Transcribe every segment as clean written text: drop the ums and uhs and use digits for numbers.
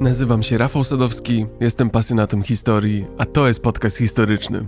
Nazywam się Rafał Sadowski, jestem pasjonatem historii, a to jest podcast historyczny.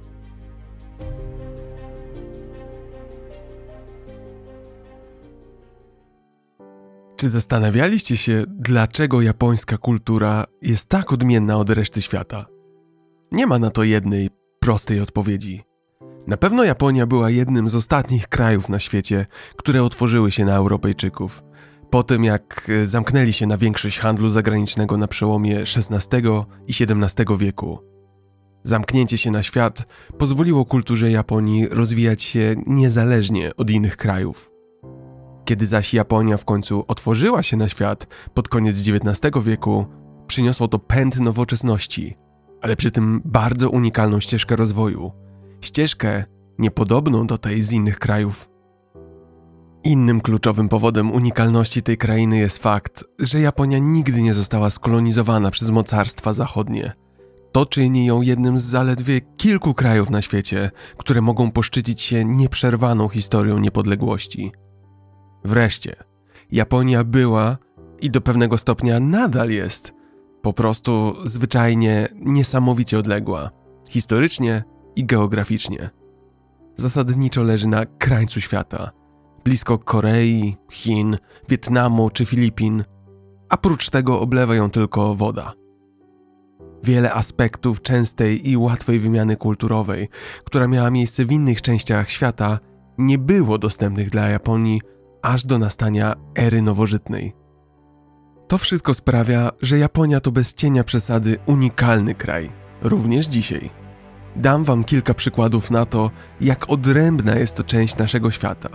Czy zastanawialiście się, dlaczego japońska kultura jest tak odmienna od reszty świata? Nie ma na to jednej, prostej odpowiedzi. Na pewno Japonia była jednym z ostatnich krajów na świecie, które otworzyły się na Europejczyków. Po tym jak zamknęli się na większość handlu zagranicznego na przełomie XVI i XVII wieku. Zamknięcie się na świat pozwoliło kulturze Japonii rozwijać się niezależnie od innych krajów. Kiedy zaś Japonia w końcu otworzyła się na świat pod koniec XIX wieku, przyniosło to pęd nowoczesności, ale przy tym bardzo unikalną ścieżkę rozwoju. Ścieżkę niepodobną do tej z innych krajów. Innym kluczowym powodem unikalności tej krainy jest fakt, że Japonia nigdy nie została skolonizowana przez mocarstwa zachodnie. To czyni ją jednym z zaledwie kilku krajów na świecie, które mogą poszczycić się nieprzerwaną historią niepodległości. Wreszcie, Japonia była i do pewnego stopnia nadal jest po prostu zwyczajnie niesamowicie odległa, historycznie i geograficznie. Zasadniczo leży na krańcu świata, blisko Korei, Chin, Wietnamu czy Filipin, a prócz tego oblewa ją tylko woda. Wiele aspektów częstej i łatwej wymiany kulturowej, która miała miejsce w innych częściach świata, nie było dostępnych dla Japonii aż do nastania ery nowożytnej. To wszystko sprawia, że Japonia to bez cienia przesady unikalny kraj, również dzisiaj. Dam wam kilka przykładów na to, jak odrębna jest to część naszego świata.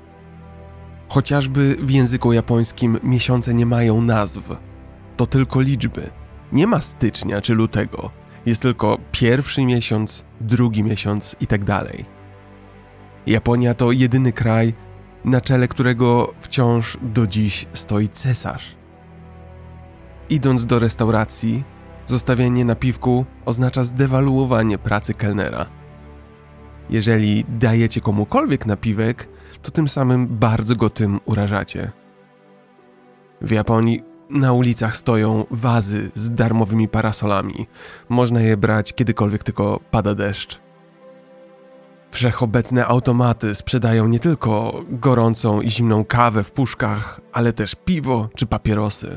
Chociażby w języku japońskim miesiące nie mają nazw. To tylko liczby. Nie ma stycznia czy lutego. Jest tylko pierwszy miesiąc, drugi miesiąc i tak dalej. Japonia to jedyny kraj, na czele którego wciąż do dziś stoi cesarz. Idąc do restauracji, zostawienie napiwku oznacza zdewaluowanie pracy kelnera. Jeżeli dajecie komukolwiek napiwek, to tym samym bardzo go tym urażacie. W Japonii na ulicach stoją wazy z darmowymi parasolami. Można je brać kiedykolwiek tylko pada deszcz. Wszechobecne automaty sprzedają nie tylko gorącą i zimną kawę w puszkach, ale też piwo czy papierosy.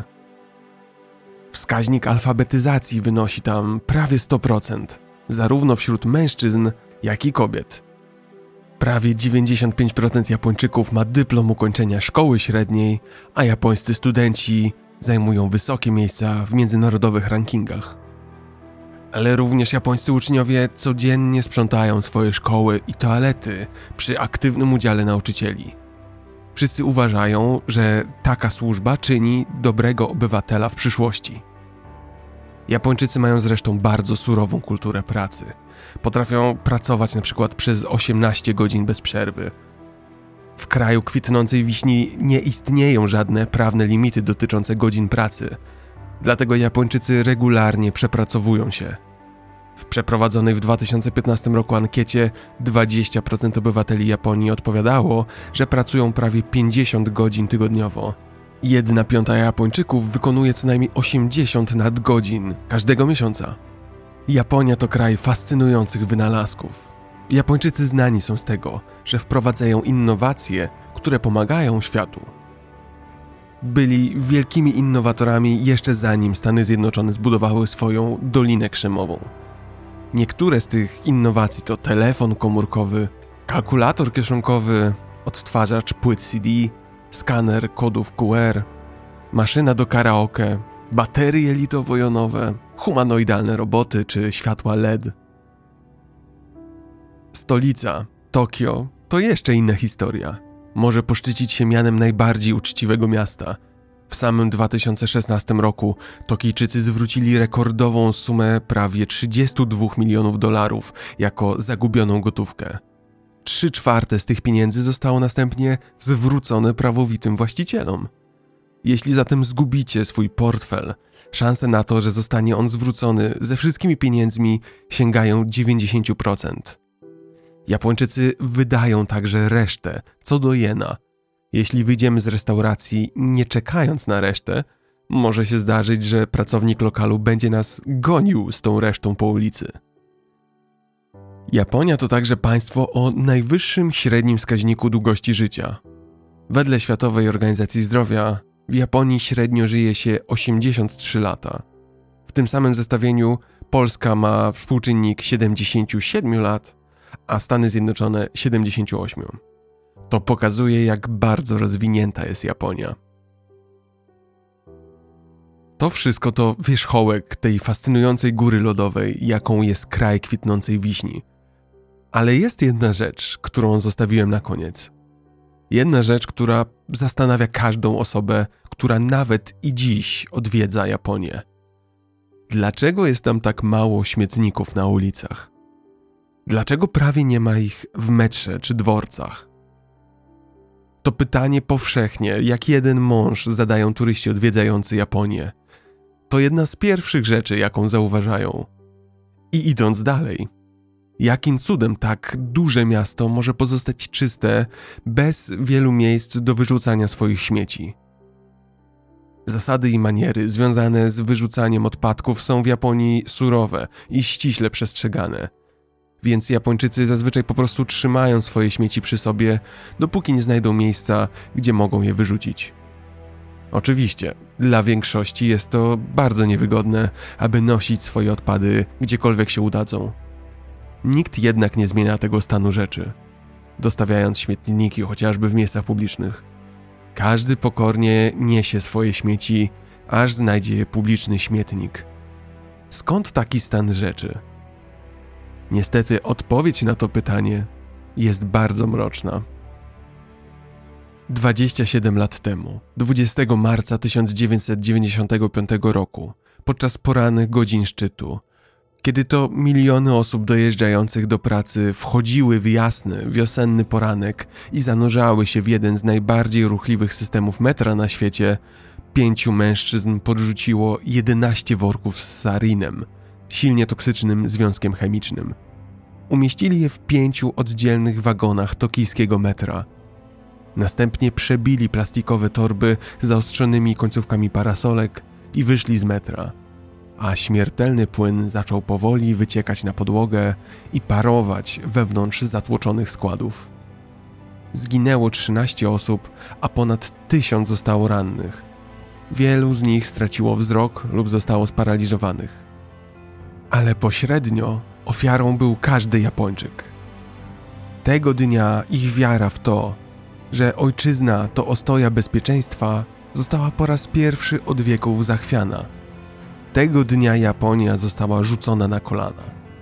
Wskaźnik alfabetyzacji wynosi tam prawie 100%, zarówno wśród mężczyzn, jak i kobiet. Prawie 95% Japończyków ma dyplom ukończenia szkoły średniej, a japońscy studenci zajmują wysokie miejsca w międzynarodowych rankingach. Ale również japońscy uczniowie codziennie sprzątają swoje szkoły i toalety przy aktywnym udziale nauczycieli. Wszyscy uważają, że taka służba czyni dobrego obywatela w przyszłości. Japończycy mają zresztą bardzo surową kulturę pracy. Potrafią pracować na przykład przez 18 godzin bez przerwy. W kraju kwitnącej wiśni nie istnieją żadne prawne limity dotyczące godzin pracy. Dlatego Japończycy regularnie przepracowują się. W przeprowadzonej w 2015 roku ankiecie 20% obywateli Japonii odpowiadało, że pracują prawie 50 godzin tygodniowo. 1/5 Japończyków wykonuje co najmniej 80 nadgodzin każdego miesiąca. Japonia to kraj fascynujących wynalazków. Japończycy znani są z tego, że wprowadzają innowacje, które pomagają światu. Byli wielkimi innowatorami jeszcze zanim Stany Zjednoczone zbudowały swoją Dolinę Krzemową. Niektóre z tych innowacji to telefon komórkowy, kalkulator kieszonkowy, odtwarzacz płyt CD, skaner kodów QR, maszyna do karaoke, baterie litowo-jonowe, humanoidalne roboty czy światła LED. Stolica, Tokio, to jeszcze inna historia. Może poszczycić się mianem najbardziej uczciwego miasta. W samym 2016 roku Tokijczycy zwrócili rekordową sumę prawie $32 milionów jako zagubioną gotówkę. 3/4 z tych pieniędzy zostało następnie zwrócone prawowitym właścicielom. Jeśli zatem zgubicie swój portfel, szanse na to, że zostanie on zwrócony ze wszystkimi pieniędzmi sięgają 90%. Japończycy wydają także resztę, co do jena. Jeśli wyjdziemy z restauracji nie czekając na resztę, Może się zdarzyć, że pracownik lokalu będzie nas gonił z tą resztą po ulicy. Japonia to także państwo o najwyższym średnim wskaźniku długości życia. Wedle Światowej Organizacji Zdrowia w Japonii średnio żyje się 83 lata. W tym samym zestawieniu Polska ma współczynnik 77 lat, a Stany Zjednoczone 78. To pokazuje, jak bardzo rozwinięta jest Japonia. To wszystko to wierzchołek tej fascynującej góry lodowej, jaką jest kraj kwitnącej wiśni. Ale jest jedna rzecz, którą zostawiłem na koniec. Jedna rzecz, która zastanawia każdą osobę, która nawet i dziś odwiedza Japonię. Dlaczego jest tam tak mało śmietników na ulicach? Dlaczego prawie nie ma ich w metrze czy dworcach? To pytanie powszechnie, jak jeden mąż zadają turyści odwiedzający Japonię. To jedna z pierwszych rzeczy, jaką zauważają. I idąc dalej, jakim cudem tak duże miasto może pozostać czyste, bez wielu miejsc do wyrzucania swoich śmieci? Zasady i maniery związane z wyrzucaniem odpadków są w Japonii surowe i ściśle przestrzegane. Więc Japończycy zazwyczaj po prostu trzymają swoje śmieci przy sobie, dopóki nie znajdą miejsca, gdzie mogą je wyrzucić. Oczywiście, dla większości jest to bardzo niewygodne, aby nosić swoje odpady gdziekolwiek się udadzą. Nikt jednak nie zmienia tego stanu rzeczy, dostawiając śmietniki chociażby w miejscach publicznych. Każdy pokornie niesie swoje śmieci, aż znajdzie publiczny śmietnik. Skąd taki stan rzeczy? Niestety odpowiedź na to pytanie jest bardzo mroczna. 27 lat temu, 20 marca 1995 roku, podczas porannych godzin szczytu, kiedy to miliony osób dojeżdżających do pracy wchodziły w jasny, wiosenny poranek i zanurzały się w jeden z najbardziej ruchliwych systemów metra na świecie, 5 mężczyzn podrzuciło 11 worków z sarinem, silnie toksycznym związkiem chemicznym. Umieścili je w 5 oddzielnych wagonach tokijskiego metra. Następnie przebili plastikowe torby zaostrzonymi końcówkami parasolek i wyszli z metra, a śmiertelny płyn zaczął powoli wyciekać na podłogę i parować wewnątrz zatłoczonych składów. Zginęło 13 osób, a ponad 1000 zostało rannych. Wielu z nich straciło wzrok lub zostało sparaliżowanych. Ale pośrednio ofiarą był każdy Japończyk. Tego dnia ich wiara w to, że ojczyzna to ostoja bezpieczeństwa, została po raz pierwszy od wieków zachwiana. Tego dnia Japonia została rzucona na kolana.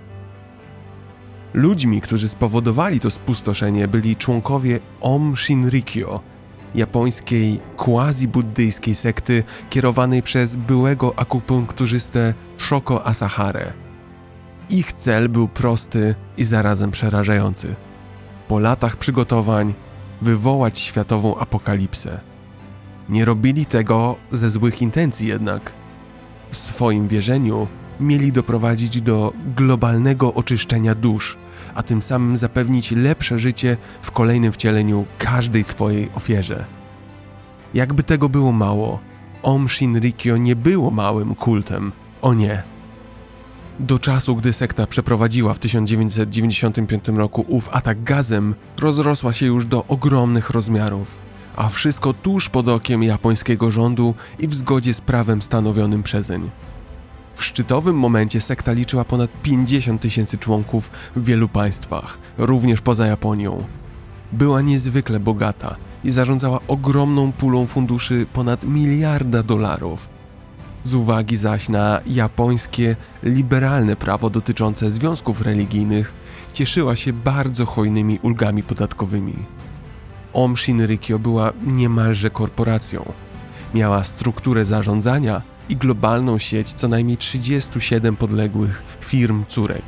Ludźmi, którzy spowodowali to spustoszenie, byli członkowie Aum Shinrikyo, japońskiej quasi-buddyjskiej sekty kierowanej przez byłego akupunkturzystę Shoko Asahare. Ich cel był prosty i zarazem przerażający. Po latach przygotowań wywołać światową apokalipsę. Nie robili tego ze złych intencji jednak. W swoim wierzeniu mieli doprowadzić do globalnego oczyszczenia dusz, a tym samym zapewnić lepsze życie w kolejnym wcieleniu każdej swojej ofierze. Jakby tego było mało, Aum Shinrikyo nie było małym kultem, o nie. Do czasu, gdy sekta przeprowadziła w 1995 roku ów atak gazem, rozrosła się już do ogromnych rozmiarów, a wszystko tuż pod okiem japońskiego rządu i w zgodzie z prawem stanowionym przezeń. W szczytowym momencie sekta liczyła ponad 50 000 członków w wielu państwach, również poza Japonią. Była niezwykle bogata i zarządzała ogromną pulą funduszy ponad $1 miliarda. Z uwagi zaś na japońskie, liberalne prawo dotyczące związków religijnych, cieszyła się bardzo hojnymi ulgami podatkowymi. Aum Shinrikyo była niemalże korporacją. Miała strukturę zarządzania i globalną sieć co najmniej 37 podległych firm córek.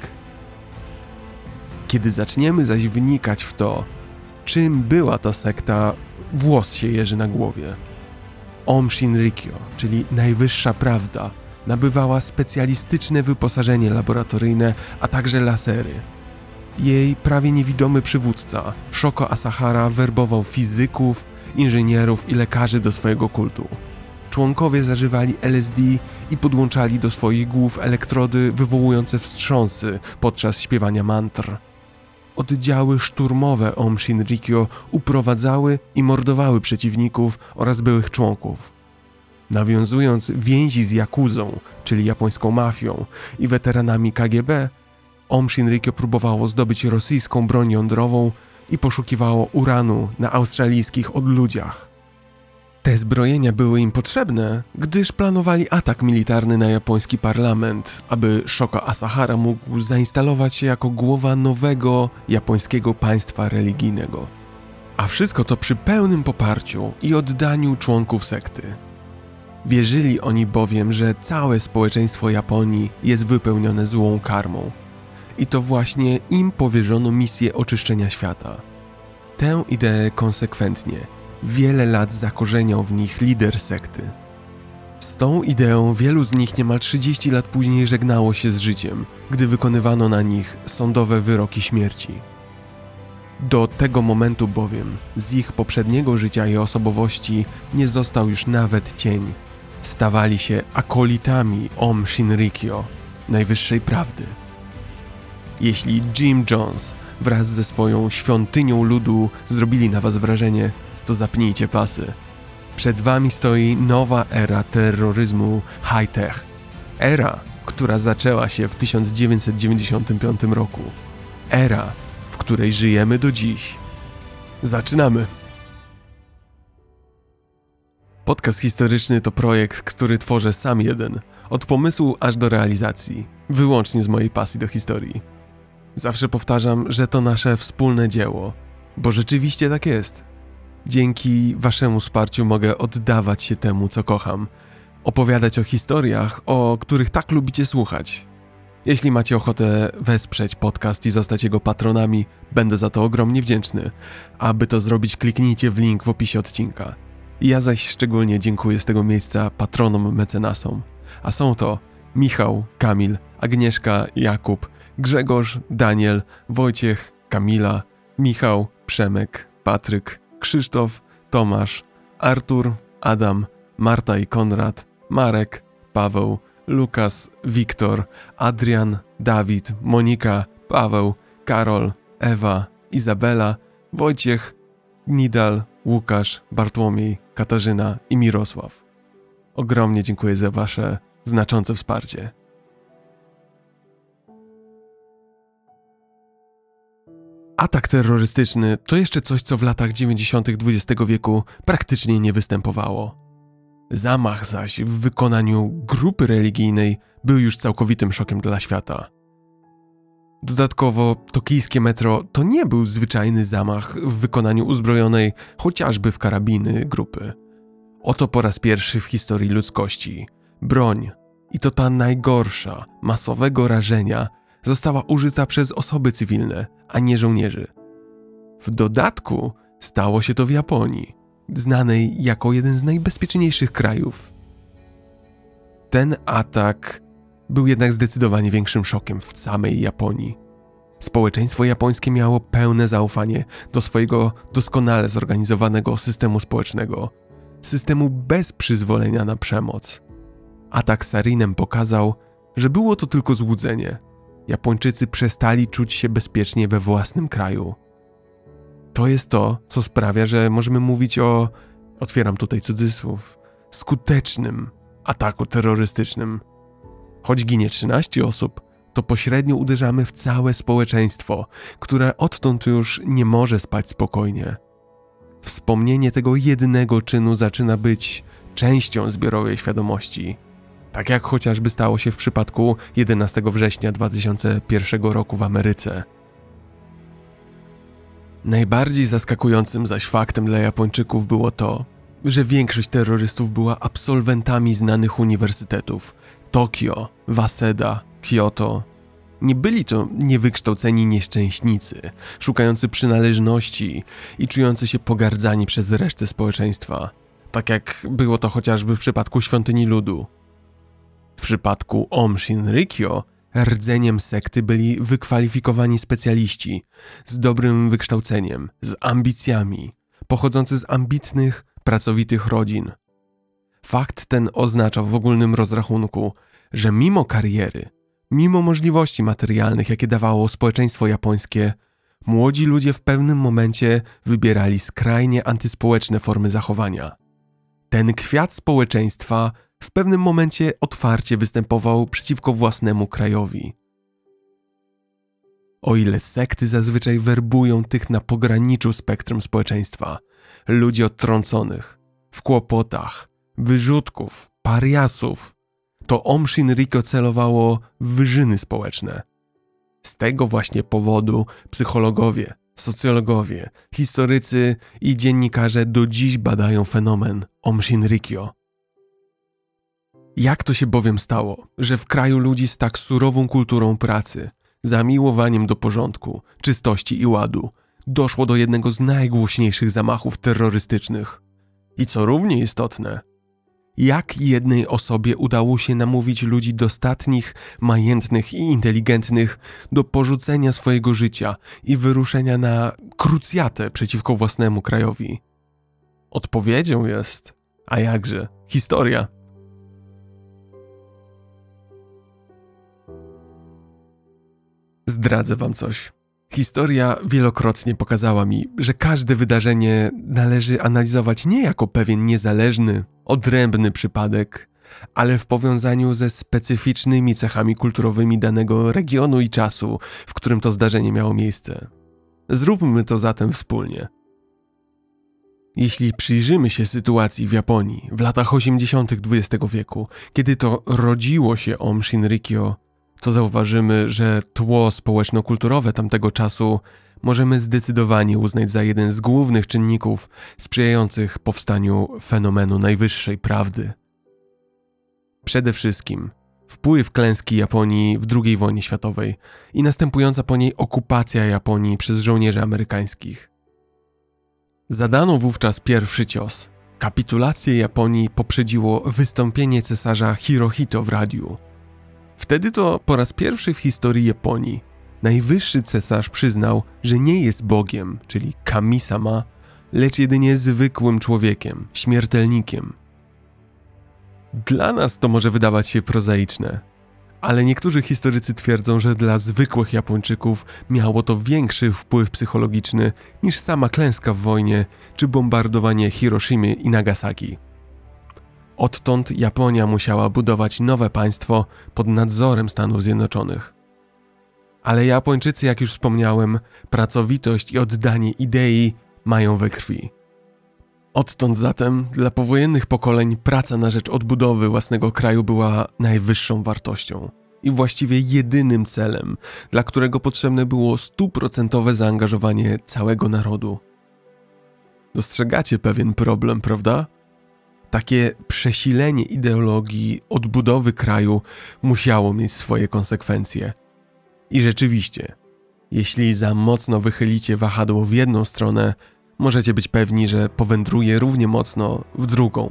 Kiedy zaczniemy zaś wnikać w to, czym była ta sekta, włos się jeży na głowie. Aum Shinrikyo, czyli najwyższa prawda, nabywała specjalistyczne wyposażenie laboratoryjne, a także lasery. Jej prawie niewidomy przywódca, Shoko Asahara, werbował fizyków, inżynierów i lekarzy do swojego kultu. członkowie zażywali LSD i podłączali do swoich głów elektrody wywołujące wstrząsy podczas śpiewania mantr. Oddziały szturmowe Aum Shinrikyo uprowadzały i mordowały przeciwników oraz byłych członków. Nawiązując więzi z Yakuzą, czyli japońską mafią, i weteranami KGB, Aum Shinrikyo próbowało zdobyć rosyjską broń jądrową i poszukiwało uranu na australijskich odludziach. Te zbrojenia były im potrzebne, gdyż planowali atak militarny na japoński parlament, aby Shoko Asahara mógł zainstalować się jako głowa nowego japońskiego państwa religijnego. A wszystko to przy pełnym poparciu i oddaniu członków sekty. Wierzyli oni bowiem, że całe społeczeństwo Japonii jest wypełnione złą karmą. I to właśnie im powierzono misję oczyszczenia świata. Tę ideę konsekwentnie, wiele lat zakorzeniał w nich lider sekty. Z tą ideą wielu z nich niemal 30 lat później żegnało się z życiem, gdy wykonywano na nich sądowe wyroki śmierci. Do tego momentu bowiem z ich poprzedniego życia i osobowości nie został już nawet cień. Stawali się akolitami Aum Shinrikyo, najwyższej prawdy. Jeśli Jim Jones wraz ze swoją świątynią ludu zrobili na was wrażenie, to zapnijcie pasy. Przed wami stoi nowa era terroryzmu high-tech. Era, która zaczęła się w 1995 roku. Era, w której żyjemy do dziś. Zaczynamy! Podcast historyczny to projekt, który tworzę sam jeden, od pomysłu aż do realizacji, wyłącznie z mojej pasji do historii. Zawsze powtarzam, że to nasze wspólne dzieło, bo rzeczywiście tak jest. Dzięki waszemu wsparciu mogę oddawać się temu, co kocham, opowiadać o historiach, o których tak lubicie słuchać. Jeśli macie ochotę wesprzeć podcast i zostać jego patronami, będę za to ogromnie wdzięczny. Aby to zrobić, kliknijcie w link w opisie odcinka. Ja zaś szczególnie dziękuję z tego miejsca patronom mecenasom, a są to Michał, Kamil, Agnieszka, Jakub, Grzegorz, Daniel, Wojciech, Kamila, Michał, Przemek, Patryk, Krzysztof, Tomasz, Artur, Adam, Marta i Konrad, Marek, Paweł, Lukas, Wiktor, Adrian, Dawid, Monika, Paweł, Karol, Ewa, Izabela, Wojciech, Nidal, Łukasz, Bartłomiej, Katarzyna i Mirosław. Ogromnie dziękuję za wasze znaczące wsparcie. Atak terrorystyczny to jeszcze coś, co w latach 90. XX wieku praktycznie nie występowało. Zamach zaś w wykonaniu grupy religijnej był już całkowitym szokiem dla świata. Dodatkowo tokijskie metro to nie był zwyczajny zamach w wykonaniu uzbrojonej chociażby w karabiny grupy. Oto po raz pierwszy w historii ludzkości broń, i to ta najgorsza, masowego rażenia, została użyta przez osoby cywilne, a nie żołnierzy. W dodatku stało się to w Japonii, znanej jako jeden z najbezpieczniejszych krajów. Ten atak był jednak zdecydowanie większym szokiem w samej Japonii. Społeczeństwo japońskie miało pełne zaufanie do swojego doskonale zorganizowanego systemu społecznego, systemu bez przyzwolenia na przemoc. Atak sarinem pokazał, że było to tylko złudzenie. Japończycy przestali czuć się bezpiecznie we własnym kraju. To jest to, co sprawia, że możemy mówić o, otwieram tutaj cudzysłów, skutecznym ataku terrorystycznym. Choć ginie 13 osób, to pośrednio uderzamy w całe społeczeństwo, które odtąd już nie może spać spokojnie. Wspomnienie tego jednego czynu zaczyna być częścią zbiorowej świadomości. Tak jak chociażby stało się w przypadku 11 września 2001 roku w Ameryce. Najbardziej zaskakującym zaś faktem dla Japończyków było to, że większość terrorystów była absolwentami znanych uniwersytetów: Tokio, Waseda, Kyoto. Nie byli to niewykształceni nieszczęśnicy, szukający przynależności i czujący się pogardzani przez resztę społeczeństwa, tak jak było to chociażby w przypadku Świątyni Ludu. W przypadku Aum Shinrikyo rdzeniem sekty byli wykwalifikowani specjaliści z dobrym wykształceniem, z ambicjami, pochodzący z ambitnych, pracowitych rodzin. Fakt ten oznaczał w ogólnym rozrachunku, że mimo kariery, mimo możliwości materialnych, jakie dawało społeczeństwo japońskie, młodzi ludzie w pewnym momencie wybierali skrajnie antyspołeczne formy zachowania. Ten kwiat społeczeństwa w pewnym momencie otwarcie występował przeciwko własnemu krajowi. O ile sekty zazwyczaj werbują tych na pograniczu spektrum społeczeństwa, ludzi odtrąconych, w kłopotach, wyrzutków, pariasów, to Aum Shinrikyo celowało w wyżyny społeczne. Z tego właśnie powodu psychologowie, socjologowie, historycy i dziennikarze do dziś badają fenomen Aum Shinrikyo. Jak to się bowiem stało, że w kraju ludzi z tak surową kulturą pracy, zamiłowaniem do porządku, czystości i ładu, doszło do jednego z najgłośniejszych zamachów terrorystycznych? I co równie istotne, jak jednej osobie udało się namówić ludzi dostatnich, majętnych i inteligentnych do porzucenia swojego życia i wyruszenia na krucjatę przeciwko własnemu krajowi? Odpowiedzią jest, a jakże, historia. Zdradzę wam coś. Historia wielokrotnie pokazała mi, że każde wydarzenie należy analizować nie jako pewien niezależny, odrębny przypadek, ale w powiązaniu ze specyficznymi cechami kulturowymi danego regionu i czasu, w którym to zdarzenie miało miejsce. Zróbmy to zatem wspólnie. Jeśli przyjrzymy się sytuacji w Japonii w latach 80. XX wieku, kiedy to rodziło się Aum Shinrikyo, to zauważymy, że tło społeczno-kulturowe tamtego czasu możemy zdecydowanie uznać za jeden z głównych czynników sprzyjających powstaniu fenomenu najwyższej prawdy. Przede wszystkim wpływ klęski Japonii w II wojnie światowej i następująca po niej okupacja Japonii przez żołnierzy amerykańskich. Zadano wówczas pierwszy cios. Kapitulację Japonii poprzedziło wystąpienie cesarza Hirohito w radiu. Wtedy to po raz pierwszy w historii Japonii najwyższy cesarz przyznał, że nie jest Bogiem, czyli kami-sama, lecz jedynie zwykłym człowiekiem, śmiertelnikiem. Dla nas to może wydawać się prozaiczne, ale niektórzy historycy twierdzą, że dla zwykłych Japończyków miało to większy wpływ psychologiczny niż sama klęska w wojnie czy bombardowanie Hiroshimy i Nagasaki. Odtąd Japonia musiała budować nowe państwo pod nadzorem Stanów Zjednoczonych. Ale Japończycy, jak już wspomniałem, pracowitość i oddanie idei mają we krwi. Odtąd zatem dla powojennych pokoleń praca na rzecz odbudowy własnego kraju była najwyższą wartością i właściwie jedynym celem, dla którego potrzebne było 100% zaangażowanie całego narodu. Dostrzegacie pewien problem, prawda? Takie przesilenie ideologii odbudowy kraju musiało mieć swoje konsekwencje. I rzeczywiście, jeśli za mocno wychylicie wahadło w jedną stronę, możecie być pewni, że powędruje równie mocno w drugą.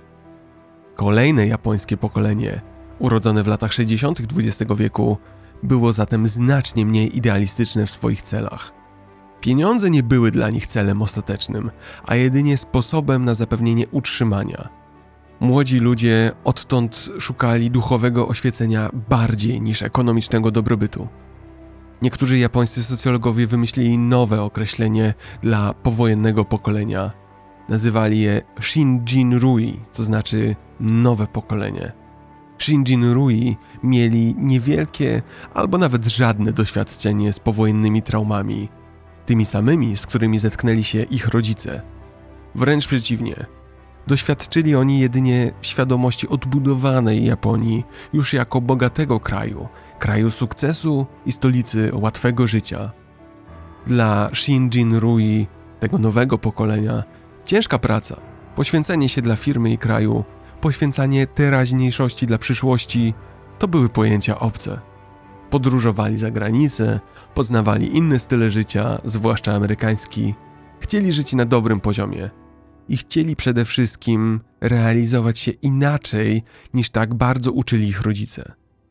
Kolejne japońskie pokolenie, urodzone w latach 60. XX wieku, było zatem znacznie mniej idealistyczne w swoich celach. Pieniądze nie były dla nich celem ostatecznym, a jedynie sposobem na zapewnienie utrzymania. Młodzi ludzie odtąd szukali duchowego oświecenia bardziej niż ekonomicznego dobrobytu. Niektórzy japońscy socjologowie wymyślili nowe określenie dla powojennego pokolenia. Nazywali je Shinjin-rui, to znaczy nowe pokolenie. Shinjin-rui mieli niewielkie albo nawet żadne doświadczenie z powojennymi traumami, tymi samymi, z którymi zetknęli się ich rodzice. Wręcz przeciwnie. Doświadczyli oni jedynie świadomości odbudowanej Japonii już jako bogatego kraju sukcesu i stolicy łatwego życia. Dla Shinjin-rui, tego nowego pokolenia, ciężka praca, poświęcenie się dla firmy i kraju, poświęcanie teraźniejszości dla przyszłości to były pojęcia obce. Podróżowali za granicę, poznawali inne style życia, zwłaszcza amerykański, chcieli żyć na dobrym poziomie i chcieli przede wszystkim realizować się inaczej niż tak bardzo uczyli ich rodzice.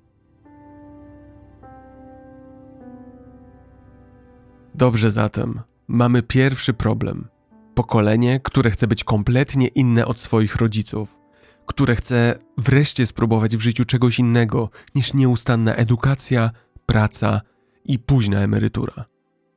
Dobrze zatem, mamy pierwszy problem. Pokolenie, które chce być kompletnie inne od swoich rodziców, które chce wreszcie spróbować w życiu czegoś innego niż nieustanna edukacja, praca i późna emerytura.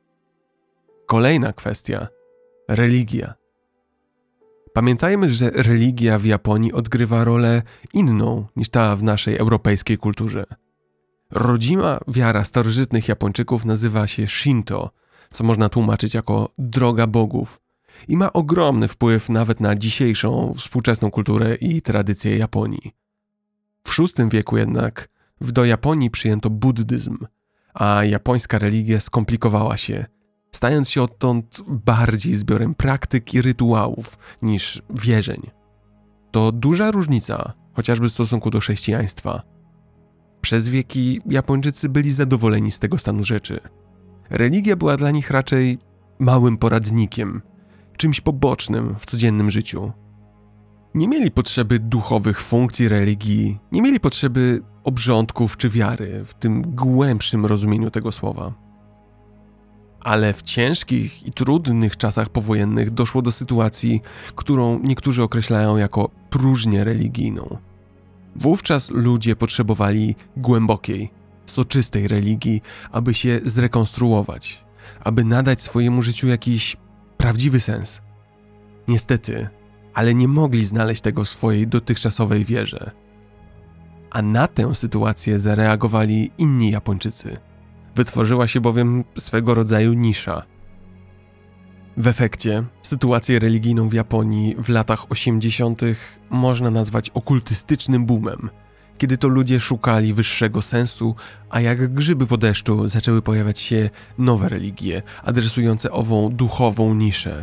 Kolejna kwestia – religia. Pamiętajmy, że religia w Japonii odgrywa rolę inną niż ta w naszej europejskiej kulturze. Rodzima wiara starożytnych Japończyków nazywa się Shinto, co można tłumaczyć jako droga bogów i ma ogromny wpływ nawet na dzisiejszą, współczesną kulturę i tradycje Japonii. W VI wieku jednak do Japonii przyjęto buddyzm, a japońska religia skomplikowała się, stając się odtąd bardziej zbiorem praktyk i rytuałów niż wierzeń. To duża różnica, chociażby w stosunku do chrześcijaństwa. Przez wieki Japończycy byli zadowoleni z tego stanu rzeczy. Religia była dla nich raczej małym poradnikiem, czymś pobocznym w codziennym życiu. Nie mieli potrzeby duchowych funkcji religii, nie mieli potrzeby obrządków czy wiary w tym głębszym rozumieniu tego słowa. Ale w ciężkich i trudnych czasach powojennych doszło do sytuacji, którą niektórzy określają jako próżnię religijną. Wówczas ludzie potrzebowali głębokiej, soczystej religii, aby się zrekonstruować, aby nadać swojemu życiu jakiś prawdziwy sens. Niestety, ale nie mogli znaleźć tego w swojej dotychczasowej wierze. A na tę sytuację zareagowali inni Japończycy. Wytworzyła się bowiem swego rodzaju nisza. W efekcie sytuację religijną w Japonii w latach 80. można nazwać okultystycznym boomem, kiedy to ludzie szukali wyższego sensu, a jak grzyby po deszczu zaczęły pojawiać się nowe religie adresujące ową duchową niszę.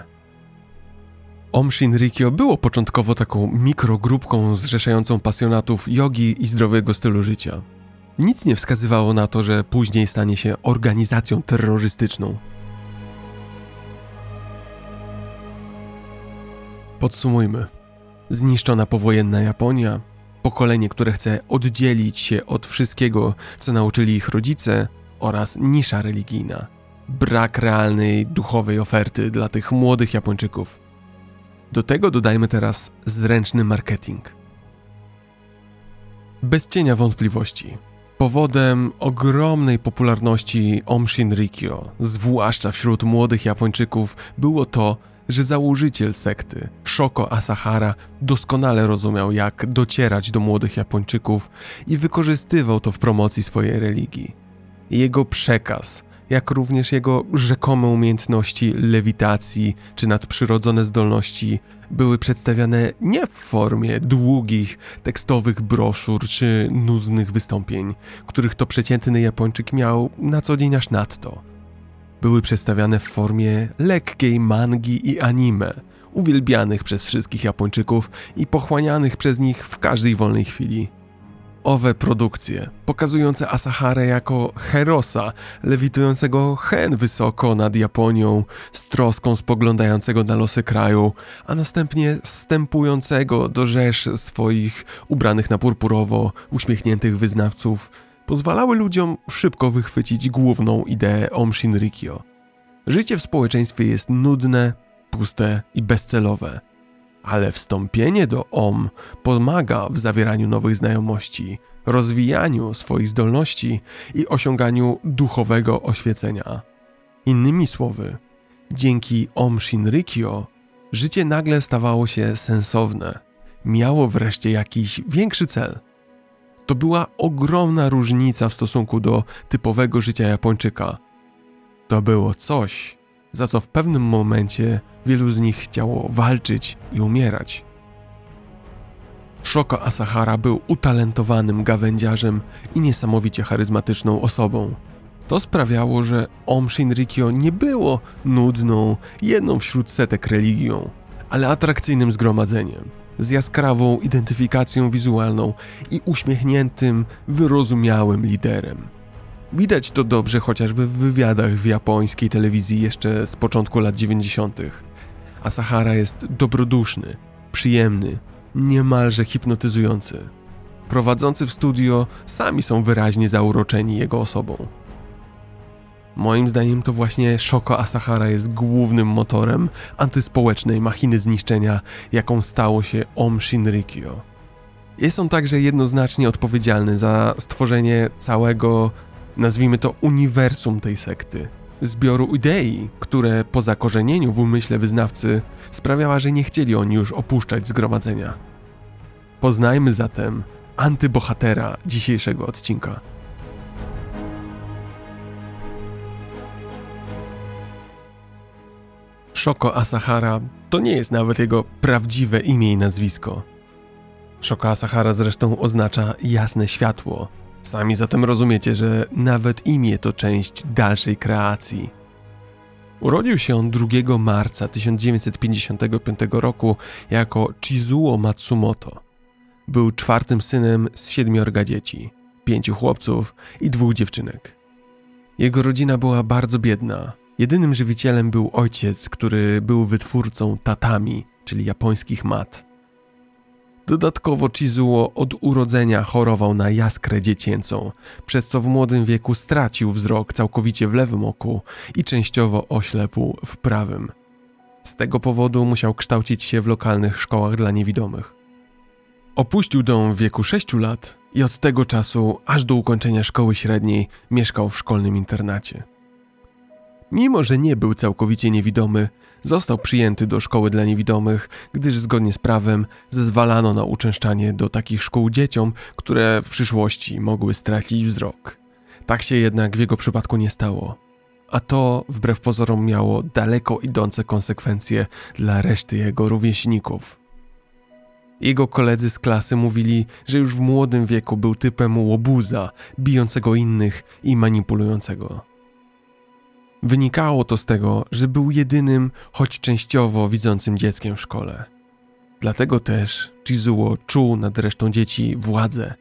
Om Shinrikyo było początkowo taką mikrogrupką zrzeszającą pasjonatów jogi i zdrowego stylu życia. Nic nie wskazywało na to, że później stanie się organizacją terrorystyczną. Podsumujmy. Zniszczona powojenna Japonia, pokolenie, które chce oddzielić się od wszystkiego, co nauczyli ich rodzice, oraz nisza religijna. Brak realnej, duchowej oferty dla tych młodych Japończyków. Do tego dodajmy teraz zręczny marketing. Bez cienia wątpliwości, powodem ogromnej popularności Om Shinrikyo, zwłaszcza wśród młodych Japończyków, było to, że założyciel sekty, Shoko Asahara, doskonale rozumiał, jak docierać do młodych Japończyków i wykorzystywał to w promocji swojej religii. Jego przekaz, jak również jego rzekome umiejętności lewitacji czy nadprzyrodzone zdolności były przedstawiane nie w formie długich, tekstowych broszur czy nudnych wystąpień, których to przeciętny Japończyk miał na co dzień aż nadto. Były przedstawiane w formie lekkiej mangi i anime, uwielbianych przez wszystkich Japończyków i pochłanianych przez nich w każdej wolnej chwili. Owe produkcje, pokazujące Asaharę jako herosa, lewitującego hen wysoko nad Japonią, z troską spoglądającego na losy kraju, a następnie zstępującego do rzesz swoich ubranych na purpurowo, uśmiechniętych wyznawców, pozwalały ludziom szybko wychwycić główną ideę Om Shinrikyo. Życie w społeczeństwie jest nudne, puste i bezcelowe. Ale wstąpienie do Om pomaga w zawieraniu nowych znajomości, rozwijaniu swoich zdolności i osiąganiu duchowego oświecenia. Innymi słowy, dzięki Om Shinrikyo życie nagle stawało się sensowne, miało wreszcie jakiś większy cel. To była ogromna różnica w stosunku do typowego życia Japończyka. To było coś, za co w pewnym momencie wielu z nich chciało walczyć i umierać. Shoko Asahara był utalentowanym gawędziarzem i niesamowicie charyzmatyczną osobą. To sprawiało, że Om Shinrikyo nie było nudną, jedną wśród setek religią, ale atrakcyjnym zgromadzeniem, z jaskrawą identyfikacją wizualną i uśmiechniętym, wyrozumiałym liderem. Widać to dobrze chociażby w wywiadach w japońskiej telewizji jeszcze z początku lat 90. Asahara jest dobroduszny, przyjemny, niemalże hipnotyzujący. Prowadzący w studio sami są wyraźnie zauroczeni jego osobą. Moim zdaniem to właśnie Shoko Asahara jest głównym motorem antyspołecznej machiny zniszczenia, jaką stało się Om Shinrikyo. Jest on także jednoznacznie odpowiedzialny za stworzenie całego, nazwijmy to, uniwersum tej sekty. Zbioru idei, które po zakorzenieniu w umyśle wyznawcy sprawiała, że nie chcieli oni już opuszczać zgromadzenia. Poznajmy zatem antybohatera dzisiejszego odcinka. Shoko Asahara to nie jest nawet jego prawdziwe imię i nazwisko. Shoko Asahara zresztą oznacza jasne światło. Sami zatem rozumiecie, że nawet imię to część dalszej kreacji. Urodził się on 2 marca 1955 roku jako Chizuo Matsumoto. Był 4. synem z 7 dzieci, 5 chłopców i 2 dziewczynek. Jego rodzina była bardzo biedna. Jedynym żywicielem był ojciec, który był wytwórcą tatami, czyli japońskich mat. Dodatkowo Chizuo od urodzenia chorował na jaskrę dziecięcą, przez co w młodym wieku stracił wzrok całkowicie w lewym oku i częściowo oślepł w prawym. Z tego powodu musiał kształcić się w lokalnych szkołach dla niewidomych. Opuścił dom w wieku 6 lat i od tego czasu aż do ukończenia szkoły średniej mieszkał w szkolnym internacie. Mimo że nie był całkowicie niewidomy, został przyjęty do szkoły dla niewidomych, gdyż zgodnie z prawem zezwalano na uczęszczanie do takich szkół dzieciom, które w przyszłości mogły stracić wzrok. Tak się jednak w jego przypadku nie stało. A to wbrew pozorom miało daleko idące konsekwencje dla reszty jego rówieśników. Jego koledzy z klasy mówili, że już w młodym wieku był typem łobuza, bijącego innych i manipulującego. Wynikało to z tego, że był jedynym, choć częściowo widzącym dzieckiem w szkole. Dlatego też Chizuo czuł nad resztą dzieci władzę.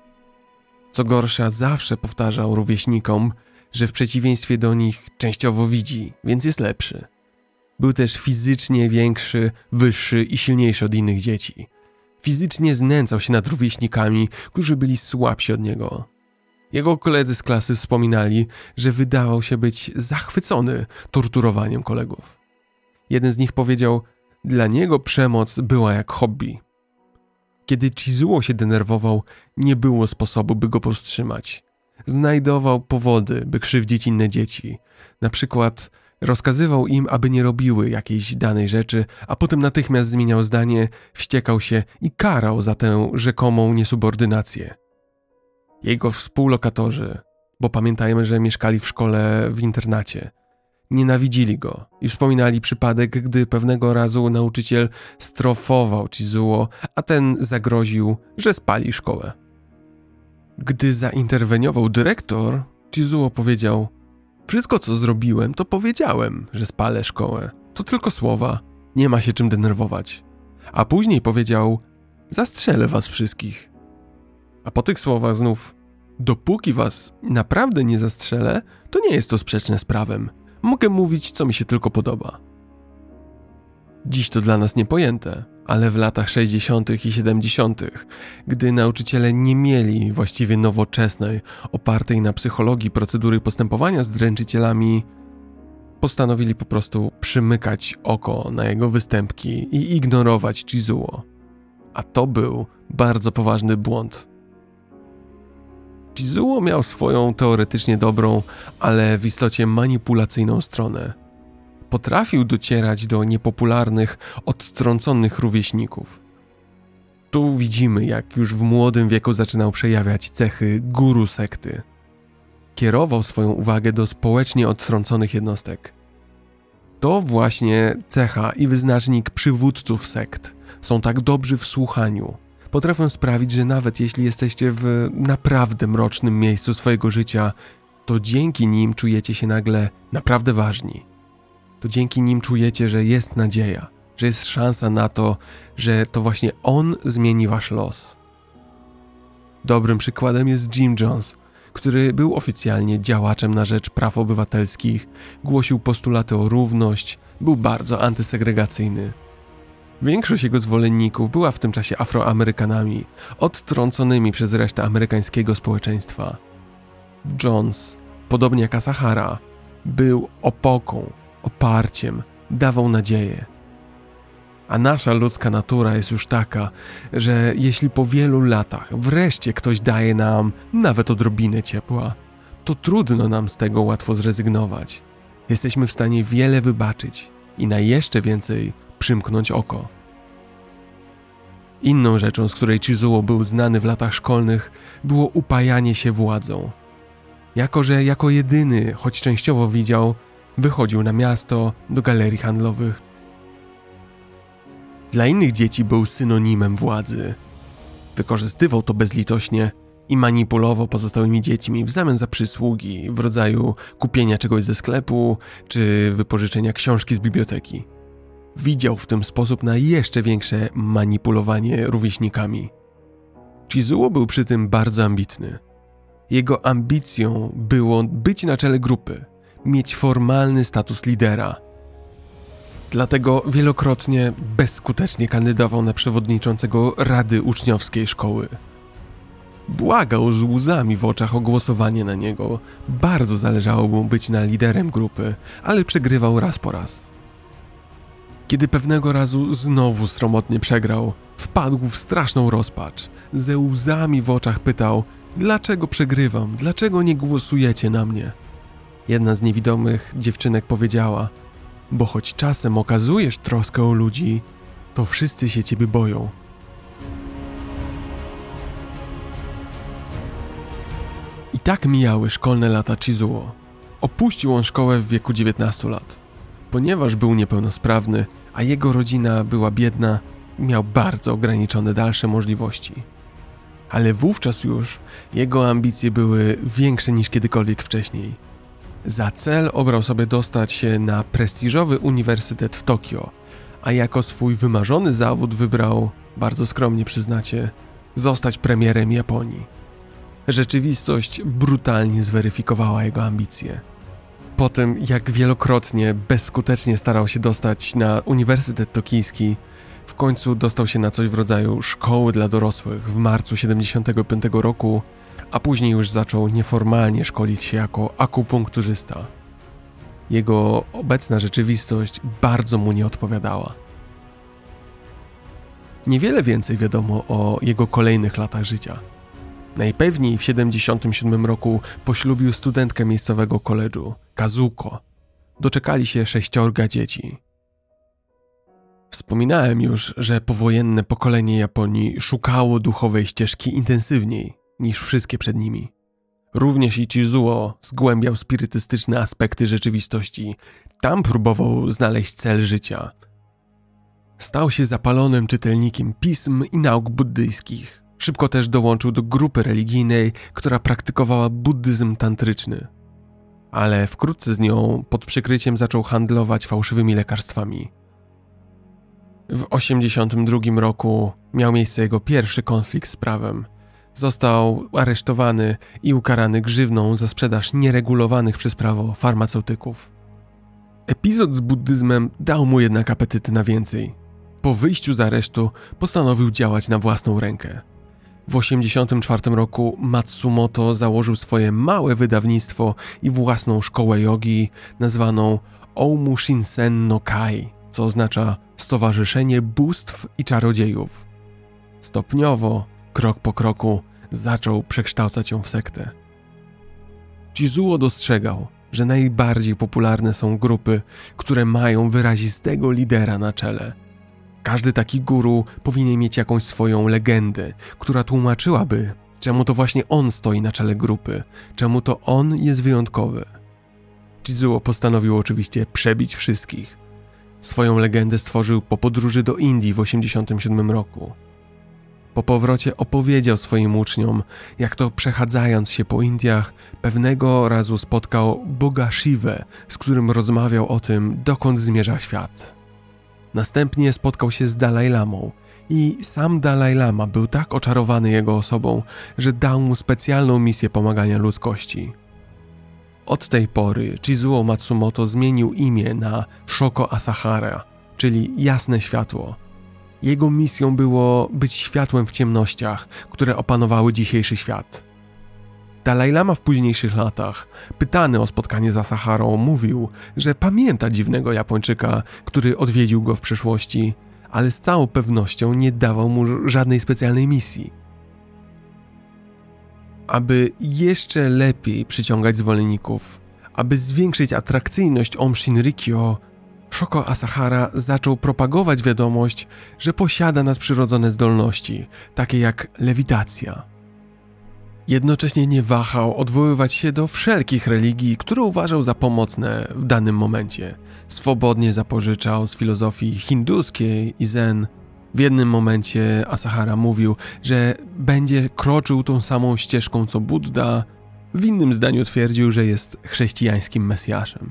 Co gorsza, zawsze powtarzał rówieśnikom, że w przeciwieństwie do nich częściowo widzi, więc jest lepszy. Był też fizycznie większy, wyższy i silniejszy od innych dzieci. Fizycznie znęcał się nad rówieśnikami, którzy byli słabsi od niego. Jego koledzy z klasy wspominali, że wydawał się być zachwycony torturowaniem kolegów. Jeden z nich powiedział, dla niego przemoc była jak hobby. Kiedy Chizuo się denerwował, nie było sposobu, by go powstrzymać. Znajdował powody, by krzywdzić inne dzieci. Na przykład rozkazywał im, aby nie robiły jakiejś danej rzeczy, a potem natychmiast zmieniał zdanie, wściekał się i karał za tę rzekomą niesubordynację. Jego współlokatorzy, bo pamiętajmy, że mieszkali w szkole w internacie, nienawidzili go i wspominali przypadek, gdy pewnego razu nauczyciel strofował Chizuo, a ten zagroził, że spali szkołę. Gdy zainterweniował dyrektor, Chizuo powiedział, wszystko co zrobiłem, to powiedziałem, że spalę szkołę. To tylko słowa, nie ma się czym denerwować. A później powiedział, zastrzelę was wszystkich. A po tych słowach znów, dopóki was naprawdę nie zastrzelę, to nie jest to sprzeczne z prawem. Mogę mówić, co mi się tylko podoba. Dziś to dla nas niepojęte, ale w latach 60. i 70., gdy nauczyciele nie mieli właściwie nowoczesnej, opartej na psychologii procedury postępowania z dręczycielami, postanowili po prostu przymykać oko na jego występki i ignorować Chizuo. A to był bardzo poważny błąd. Chizuo miał swoją teoretycznie dobrą, ale w istocie manipulacyjną stronę. Potrafił docierać do niepopularnych, odtrąconych rówieśników. Tu widzimy, jak już w młodym wieku zaczynał przejawiać cechy guru sekty. Kierował swoją uwagę do społecznie odtrąconych jednostek. To właśnie cecha i wyznacznik przywódców sekt. Są tak dobrzy w słuchaniu. Potrafią sprawić, że nawet jeśli jesteście w naprawdę mrocznym miejscu swojego życia, to dzięki nim czujecie się nagle naprawdę ważni. To dzięki nim czujecie, że jest nadzieja, że jest szansa na to, że to właśnie on zmieni wasz los. Dobrym przykładem jest Jim Jones, który był oficjalnie działaczem na rzecz praw obywatelskich, głosił postulaty o równość, był bardzo antysegregacyjny. Większość jego zwolenników była w tym czasie Afroamerykanami, odtrąconymi przez resztę amerykańskiego społeczeństwa. Jones, podobnie jak Asahara, był opoką, oparciem, dawał nadzieję. A nasza ludzka natura jest już taka, że jeśli po wielu latach wreszcie ktoś daje nam nawet odrobinę ciepła, to trudno nam z tego łatwo zrezygnować. Jesteśmy w stanie wiele wybaczyć i na jeszcze więcej przymknąć oko. Inną rzeczą, z której Chizuo był znany w latach szkolnych, było upajanie się władzą. Jako że jako jedyny, choć częściowo widział, wychodził na miasto, do galerii handlowych. Dla innych dzieci był synonimem władzy. Wykorzystywał to bezlitośnie i manipulował pozostałymi dziećmi w zamian za przysługi w rodzaju kupienia czegoś ze sklepu czy wypożyczenia książki z biblioteki. Widział w tym sposób na jeszcze większe manipulowanie rówieśnikami. Chizuo był przy tym bardzo ambitny. Jego ambicją było być na czele grupy, mieć formalny status lidera. Dlatego wielokrotnie bezskutecznie kandydował na przewodniczącego Rady Uczniowskiej szkoły. Błagał z łzami w oczach o głosowanie na niego. Bardzo zależało mu być liderem grupy, ale przegrywał raz po raz. Kiedy pewnego razu znowu sromotnie przegrał, wpadł w straszną rozpacz. Ze łzami w oczach pytał: dlaczego przegrywam? Dlaczego nie głosujecie na mnie? Jedna z niewidomych dziewczynek powiedziała: bo choć czasem okazujesz troskę o ludzi, to wszyscy się ciebie boją. I tak mijały szkolne lata Chizuo. Opuścił on szkołę w wieku 19 lat. Ponieważ był niepełnosprawny, a jego rodzina była biedna, miał bardzo ograniczone dalsze możliwości. Ale wówczas już jego ambicje były większe niż kiedykolwiek wcześniej. Za cel obrał sobie dostać się na prestiżowy uniwersytet w Tokio, a jako swój wymarzony zawód wybrał, bardzo skromnie przyznacie, zostać premierem Japonii. Rzeczywistość brutalnie zweryfikowała jego ambicje. Po tym, jak wielokrotnie bezskutecznie starał się dostać na Uniwersytet Tokijski, w końcu dostał się na coś w rodzaju szkoły dla dorosłych w marcu 1975 roku, a później już zaczął nieformalnie szkolić się jako akupunkturzysta. Jego obecna rzeczywistość bardzo mu nie odpowiadała. Niewiele więcej wiadomo o jego kolejnych latach życia. Najpewniej w 1977 roku poślubił studentkę miejscowego koledżu, Kazuko. Doczekali się 6 dzieci. Wspominałem już, że powojenne pokolenie Japonii szukało duchowej ścieżki intensywniej niż wszystkie przed nimi. Również i Chizuo zgłębiał spirytystyczne aspekty rzeczywistości. Tam próbował znaleźć cel życia. Stał się zapalonym czytelnikiem pism i nauk buddyjskich. Szybko też dołączył do grupy religijnej, która praktykowała buddyzm tantryczny. Ale wkrótce z nią pod przykryciem zaczął handlować fałszywymi lekarstwami. W 1982 roku miał miejsce jego pierwszy konflikt z prawem. Został aresztowany i ukarany grzywną za sprzedaż nieregulowanych przez prawo farmaceutyków. Epizod z buddyzmem dał mu jednak apetyty na więcej. Po wyjściu z aresztu postanowił działać na własną rękę. W 1984 roku Matsumoto założył swoje małe wydawnictwo i własną szkołę jogi nazwaną Oumu Shinsen no Kai, co oznacza Stowarzyszenie Bóstw i Czarodziejów. Stopniowo, krok po kroku, zaczął przekształcać ją w sektę. Chizuo dostrzegał, że najbardziej popularne są grupy, które mają wyrazistego lidera na czele. Każdy taki guru powinien mieć jakąś swoją legendę, która tłumaczyłaby, czemu to właśnie on stoi na czele grupy, czemu to on jest wyjątkowy. Chizuo postanowił oczywiście przebić wszystkich. Swoją legendę stworzył po podróży do Indii w 1987 roku. Po powrocie opowiedział swoim uczniom, jak to przechadzając się po Indiach, pewnego razu spotkał Boga Shivę, z którym rozmawiał o tym, dokąd zmierza świat. Następnie spotkał się z Dalaj Lamą i sam Dalaj Lama był tak oczarowany jego osobą, że dał mu specjalną misję pomagania ludzkości. Od tej pory Chizuo Matsumoto zmienił imię na Shoko Asahara, czyli jasne światło. Jego misją było być światłem w ciemnościach, które opanowały dzisiejszy świat. Dalaj Lama w późniejszych latach, pytany o spotkanie z Asaharą, mówił, że pamięta dziwnego Japończyka, który odwiedził go w przeszłości, ale z całą pewnością nie dawał mu żadnej specjalnej misji. Aby jeszcze lepiej przyciągać zwolenników, aby zwiększyć atrakcyjność Aum Shinrikyo, Shoko Asahara zaczął propagować wiadomość, że posiada nadprzyrodzone zdolności, takie jak lewitacja. Jednocześnie nie wahał odwoływać się do wszelkich religii, które uważał za pomocne w danym momencie. Swobodnie zapożyczał z filozofii hinduskiej i zen. W jednym momencie Asahara mówił, że będzie kroczył tą samą ścieżką co Buddha, w innym zdaniu twierdził, że jest chrześcijańskim mesjaszem.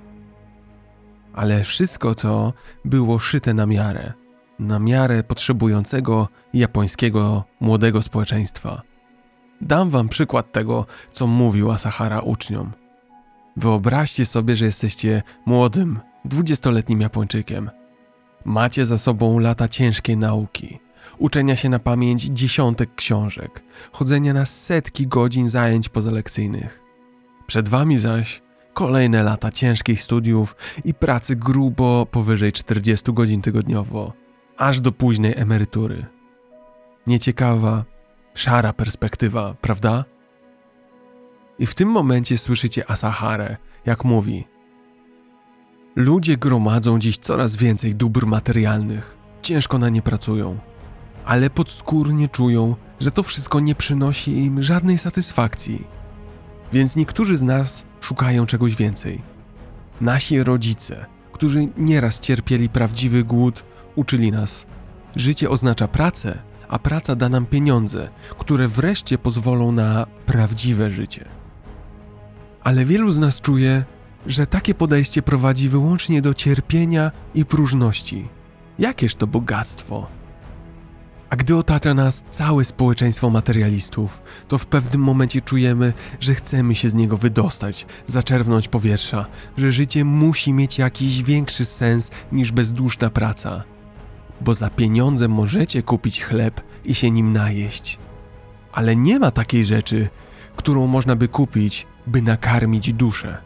Ale wszystko to było szyte na miarę potrzebującego japońskiego młodego społeczeństwa. Dam wam przykład tego, co mówił Asahara uczniom. Wyobraźcie sobie, że jesteście młodym, 20-letnim Japończykiem. Macie za sobą lata ciężkiej nauki, uczenia się na pamięć dziesiątek książek, chodzenia na setki godzin zajęć pozalekcyjnych. Przed wami zaś kolejne lata ciężkich studiów i pracy grubo powyżej 40 godzin tygodniowo, aż do późnej emerytury. Nieciekawa, szara perspektywa, prawda? I w tym momencie słyszycie Asaharę, jak mówi: ludzie gromadzą dziś coraz więcej dóbr materialnych, ciężko na nie pracują, ale podskórnie czują, że to wszystko nie przynosi im żadnej satysfakcji. Więc niektórzy z nas szukają czegoś więcej. Nasi rodzice, którzy nieraz cierpieli prawdziwy głód, uczyli nas: życie oznacza pracę, a praca da nam pieniądze, które wreszcie pozwolą na prawdziwe życie. Ale wielu z nas czuje, że takie podejście prowadzi wyłącznie do cierpienia i próżności. Jakież to bogactwo? A gdy otacza nas całe społeczeństwo materialistów, to w pewnym momencie czujemy, że chcemy się z niego wydostać, zaczerpnąć powietrza, że życie musi mieć jakiś większy sens niż bezduszna praca. Bo za pieniądze możecie kupić chleb i się nim najeść. Ale nie ma takiej rzeczy, którą można by kupić, by nakarmić duszę.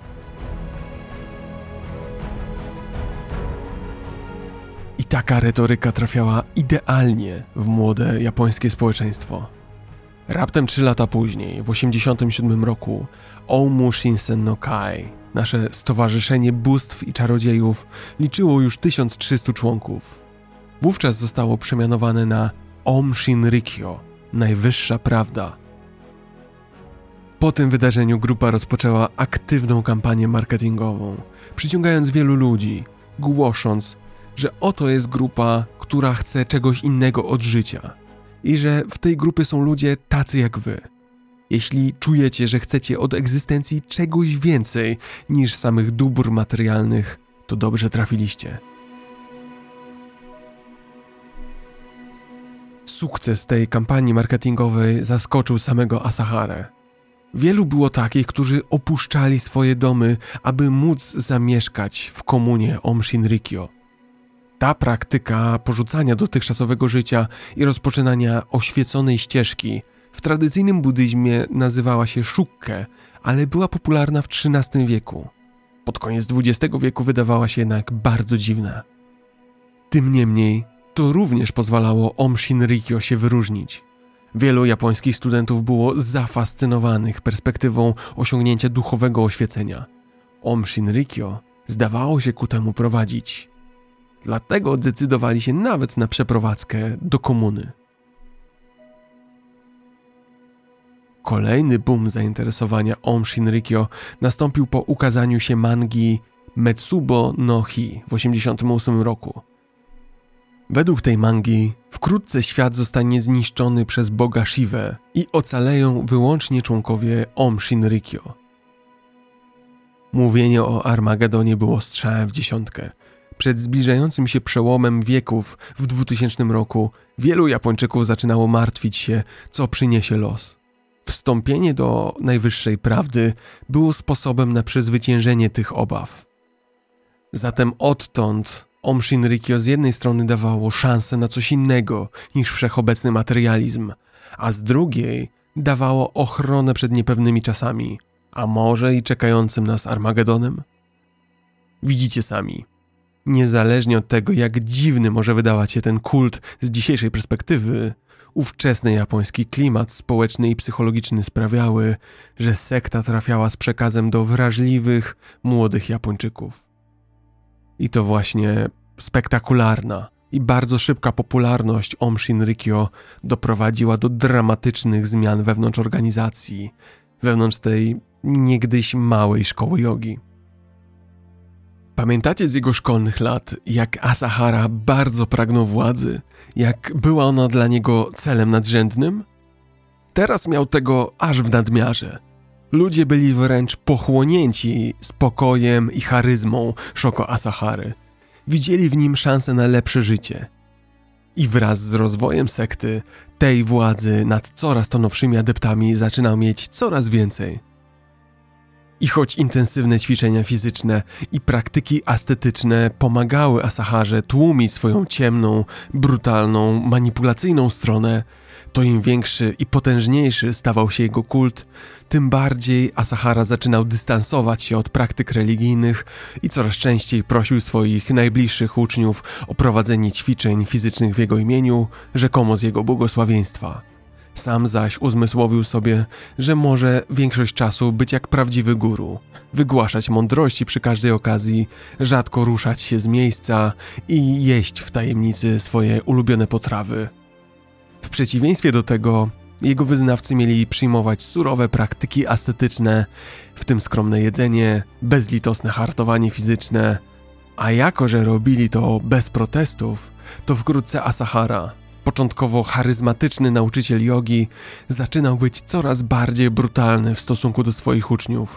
I taka retoryka trafiała idealnie w młode japońskie społeczeństwo. Raptem 3 lata później, w 1987 roku, Oumu Shinsen no Kai, nasze stowarzyszenie bóstw i czarodziejów, liczyło już 1300 członków. Wówczas zostało przemianowane na Aum Shinrikyo, najwyższa prawda. Po tym wydarzeniu grupa rozpoczęła aktywną kampanię marketingową, przyciągając wielu ludzi, głosząc, że oto jest grupa, która chce czegoś innego od życia i że w tej grupie są ludzie tacy jak wy. Jeśli czujecie, że chcecie od egzystencji czegoś więcej niż samych dóbr materialnych, to dobrze trafiliście. Sukces tej kampanii marketingowej zaskoczył samego Asaharę. Wielu było takich, którzy opuszczali swoje domy, aby móc zamieszkać w komunie Aum Shinrikyo. Ta praktyka porzucania dotychczasowego życia i rozpoczynania oświeconej ścieżki w tradycyjnym buddyzmie nazywała się shukkę, ale była popularna w XIII wieku. Pod koniec XX wieku wydawała się jednak bardzo dziwna. Tym niemniej to również pozwalało Aum Shinrikyo się wyróżnić. Wielu japońskich studentów było zafascynowanych perspektywą osiągnięcia duchowego oświecenia. Aum Shinrikyo zdawało się ku temu prowadzić. Dlatego decydowali się nawet na przeprowadzkę do komuny. Kolejny boom zainteresowania Aum Shinrikyo nastąpił po ukazaniu się mangi Metsubo no Hi w 1988 roku. Według tej mangi wkrótce świat zostanie zniszczony przez boga Shivę i ocaleją wyłącznie członkowie Aum Shinrikyo. Mówienie o Armagedonie było strzałem w dziesiątkę. Przed zbliżającym się przełomem wieków w 2000 roku wielu Japończyków zaczynało martwić się, co przyniesie los. Wstąpienie do najwyższej prawdy było sposobem na przezwyciężenie tych obaw. Zatem odtąd Aum Shinrikyo z jednej strony dawało szansę na coś innego niż wszechobecny materializm, a z drugiej dawało ochronę przed niepewnymi czasami, a może i czekającym nas Armagedonem? Widzicie sami. Niezależnie od tego, jak dziwny może wydawać się ten kult z dzisiejszej perspektywy, ówczesny japoński klimat społeczny i psychologiczny sprawiały, że sekta trafiała z przekazem do wrażliwych, młodych Japończyków. I to właśnie spektakularna i bardzo szybka popularność Aum Shinrikyo doprowadziła do dramatycznych zmian wewnątrz organizacji, wewnątrz tej niegdyś małej szkoły jogi. Pamiętacie z jego szkolnych lat, jak Asahara bardzo pragnął władzy, jak była ona dla niego celem nadrzędnym? Teraz miał tego aż w nadmiarze. Ludzie byli wręcz pochłonięci spokojem i charyzmą Shoko Asahary. Widzieli w nim szansę na lepsze życie. I wraz z rozwojem sekty, tej władzy nad coraz to nowszymi adeptami zaczynał mieć coraz więcej. I choć intensywne ćwiczenia fizyczne i praktyki ascetyczne pomagały Asaharze tłumić swoją ciemną, brutalną, manipulacyjną stronę, to im większy i potężniejszy stawał się jego kult, tym bardziej Asahara zaczynał dystansować się od praktyk religijnych i coraz częściej prosił swoich najbliższych uczniów o prowadzenie ćwiczeń fizycznych w jego imieniu, rzekomo z jego błogosławieństwa. Sam zaś uzmysłowił sobie, że może większość czasu być jak prawdziwy guru, wygłaszać mądrości przy każdej okazji, rzadko ruszać się z miejsca i jeść w tajemnicy swoje ulubione potrawy. W przeciwieństwie do tego, jego wyznawcy mieli przyjmować surowe praktyki ascetyczne, w tym skromne jedzenie, bezlitosne hartowanie fizyczne, a jako że robili to bez protestów, to wkrótce Asahara, początkowo charyzmatyczny nauczyciel jogi, zaczynał być coraz bardziej brutalny w stosunku do swoich uczniów.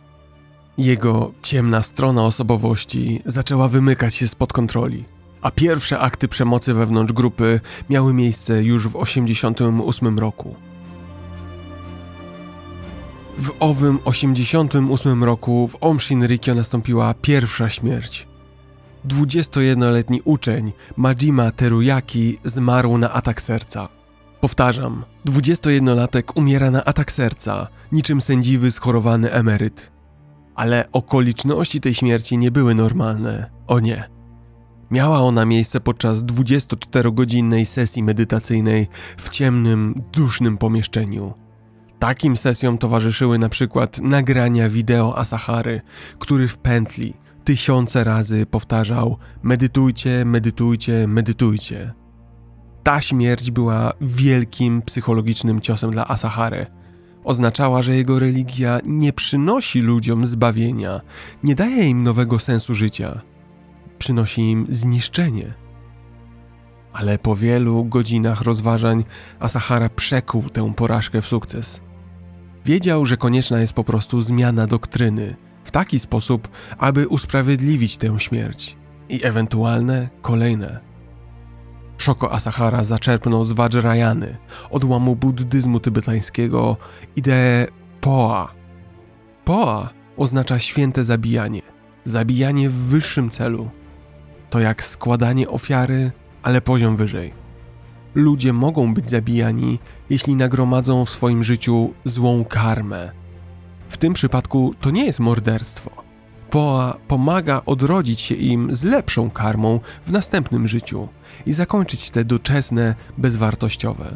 Jego ciemna strona osobowości zaczęła wymykać się spod kontroli, a pierwsze akty przemocy wewnątrz grupy miały miejsce już w 1988 roku. W owym 1988 roku w Aum Shinrikyo nastąpiła pierwsza śmierć. 21-letni uczeń Majima Teruyaki zmarł na atak serca. Powtarzam, 21-latek umiera na atak serca, niczym sędziwy schorowany emeryt. Ale okoliczności tej śmierci nie były normalne. O nie. Miała ona miejsce podczas 24-godzinnej sesji medytacyjnej w ciemnym, dusznym pomieszczeniu. Takim sesjom towarzyszyły na przykład nagrania wideo Asahary, który w pętli tysiące razy powtarzał: medytujcie, medytujcie, medytujcie. Ta śmierć była wielkim psychologicznym ciosem dla Asahary. Oznaczała, że jego religia nie przynosi ludziom zbawienia, nie daje im nowego sensu życia. Przynosi im zniszczenie. Ale po wielu godzinach rozważań Asahara przekuł tę porażkę w sukces. Wiedział, że konieczna jest po prostu zmiana doktryny, w taki sposób, aby usprawiedliwić tę śmierć i ewentualne kolejne. Shoko Asahara zaczerpnął z Vajrayany, odłamu buddyzmu tybetańskiego, ideę Poa. Poa oznacza święte zabijanie, zabijanie w wyższym celu. To jak składanie ofiary, ale poziom wyżej. Ludzie mogą być zabijani, jeśli nagromadzą w swoim życiu złą karmę. W tym przypadku to nie jest morderstwo. Poa pomaga odrodzić się im z lepszą karmą w następnym życiu i zakończyć te doczesne, bezwartościowe.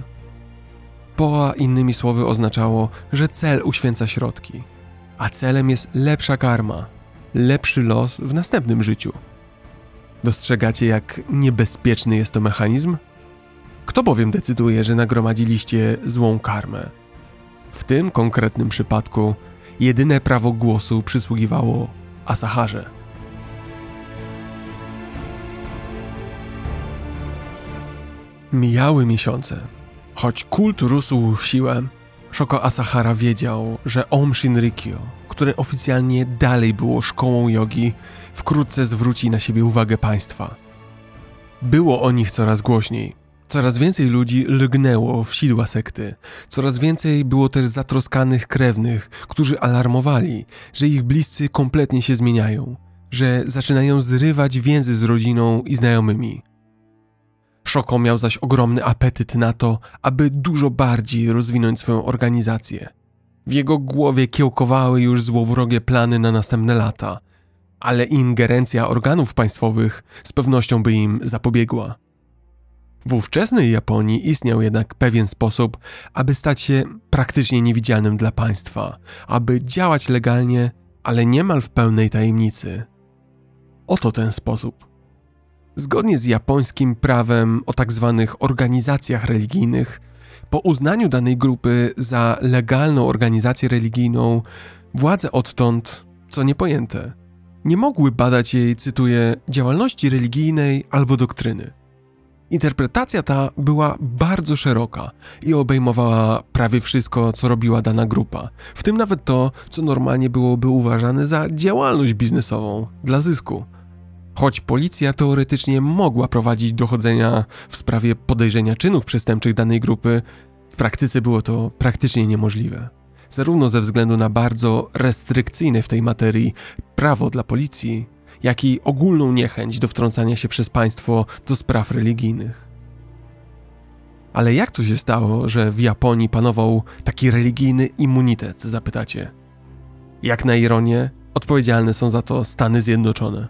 Poa innymi słowy oznaczało, że cel uświęca środki, a celem jest lepsza karma, lepszy los w następnym życiu. Dostrzegacie, jak niebezpieczny jest to mechanizm? Kto bowiem decyduje, że nagromadziliście złą karmę? W tym konkretnym przypadku jedyne prawo głosu przysługiwało Asaharze. Mijały miesiące. Choć kult rósł w siłę, Shoko Asahara wiedział, że Aum Shinrikyo, które oficjalnie dalej było szkołą jogi, wkrótce zwróci na siebie uwagę państwa. Było o nich coraz głośniej. Coraz więcej ludzi lgnęło w sidła sekty. Coraz więcej było też zatroskanych krewnych, którzy alarmowali, że ich bliscy kompletnie się zmieniają, że zaczynają zrywać więzy z rodziną i znajomymi. Shoko miał zaś ogromny apetyt na to, aby dużo bardziej rozwinąć swoją organizację. W jego głowie kiełkowały już złowrogie plany na następne lata. ale ingerencja organów państwowych z pewnością by im zapobiegła. W ówczesnej Japonii istniał jednak pewien sposób, aby stać się praktycznie niewidzialnym dla państwa, aby działać legalnie, ale niemal w pełnej tajemnicy. Oto ten sposób. Zgodnie z japońskim prawem o tzw. organizacjach religijnych, po uznaniu danej grupy za legalną organizację religijną, władze odtąd, co niepojęte, nie mogły badać jej, cytuję, działalności religijnej albo doktryny. Interpretacja ta była bardzo szeroka i obejmowała prawie wszystko, co robiła dana grupa, w tym nawet to, co normalnie byłoby uważane za działalność biznesową dla zysku. Choć policja teoretycznie mogła prowadzić dochodzenia w sprawie podejrzenia czynów przestępczych danej grupy, w praktyce było to praktycznie niemożliwe. Zarówno ze względu na bardzo restrykcyjne w tej materii prawo dla policji, jak i ogólną niechęć do wtrącania się przez państwo do spraw religijnych. Ale jak to się stało, że w Japonii panował taki religijny immunitet, zapytacie? Jak na ironię, odpowiedzialne są za to Stany Zjednoczone.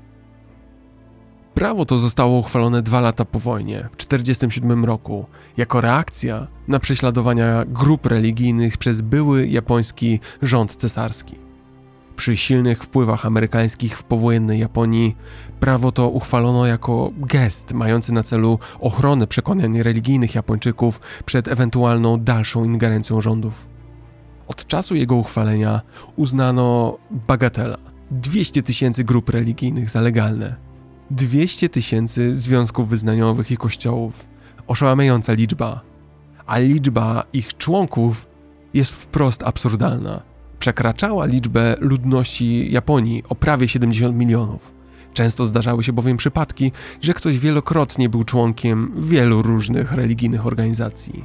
Prawo to zostało uchwalone 2 lata po wojnie, w 1947 roku, jako reakcja na prześladowania grup religijnych przez były japoński rząd cesarski. Przy silnych wpływach amerykańskich w powojennej Japonii prawo to uchwalono jako gest mający na celu ochronę przekonań religijnych Japończyków przed ewentualną dalszą ingerencją rządów. Od czasu jego uchwalenia uznano bagatela 200 000 grup religijnych za legalne. 200 000 związków wyznaniowych i kościołów. Oszałamiająca liczba. A liczba ich członków jest wprost absurdalna. Przekraczała liczbę ludności Japonii o prawie 70 milionów. Często zdarzały się bowiem przypadki, że ktoś wielokrotnie był członkiem wielu różnych religijnych organizacji.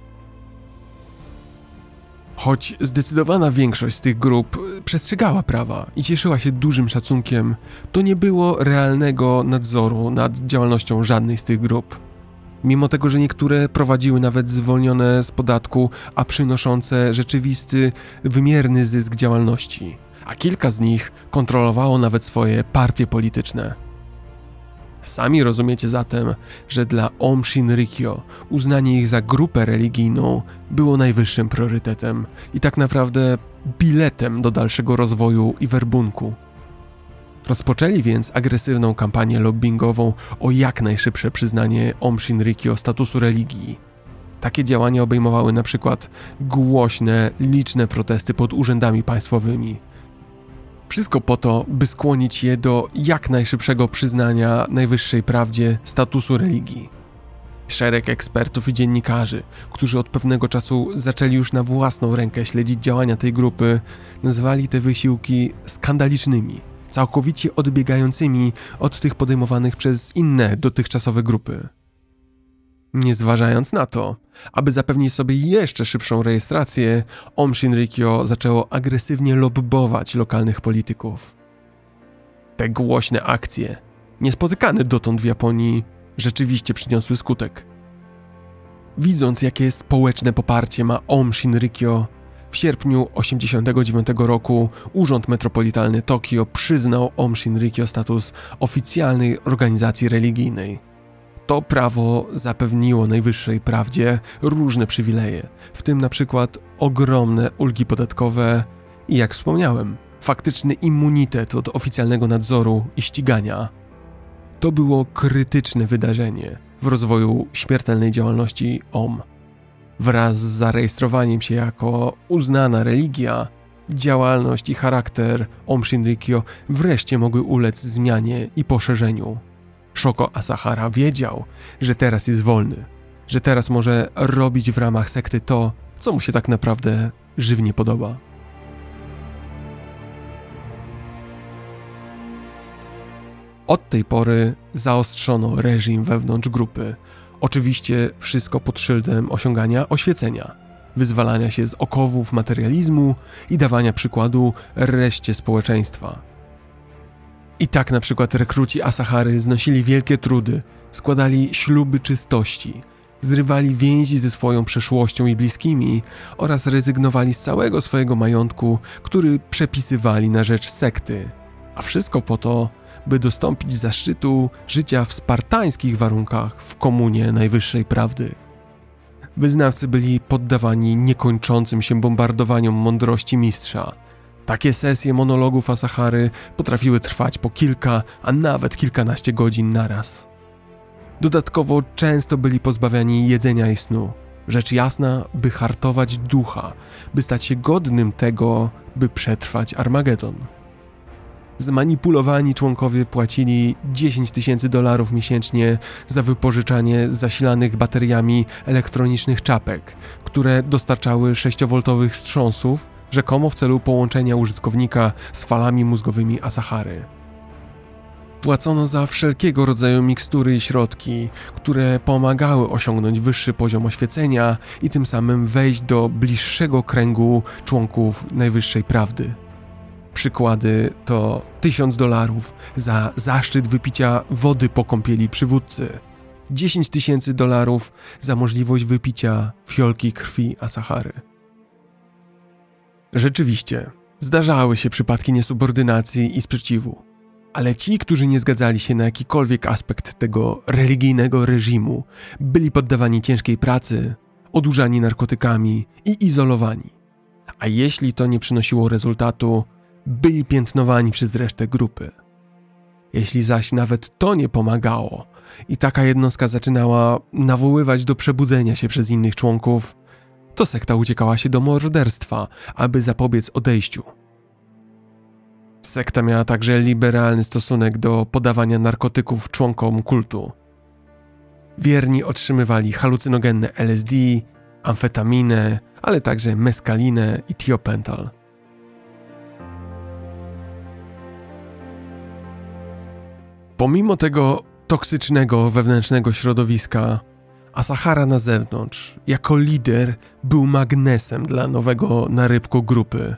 Choć zdecydowana większość z tych grup przestrzegała prawa i cieszyła się dużym szacunkiem, to nie było realnego nadzoru nad działalnością żadnej z tych grup. Mimo tego, że niektóre prowadziły nawet zwolnione z podatku, a przynoszące rzeczywisty, wymierny zysk działalności, a kilka z nich kontrolowało nawet swoje partie polityczne. Sami rozumiecie zatem, że dla Aum Shinrikyo uznanie ich za grupę religijną było najwyższym priorytetem i tak naprawdę biletem do dalszego rozwoju i werbunku. Rozpoczęli więc agresywną kampanię lobbingową o jak najszybsze przyznanie Aum Shinrikyo statusu religii. Takie działania obejmowały na przykład głośne, liczne protesty pod urzędami państwowymi. Wszystko po to, by skłonić je do jak najszybszego przyznania najwyższej prawdzie statusu religii. Szereg ekspertów i dziennikarzy, którzy od pewnego czasu zaczęli już na własną rękę śledzić działania tej grupy, nazwali te wysiłki skandalicznymi, całkowicie odbiegającymi od tych podejmowanych przez inne dotychczasowe grupy. Nie zważając na to, aby zapewnić sobie jeszcze szybszą rejestrację, Aum Shinrikyo zaczęło agresywnie lobbować lokalnych polityków. Te głośne akcje, niespotykane dotąd w Japonii, rzeczywiście przyniosły skutek. Widząc, jakie społeczne poparcie ma Aum Shinrikyo, w sierpniu 1989 roku Urząd Metropolitalny Tokio przyznał Aum Shinrikyo status oficjalnej organizacji religijnej. To prawo zapewniło najwyższej prawdzie różne przywileje, w tym na przykład ogromne ulgi podatkowe i, jak wspomniałem, faktyczny immunitet od oficjalnego nadzoru i ścigania. To było krytyczne wydarzenie w rozwoju śmiertelnej działalności Aum. Wraz z zarejestrowaniem się jako uznana religia, działalność i charakter Aum Shinrikyo wreszcie mogły ulec zmianie i poszerzeniu. Shoko Asahara wiedział, że teraz jest wolny, że teraz może robić w ramach sekty to, co mu się tak naprawdę żywnie podoba. Od tej pory zaostrzono reżim wewnątrz grupy. Oczywiście wszystko pod szyldem osiągania oświecenia, wyzwalania się z okowów materializmu i dawania przykładu reszcie społeczeństwa. I tak na przykład rekruci Asahary znosili wielkie trudy, składali śluby czystości, zrywali więzi ze swoją przeszłością i bliskimi oraz rezygnowali z całego swojego majątku, który przepisywali na rzecz sekty, A wszystko po to, by dostąpić zaszczytu życia w spartańskich warunkach w komunie najwyższej prawdy. Wyznawcy byli poddawani niekończącym się bombardowaniom mądrości mistrza. Takie sesje monologów Asahary potrafiły trwać po kilka, a nawet kilkanaście godzin naraz. Dodatkowo często byli pozbawiani jedzenia i snu. Rzecz jasna, by hartować ducha, by stać się godnym tego, by przetrwać Armagedon. Zmanipulowani członkowie płacili $10,000 miesięcznie za wypożyczanie zasilanych bateriami elektronicznych czapek, które dostarczały 6-woltowych wstrząsów, rzekomo w celu połączenia użytkownika z falami mózgowymi Asahary. Płacono za wszelkiego rodzaju mikstury i środki, które pomagały osiągnąć wyższy poziom oświecenia i tym samym wejść do bliższego kręgu członków najwyższej prawdy. Przykłady to $1000 za zaszczyt wypicia wody po kąpieli przywódcy, $10,000 za możliwość wypicia fiolki krwi Asahary. Rzeczywiście, zdarzały się przypadki niesubordynacji i sprzeciwu, ale ci, którzy nie zgadzali się na jakikolwiek aspekt tego religijnego reżimu, byli poddawani ciężkiej pracy, odurzani narkotykami i izolowani. A jeśli to nie przynosiło rezultatu, byli piętnowani przez resztę grupy. Jeśli zaś nawet to nie pomagało i taka jednostka zaczynała nawoływać do przebudzenia się przez innych członków, to sekta uciekała się do morderstwa, aby zapobiec odejściu. Sekta miała także liberalny stosunek do podawania narkotyków członkom kultu. Wierni otrzymywali halucynogenne LSD, amfetaminę, ale także meskalinę i thiopental. Pomimo tego toksycznego wewnętrznego środowiska, Asahara na zewnątrz, jako lider, był magnesem dla nowego narybku grupy.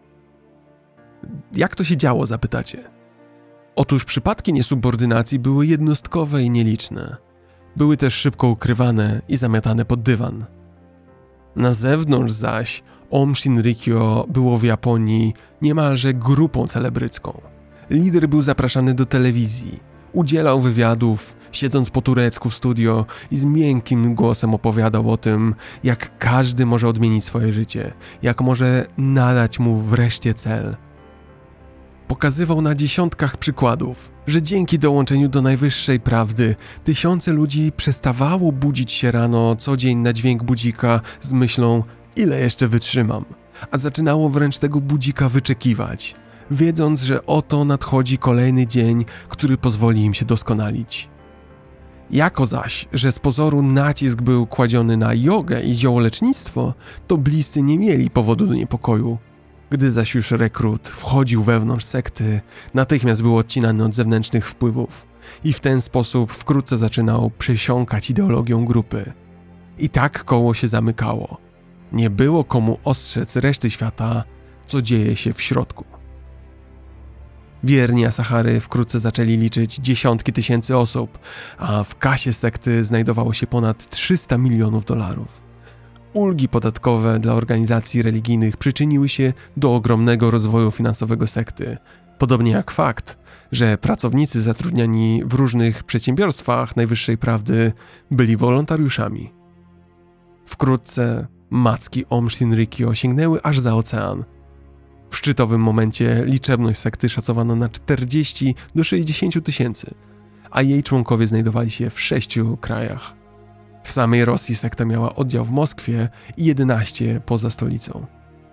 Jak to się działo, zapytacie? Otóż przypadki niesubordynacji były jednostkowe i nieliczne. Były też szybko ukrywane i zamiatane pod dywan. Na zewnątrz zaś Aum Shinrikyo było w Japonii niemalże grupą celebrycką. Lider był zapraszany do telewizji, udzielał wywiadów, siedząc po turecku w studio i z miękkim głosem opowiadał o tym, jak każdy może odmienić swoje życie, jak może nadać mu wreszcie cel. Pokazywał na dziesiątkach przykładów, że dzięki dołączeniu do najwyższej prawdy tysiące ludzi przestawało budzić się rano co dzień na dźwięk budzika z myślą, ile jeszcze wytrzymam, a zaczynało wręcz tego budzika wyczekiwać, wiedząc, że oto nadchodzi kolejny dzień, który pozwoli im się doskonalić. Jako zaś, że z pozoru nacisk był kładziony na jogę i ziołolecznictwo, to bliscy nie mieli powodu do niepokoju. Gdy zaś już rekrut wchodził wewnątrz sekty, natychmiast był odcinany od zewnętrznych wpływów i w ten sposób wkrótce zaczynał przesiąkać ideologią grupy. I tak koło się zamykało. Nie było komu ostrzec reszty świata, co dzieje się w środku. Wierni Asahary wkrótce zaczęli liczyć dziesiątki tysięcy osób, a w kasie sekty znajdowało się ponad $300 milionów. Ulgi podatkowe dla organizacji religijnych przyczyniły się do ogromnego rozwoju finansowego sekty, podobnie jak fakt, że pracownicy zatrudniani w różnych przedsiębiorstwach najwyższej prawdy byli wolontariuszami. Wkrótce macki Aum Shinrikyo sięgnęły aż za ocean. W szczytowym momencie liczebność sekty szacowano na 40 do 60 tysięcy, a jej członkowie znajdowali się w 6 krajach. W samej Rosji sekta miała oddział w Moskwie i 11 poza stolicą.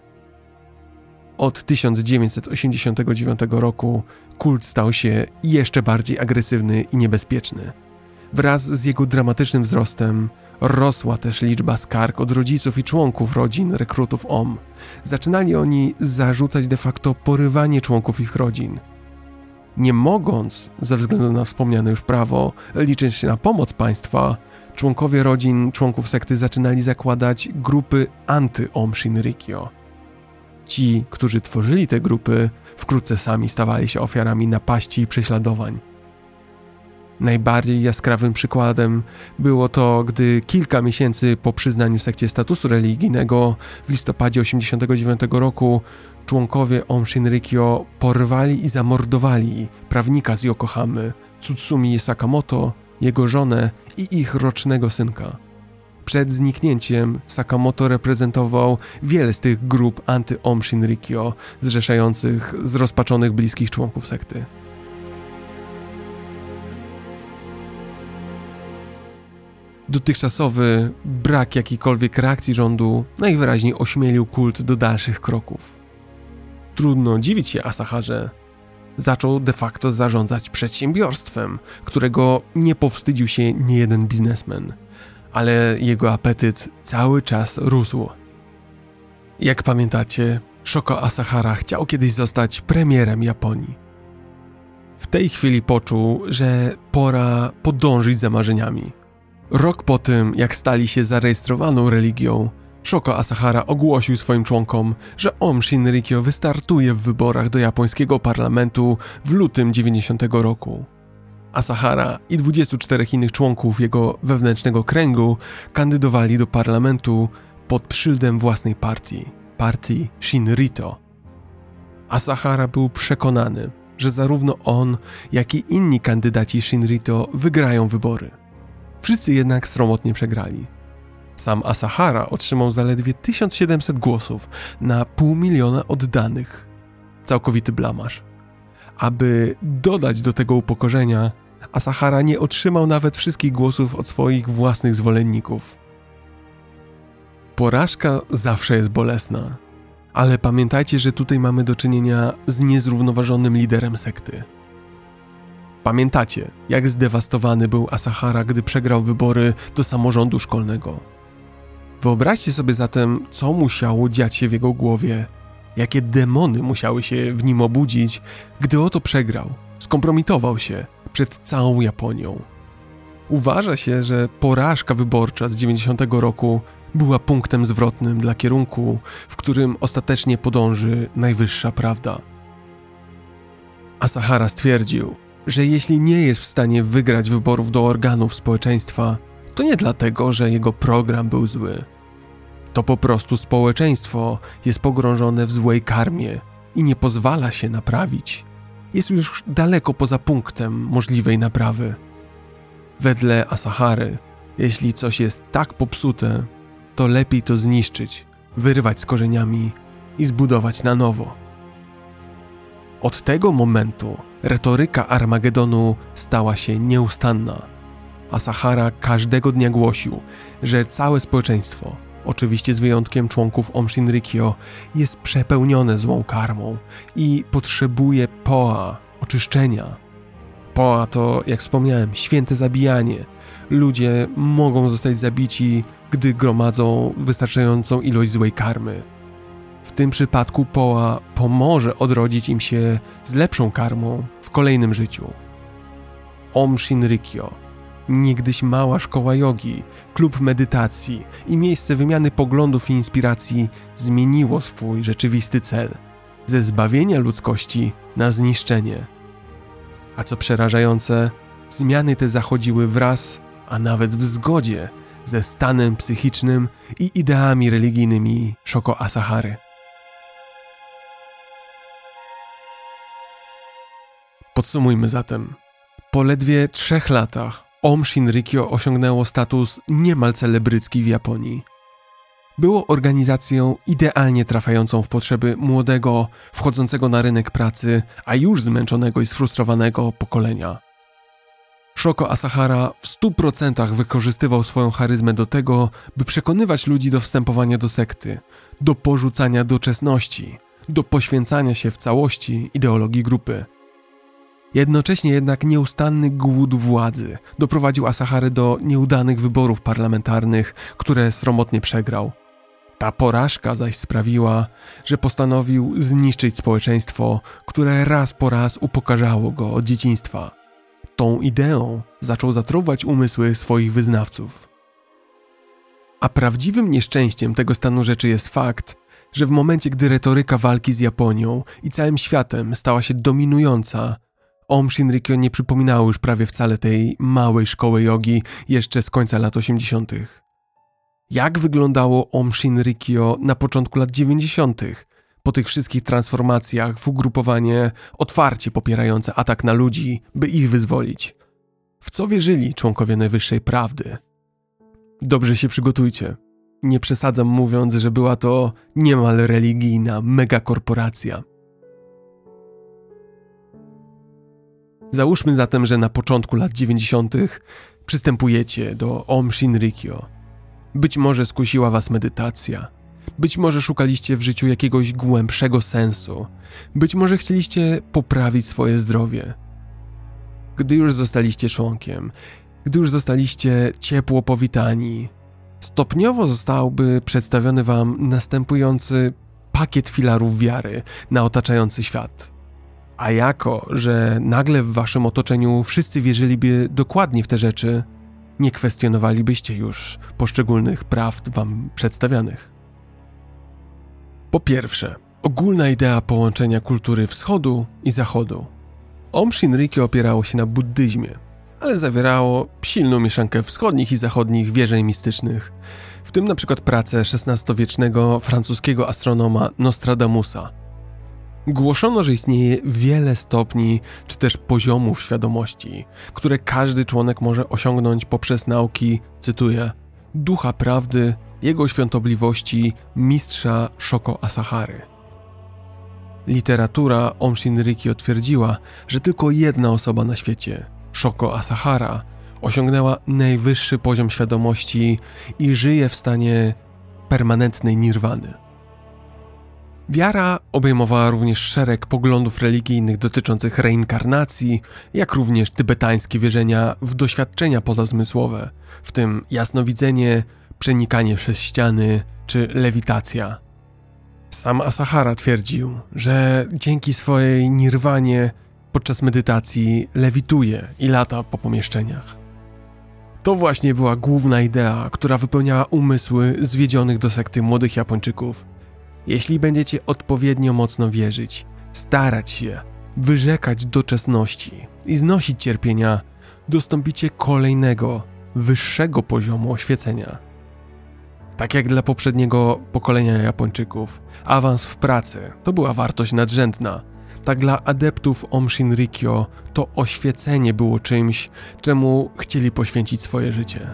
Od 1989 roku kult stał się jeszcze bardziej agresywny i niebezpieczny. Wraz z jego dramatycznym wzrostem rosła też liczba skarg od rodziców i członków rodzin rekrutów Aum. Zaczynali oni zarzucać de facto porywanie członków ich rodzin. Nie mogąc, ze względu na wspomniane już prawo, liczyć na pomoc państwa, członkowie rodzin członków sekty zaczynali zakładać grupy anty-Aum Shinrikyo. Ci, którzy tworzyli te grupy, wkrótce sami stawali się ofiarami napaści i prześladowań. Najbardziej jaskrawym przykładem było to, gdy kilka miesięcy po przyznaniu sekcie statusu religijnego w listopadzie 1989 roku członkowie Aum Shinrikyo porwali i zamordowali prawnika z Yokohamy, Tsutsumi Sakamoto, jego żonę i ich rocznego synka. Przed zniknięciem Sakamoto reprezentował wiele z tych grup anty-Aum Shinrikyo, zrzeszających zrozpaczonych bliskich członków sekty. Dotychczasowy brak jakiejkolwiek reakcji rządu najwyraźniej ośmielił kult do dalszych kroków. Trudno dziwić się Asaharze. Zaczął de facto zarządzać przedsiębiorstwem, którego nie powstydził się niejeden biznesmen, ale jego apetyt cały czas rósł. Jak pamiętacie, Shoko Asahara chciał kiedyś zostać premierem Japonii. W tej chwili poczuł, że pora podążyć za marzeniami. Rok po tym, jak stali się zarejestrowaną religią, Shoko Asahara ogłosił swoim członkom, że Aum Shinrikyo wystartuje w wyborach do japońskiego parlamentu w lutym 90 roku. Asahara i 24 innych członków jego wewnętrznego kręgu kandydowali do parlamentu pod szyldem własnej partii Shinrito. Asahara był przekonany, że zarówno on, jak i inni kandydaci Shinrito wygrają wybory. Wszyscy jednak sromotnie przegrali. Sam Asahara otrzymał zaledwie 1700 głosów na 500 000 oddanych. Całkowity blamaż. Aby dodać do tego upokorzenia, Asahara nie otrzymał nawet wszystkich głosów od swoich własnych zwolenników. Porażka zawsze jest bolesna, ale pamiętajcie, że tutaj mamy do czynienia z niezrównoważonym liderem sekty. Pamiętacie, jak zdewastowany był Asahara, gdy przegrał wybory do samorządu szkolnego. Wyobraźcie sobie zatem, co musiało dziać się w jego głowie, jakie demony musiały się w nim obudzić, gdy oto przegrał, skompromitował się przed całą Japonią. Uważa się, że porażka wyborcza z 90 roku była punktem zwrotnym dla kierunku, w którym ostatecznie podąży najwyższa prawda. Asahara stwierdził, że jeśli nie jest w stanie wygrać wyborów do organów społeczeństwa, to nie dlatego, że jego program był zły. To po prostu społeczeństwo jest pogrążone w złej karmie i nie pozwala się naprawić. Jest już daleko poza punktem możliwej naprawy. Wedle Asahary, jeśli coś jest tak popsute, to lepiej to zniszczyć, wyrwać z korzeniami i zbudować na nowo. Od tego momentu retoryka Armagedonu stała się nieustanna. Asahara każdego dnia głosił, że całe społeczeństwo, oczywiście z wyjątkiem członków Aum Shinrikyo, jest przepełnione złą karmą i potrzebuje poa, oczyszczenia. Poa to, jak wspomniałem, święte zabijanie. Ludzie mogą zostać zabici, gdy gromadzą wystarczającą ilość złej karmy. W tym przypadku poa pomoże odrodzić im się z lepszą karmą w kolejnym życiu. Aum Shinrikyo, niegdyś mała szkoła jogi, klub medytacji i miejsce wymiany poglądów i inspiracji zmieniło swój rzeczywisty cel ze zbawienia ludzkości na zniszczenie. A co przerażające, zmiany te zachodziły wraz, a nawet w zgodzie ze stanem psychicznym i ideami religijnymi Shoko Asahary. Podsumujmy zatem. Po ledwie 3 latach Aum Shinrikyo osiągnęło status niemal celebrycki w Japonii. Było organizacją idealnie trafiającą w potrzeby młodego, wchodzącego na rynek pracy, a już zmęczonego i sfrustrowanego pokolenia. Shoko Asahara w 100% wykorzystywał swoją charyzmę do tego, by przekonywać ludzi do wstępowania do sekty, do porzucania doczesności, do poświęcania się w całości ideologii grupy. Jednocześnie jednak nieustanny głód władzy doprowadził Asaharę do nieudanych wyborów parlamentarnych, które sromotnie przegrał. Ta porażka zaś sprawiła, że postanowił zniszczyć społeczeństwo, które raz po raz upokarzało go od dzieciństwa. Tą ideą zaczął zatruwać umysły swoich wyznawców. A prawdziwym nieszczęściem tego stanu rzeczy jest fakt, że w momencie, gdy retoryka walki z Japonią i całym światem stała się dominująca, Aum Shinrikyo nie przypominało już prawie wcale tej małej szkoły jogi jeszcze z końca lat 80. Jak wyglądało Aum Shinrikyo na początku lat 90., po tych wszystkich transformacjach w ugrupowanie otwarcie popierające atak na ludzi, by ich wyzwolić? W co wierzyli członkowie Najwyższej Prawdy? Dobrze się przygotujcie. Nie przesadzam mówiąc, że była to niemal religijna megakorporacja. Załóżmy zatem, że na początku lat 90. przystępujecie do Aum Shinrikyo. Być może skusiła was medytacja. Być może szukaliście w życiu jakiegoś głębszego sensu. Być może chcieliście poprawić swoje zdrowie. Gdy już zostaliście członkiem, gdy już zostaliście ciepło powitani, stopniowo zostałby przedstawiony wam następujący pakiet filarów wiary na otaczający świat. A jako, że nagle w waszym otoczeniu wszyscy wierzyliby dokładnie w te rzeczy, nie kwestionowalibyście już poszczególnych prawd wam przedstawianych. Po pierwsze, ogólna idea połączenia kultury wschodu i zachodu. Aum Shinrikyo opierało się na buddyzmie, ale zawierało silną mieszankę wschodnich i zachodnich wierzeń mistycznych, w tym na przykład pracę XVI-wiecznego francuskiego astronoma Nostradamusa. Głoszono, że istnieje wiele stopni czy też poziomów świadomości, które każdy członek może osiągnąć poprzez nauki, cytuję, ducha prawdy, jego świątobliwości, mistrza Shoko Asahary. Literatura Aum Shinrikyo twierdziła, że tylko jedna osoba na świecie, Shoko Asahara, osiągnęła najwyższy poziom świadomości i żyje w stanie permanentnej nirwany. Wiara obejmowała również szereg poglądów religijnych dotyczących reinkarnacji, jak również tybetańskie wierzenia w doświadczenia pozazmysłowe, w tym jasnowidzenie, przenikanie przez ściany czy lewitacja. Sam Asahara twierdził, że dzięki swojej nirwanie podczas medytacji lewituje i lata po pomieszczeniach. To właśnie była główna idea, która wypełniała umysły zwiedzionych do sekty młodych Japończyków. Jeśli będziecie odpowiednio mocno wierzyć, starać się, wyrzekać doczesności i znosić cierpienia, dostąpicie kolejnego, wyższego poziomu oświecenia. Tak jak dla poprzedniego pokolenia Japończyków, awans w pracy to była wartość nadrzędna, tak dla adeptów Aum Shinrikyo to oświecenie było czymś, czemu chcieli poświęcić swoje życie.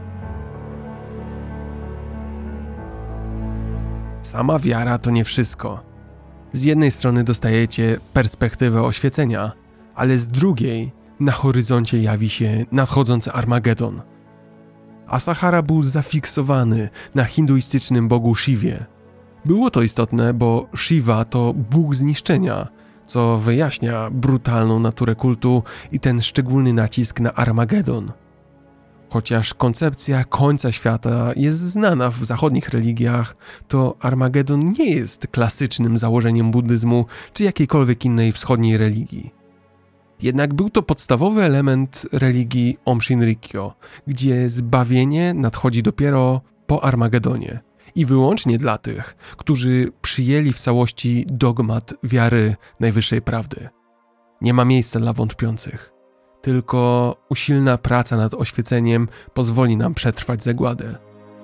Sama wiara to nie wszystko. Z jednej strony dostajecie perspektywę oświecenia, ale z drugiej na horyzoncie jawi się nadchodzący Armagedon. Asahara był zafiksowany na hinduistycznym bogu Shiwie. Było to istotne, bo Shiva to bóg zniszczenia, co wyjaśnia brutalną naturę kultu i ten szczególny nacisk na Armagedon. Chociaż koncepcja końca świata jest znana w zachodnich religiach, to Armagedon nie jest klasycznym założeniem buddyzmu czy jakiejkolwiek innej wschodniej religii. Jednak był to podstawowy element religii Aum Shinrikyo, gdzie zbawienie nadchodzi dopiero po Armagedonie i wyłącznie dla tych, którzy przyjęli w całości dogmat wiary Najwyższej Prawdy. Nie ma miejsca dla wątpiących. Tylko usilna praca nad oświeceniem pozwoli nam przetrwać zagładę.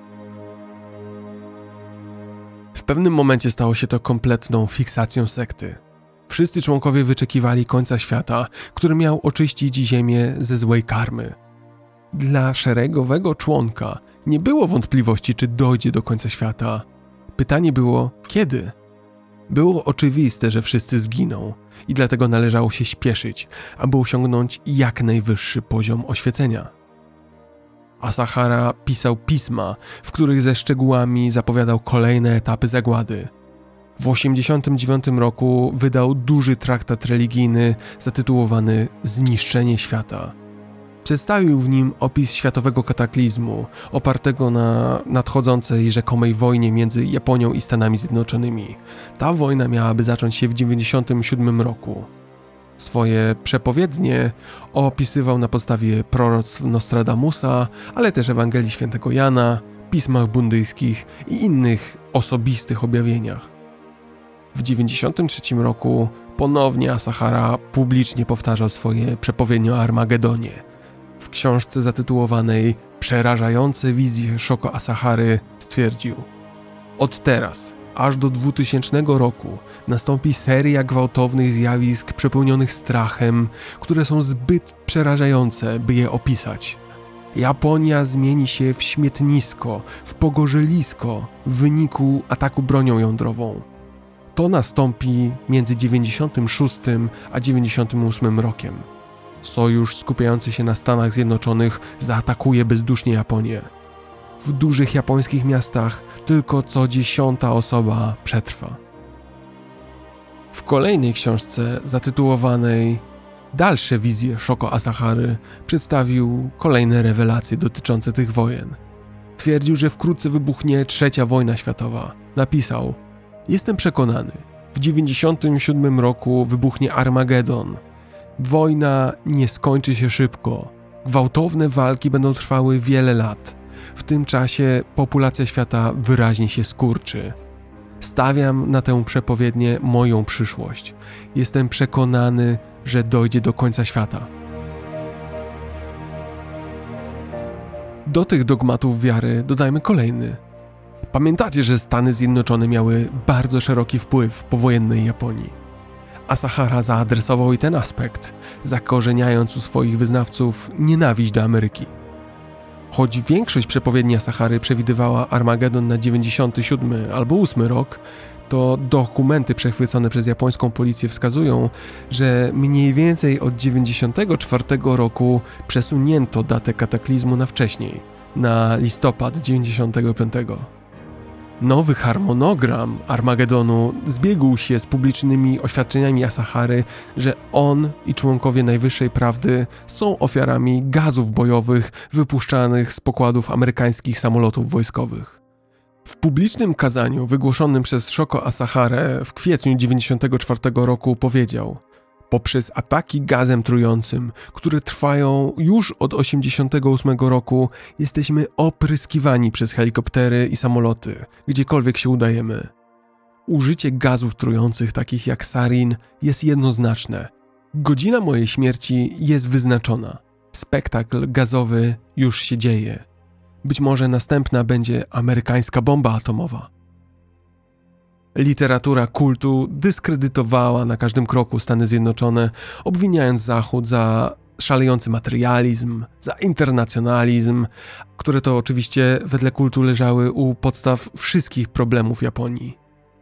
W pewnym momencie stało się to kompletną fiksacją sekty. Wszyscy członkowie wyczekiwali końca świata, który miał oczyścić ziemię ze złej karmy. Dla szeregowego członka nie było wątpliwości, czy dojdzie do końca świata. Pytanie było, kiedy? Było oczywiste, że wszyscy zginą i dlatego należało się śpieszyć, aby osiągnąć jak najwyższy poziom oświecenia. Asahara pisał pisma, w których ze szczegółami zapowiadał kolejne etapy zagłady. W 1989 roku wydał duży traktat religijny zatytułowany Zniszczenie świata. Przedstawił w nim opis światowego kataklizmu, opartego na nadchodzącej rzekomej wojnie między Japonią i Stanami Zjednoczonymi. Ta wojna miałaby zacząć się w 1997 roku. Swoje przepowiednie opisywał na podstawie proroctw Nostradamusa, ale też Ewangelii Świętego Jana, pismach buddyjskich i innych osobistych objawieniach. W 1993 roku Ponownie Asahara publicznie powtarzał swoje przepowiednie o Armagedonie. W książce zatytułowanej Przerażające wizje Shoko Asahary stwierdził: od teraz aż do 2000 roku nastąpi seria gwałtownych zjawisk przepełnionych strachem, które są zbyt przerażające, by je opisać. Japonia zmieni się w śmietnisko, w pogorzelisko w wyniku ataku bronią jądrową. To nastąpi między 96 a 98 rokiem. Sojusz skupiający się na Stanach Zjednoczonych zaatakuje bezdusznie Japonię. W dużych japońskich miastach tylko co 10. osoba przetrwa. W kolejnej książce zatytułowanej Dalsze wizje Shoko Asahary przedstawił kolejne rewelacje dotyczące tych wojen. Twierdził, że wkrótce wybuchnie III wojna światowa. Napisał: jestem przekonany, w 97 roku wybuchnie Armagedon. Wojna nie skończy się szybko. Gwałtowne walki będą trwały wiele lat. W tym czasie populacja świata wyraźnie się skurczy. Stawiam na tę przepowiednię moją przyszłość. Jestem przekonany, że dojdzie do końca świata. Do tych dogmatów wiary dodajmy kolejny. Pamiętacie, że Stany Zjednoczone miały bardzo szeroki wpływ w powojennej Japonii. Asahara zaadresował i ten aspekt, zakorzeniając u swoich wyznawców nienawiść do Ameryki. Choć większość przepowiedni Asahary przewidywała Armagedon na 97 albo 8 rok, to dokumenty przechwycone przez japońską policję wskazują, że mniej więcej od 94 roku przesunięto datę kataklizmu na wcześniej, na listopad 95. Nowy harmonogram Armagedonu zbiegł się z publicznymi oświadczeniami Asahary, że on i członkowie Najwyższej Prawdy są ofiarami gazów bojowych wypuszczanych z pokładów amerykańskich samolotów wojskowych. W publicznym kazaniu wygłoszonym przez Shoko Asaharę w kwietniu 1994 roku powiedział: poprzez ataki gazem trującym, które trwają już od 1988 roku, jesteśmy opryskiwani przez helikoptery i samoloty, gdziekolwiek się udajemy. Użycie gazów trujących takich jak sarin jest jednoznaczne. Godzina mojej śmierci jest wyznaczona. Spektakl gazowy już się dzieje. Być może następna będzie amerykańska bomba atomowa. Literatura kultu dyskredytowała na każdym kroku Stany Zjednoczone, obwiniając Zachód za szalejący materializm, za internacjonalizm, które to oczywiście wedle kultu leżały u podstaw wszystkich problemów Japonii.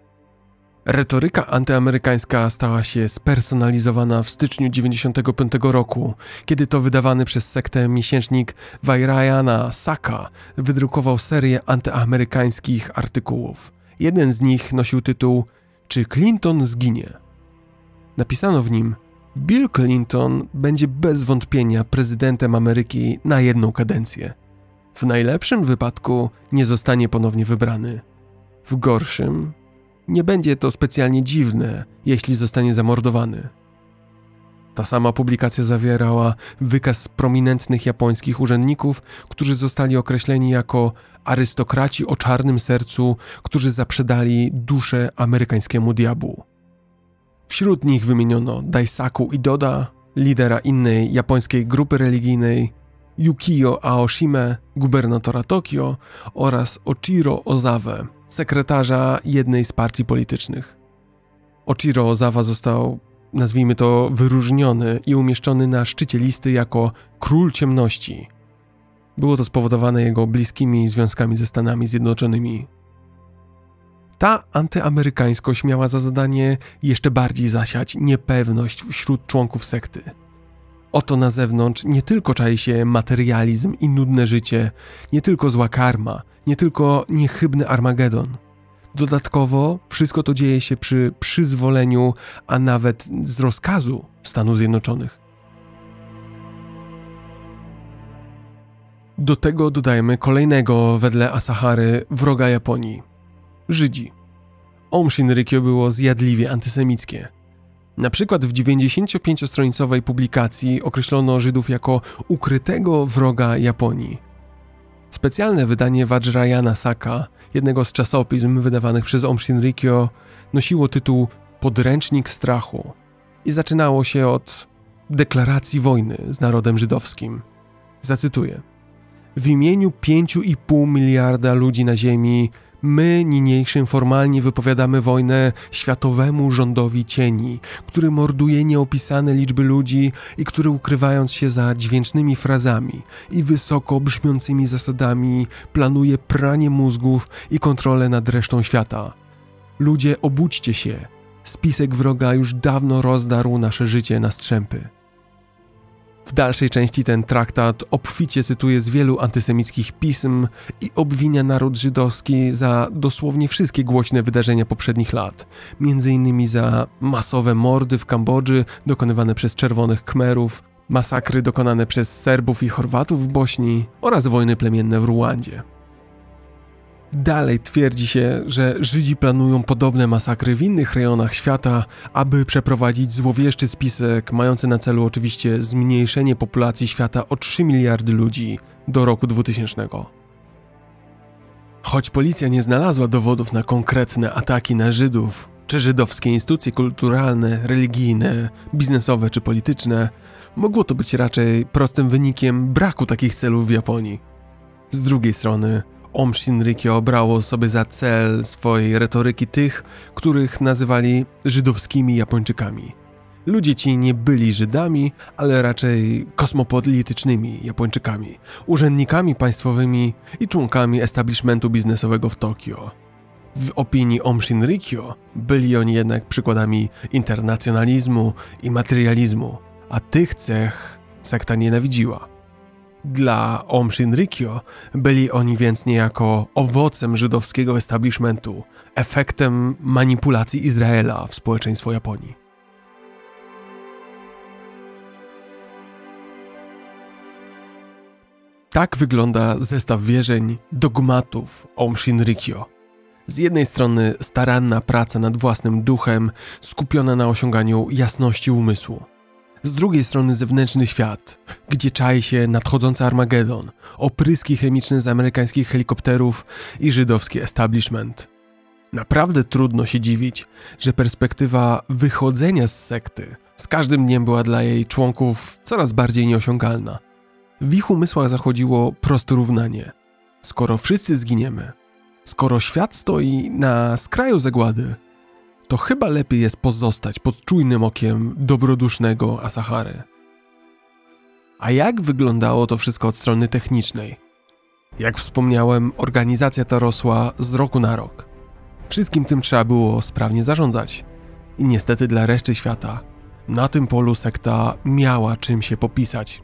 Retoryka antyamerykańska stała się spersonalizowana w styczniu 1995 roku, kiedy to wydawany przez sektę miesięcznik Vajrayana Saka wydrukował serię antyamerykańskich artykułów. Jeden z nich nosił tytuł Czy Clinton zginie? Napisano w nim: Bill Clinton będzie bez wątpienia prezydentem Ameryki na jedną kadencję. W najlepszym wypadku nie zostanie ponownie wybrany. W gorszym nie będzie to specjalnie dziwne, jeśli zostanie zamordowany. Ta sama publikacja zawierała wykaz prominentnych japońskich urzędników, którzy zostali określeni jako arystokraci o czarnym sercu, którzy zaprzedali duszę amerykańskiemu diabłu. Wśród nich wymieniono Daisaku Idoda, lidera innej japońskiej grupy religijnej, Yukio Aoshimę, gubernatora Tokio oraz Ochiro Ozawę, sekretarza jednej z partii politycznych. Ochiro Ozawa został, nazwijmy to, wyróżniony i umieszczony na szczycie listy jako król ciemności. Było to spowodowane jego bliskimi związkami ze Stanami Zjednoczonymi. Ta antyamerykańskość miała za zadanie jeszcze bardziej zasiać niepewność wśród członków sekty. Oto na zewnątrz nie tylko czai się materializm i nudne życie, nie tylko zła karma, nie tylko niechybny Armagedon. Dodatkowo wszystko to dzieje się przy przyzwoleniu, a nawet z rozkazu Stanów Zjednoczonych. Do tego dodajmy kolejnego wedle Asahary wroga Japonii – Żydzi. Aum Shinrikyo było zjadliwie antysemickie. Na przykład w 95-stronicowej publikacji określono Żydów jako ukrytego wroga Japonii. Specjalne wydanie Vajrayana Saka, jednego z czasopism wydawanych przez Aum Shinrikyo, nosiło tytuł Podręcznik strachu, I zaczynało się od deklaracji wojny z narodem żydowskim. Zacytuję. W imieniu 5,5 miliarda ludzi na ziemi my niniejszym formalnie wypowiadamy wojnę światowemu rządowi cieni, który morduje nieopisane liczby ludzi i który ukrywając się za dźwięcznymi frazami i wysoko brzmiącymi zasadami planuje pranie mózgów i kontrolę nad resztą świata. Ludzie, obudźcie się. Spisek wroga już dawno rozdarł nasze życie na strzępy. W dalszej części ten traktat obficie cytuje z wielu antysemickich pism i obwinia naród żydowski za dosłownie wszystkie głośne wydarzenia poprzednich lat, m.in. za masowe mordy w Kambodży dokonywane przez czerwonych Khmerów, masakry dokonane przez Serbów i Chorwatów w Bośni oraz wojny plemienne w Ruandzie. Dalej twierdzi się, że Żydzi planują podobne masakry w innych rejonach świata, aby przeprowadzić złowieszczy spisek mający na celu oczywiście zmniejszenie populacji świata o 3 miliardy ludzi do roku 2000. Choć policja nie znalazła dowodów na konkretne ataki na Żydów, czy żydowskie instytucje kulturalne, religijne, biznesowe czy polityczne, mogło to być raczej prostym wynikiem braku takich celów w Japonii. Z drugiej strony Aum Shinrikyo brało sobie za cel swojej retoryki tych, których nazywali żydowskimi Japończykami. Ludzie ci nie byli Żydami, ale raczej kosmopolitycznymi Japończykami, urzędnikami państwowymi i członkami establishmentu biznesowego w Tokio. W opinii Aum Shinrikyo byli oni jednak przykładami internacjonalizmu i materializmu, a tych cech sekta nienawidziła. Dla Aum Shinrikyo byli oni więc niejako owocem żydowskiego establishmentu, efektem manipulacji Izraela w społeczeństwo Japonii. Tak wygląda zestaw wierzeń, dogmatów Aum Shinrikyo. Z jednej strony staranna praca nad własnym duchem, skupiona na osiąganiu jasności umysłu. Z drugiej strony zewnętrzny świat, gdzie czai się nadchodzący Armagedon, opryski chemiczne z amerykańskich helikopterów i żydowski establishment. Naprawdę trudno się dziwić, że perspektywa wychodzenia z sekty z każdym dniem była dla jej członków coraz bardziej nieosiągalna. W ich umysłach zachodziło proste równanie. Skoro wszyscy zginiemy, skoro świat stoi na skraju zagłady, to chyba lepiej jest pozostać pod czujnym okiem dobrodusznego Asahary. A jak wyglądało to wszystko od strony technicznej? Jak wspomniałem, organizacja ta rosła z roku na rok. Wszystkim tym trzeba było sprawnie zarządzać. I niestety dla reszty świata na tym polu sekta miała czym się popisać.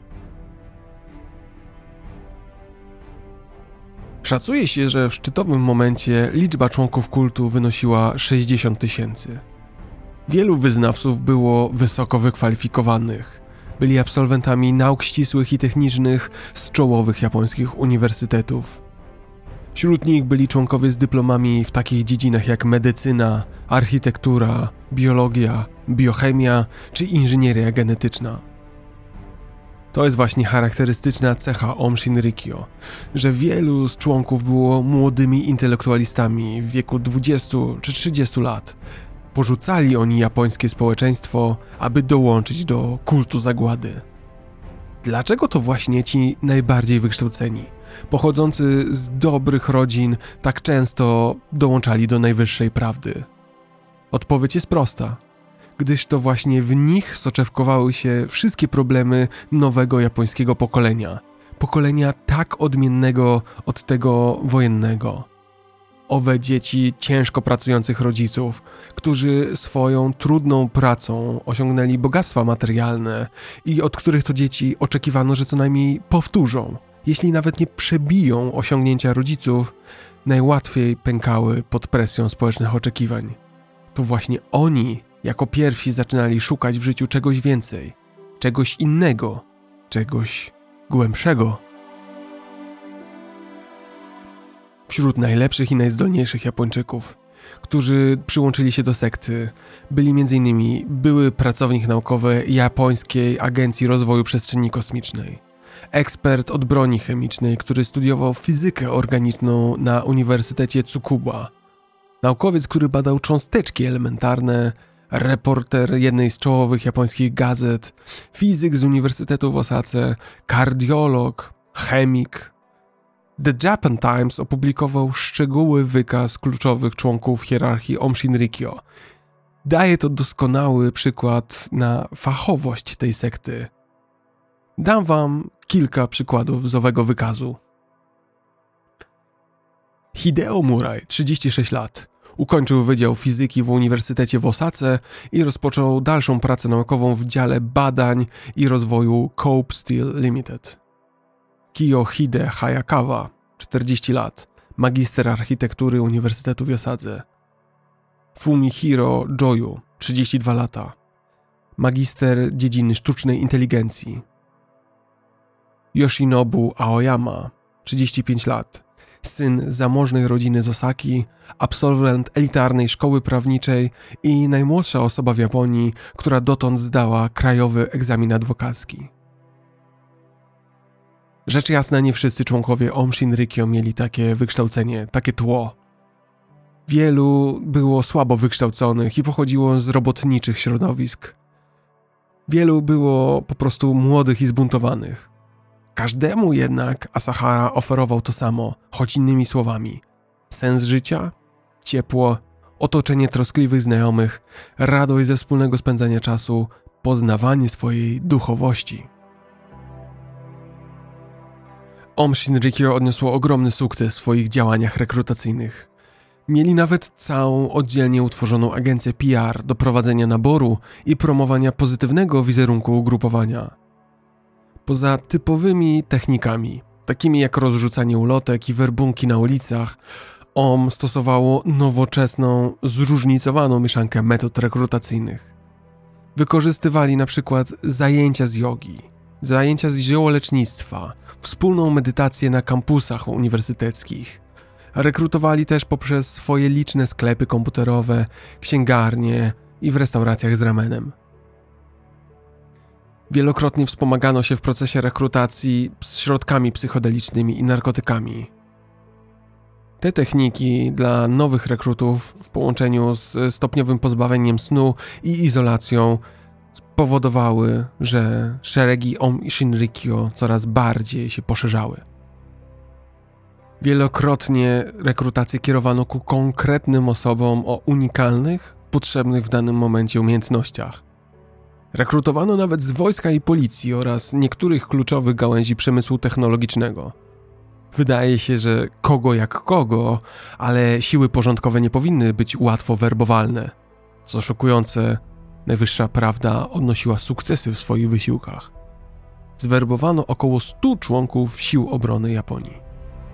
Szacuje się, że w szczytowym momencie liczba członków kultu wynosiła 60 000. Wielu wyznawców było wysoko wykwalifikowanych. Byli absolwentami nauk ścisłych i technicznych z czołowych japońskich uniwersytetów. Wśród nich byli członkowie z dyplomami w takich dziedzinach jak medycyna, architektura, biologia, biochemia czy inżynieria genetyczna. To jest właśnie charakterystyczna cecha Aum Shinrikyo, że wielu z członków było młodymi intelektualistami w wieku 20 czy 30 lat. Porzucali oni japońskie społeczeństwo, aby dołączyć do kultu zagłady. Dlaczego to właśnie ci najbardziej wykształceni, pochodzący z dobrych rodzin, tak często dołączali do najwyższej prawdy? Odpowiedź jest prosta. Gdyż to właśnie w nich soczewkowały się wszystkie problemy nowego japońskiego pokolenia. Pokolenia tak odmiennego od tego wojennego. Owe dzieci ciężko pracujących rodziców, którzy swoją trudną pracą osiągnęli bogactwa materialne i od których to dzieci oczekiwano, że co najmniej powtórzą. Jeśli nawet nie przebiją osiągnięcia rodziców, najłatwiej pękały pod presją społecznych oczekiwań. To właśnie oni jako pierwsi zaczynali szukać w życiu czegoś więcej, czegoś innego, czegoś głębszego. Wśród najlepszych i najzdolniejszych Japończyków, którzy przyłączyli się do sekty, byli m.in. były pracownik naukowy Japońskiej Agencji Rozwoju Przestrzeni Kosmicznej, ekspert od broni chemicznej, który studiował fizykę organiczną na Uniwersytecie Tsukuba, naukowiec, który badał cząsteczki elementarne, reporter jednej z czołowych japońskich gazet, fizyk z Uniwersytetu w Osace, kardiolog, chemik. The Japan Times opublikował szczegółowy wykaz kluczowych członków hierarchii Aum Shinrikyo. Daje to doskonały przykład na fachowość tej sekty. Dam wam kilka przykładów z owego wykazu. Hideo Murai, 36 lat. Ukończył Wydział Fizyki w Uniwersytecie w Osace i rozpoczął dalszą pracę naukową w dziale badań i rozwoju Kobe Steel Limited. Kiyohide Hayakawa, 40 lat. Magister architektury Uniwersytetu w Osadze. Fumihiro Joyu, 32 lata. Magister dziedziny sztucznej inteligencji. Yoshinobu Aoyama, 35 lat. Syn zamożnej rodziny z Osaki, absolwent elitarnej szkoły prawniczej i najmłodsza osoba w Japonii, która dotąd zdała krajowy egzamin adwokacki. Rzecz jasna, nie wszyscy członkowie Aum Shinrikyo mieli takie wykształcenie, takie tło. Wielu było słabo wykształconych i pochodziło z robotniczych środowisk. Wielu było po prostu młodych i zbuntowanych. Każdemu jednak Asahara oferował to samo, choć innymi słowami. Sens życia, ciepło, otoczenie troskliwych znajomych, radość ze wspólnego spędzania czasu, poznawanie swojej duchowości. Aum Shinrikyo odniosło ogromny sukces w swoich działaniach rekrutacyjnych. Mieli nawet całą oddzielnie utworzoną agencję PR do prowadzenia naboru i promowania pozytywnego wizerunku ugrupowania. Poza typowymi technikami, takimi jak rozrzucanie ulotek i werbunki na ulicach, Aum stosowało nowoczesną, zróżnicowaną mieszankę metod rekrutacyjnych. Wykorzystywali na przykład zajęcia z jogi, zajęcia z ziołolecznictwa, wspólną medytację na kampusach uniwersyteckich. Rekrutowali też poprzez swoje liczne sklepy komputerowe, księgarnie i w restauracjach z ramenem. Wielokrotnie wspomagano się w procesie rekrutacji z środkami psychodelicznymi i narkotykami. Te techniki dla nowych rekrutów w połączeniu z stopniowym pozbawieniem snu i izolacją spowodowały, że szeregi Aum Shinrikyo coraz bardziej się poszerzały. Wielokrotnie rekrutację kierowano ku konkretnym osobom o unikalnych, potrzebnych w danym momencie umiejętnościach. Rekrutowano nawet z wojska i policji oraz niektórych kluczowych gałęzi przemysłu technologicznego. Wydaje się, że kogo jak kogo, ale siły porządkowe nie powinny być łatwo werbowalne. Co szokujące, Najwyższa Prawda odnosiła sukcesy w swoich wysiłkach. Zwerbowano około 100 członków Sił Obrony Japonii.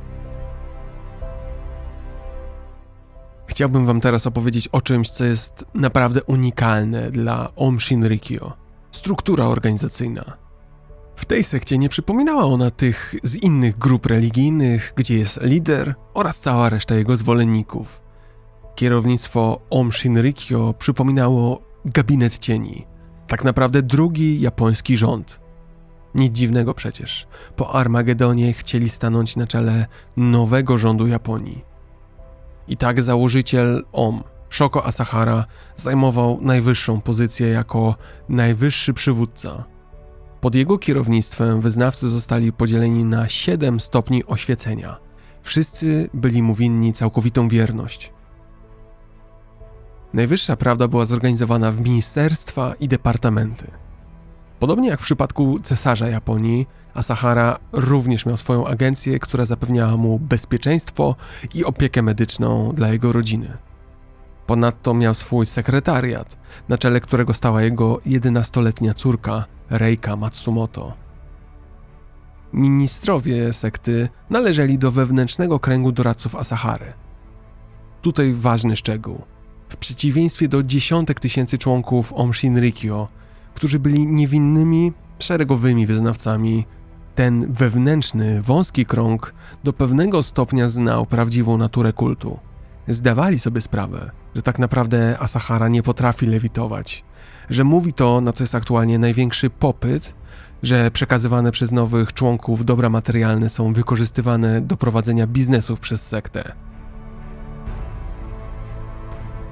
Chciałbym wam teraz opowiedzieć o czymś, co jest naprawdę unikalne dla Aum Shinrikyo. Struktura organizacyjna. W tej sekcie nie przypominała ona tych z innych grup religijnych, gdzie jest lider oraz cała reszta jego zwolenników. Kierownictwo Aum Shinrikyo przypominało gabinet cieni. Tak naprawdę drugi japoński rząd. Nic dziwnego przecież. Po Armagedonie chcieli stanąć na czele nowego rządu Japonii. I tak założyciel Aum, Shoko Asahara, zajmował najwyższą pozycję jako najwyższy przywódca. Pod jego kierownictwem wyznawcy zostali podzieleni na 7 stopni oświecenia. Wszyscy byli mu winni całkowitą wierność. Najwyższa Prawda była zorganizowana w ministerstwa i departamenty. Podobnie jak w przypadku cesarza Japonii, Asahara również miał swoją agencję, która zapewniała mu bezpieczeństwo i opiekę medyczną dla jego rodziny. Ponadto miał swój sekretariat, na czele którego stała jego 11-letnia córka, Reika Matsumoto. Ministrowie sekty należeli do wewnętrznego kręgu doradców Asahary. Tutaj ważny szczegół. W przeciwieństwie do dziesiątek tysięcy członków Aum Shinrikyo, którzy byli niewinnymi, szeregowymi wyznawcami, ten wewnętrzny, wąski krąg do pewnego stopnia znał prawdziwą naturę kultu. Zdawali sobie sprawę, że tak naprawdę Asahara nie potrafi lewitować, że mówi to, na co jest aktualnie największy popyt, że przekazywane przez nowych członków dobra materialne są wykorzystywane do prowadzenia biznesów przez sektę. W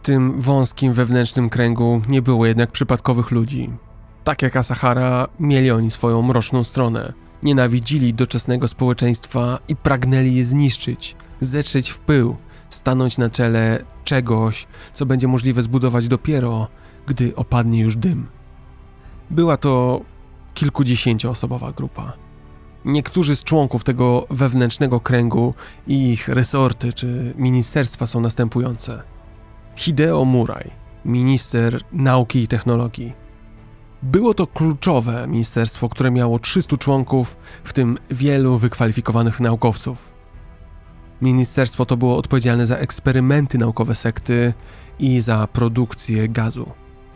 tym wąskim wewnętrznym kręgu nie było jednak przypadkowych ludzi. Tak jak Asahara, mieli oni swoją mroczną stronę. Nienawidzili doczesnego społeczeństwa i pragnęli je zniszczyć, zetrzeć w pył, stanąć na czele czegoś, co będzie możliwe zbudować dopiero, gdy opadnie już dym. Była to kilkudziesięcioosobowa grupa. Niektórzy z członków tego wewnętrznego kręgu i ich resorty czy ministerstwa są następujące. Hideo Murai, minister nauki i technologii. Było to kluczowe ministerstwo, które miało 300 członków, w tym wielu wykwalifikowanych naukowców. Ministerstwo to było odpowiedzialne za eksperymenty naukowe sekty i za produkcję gazu.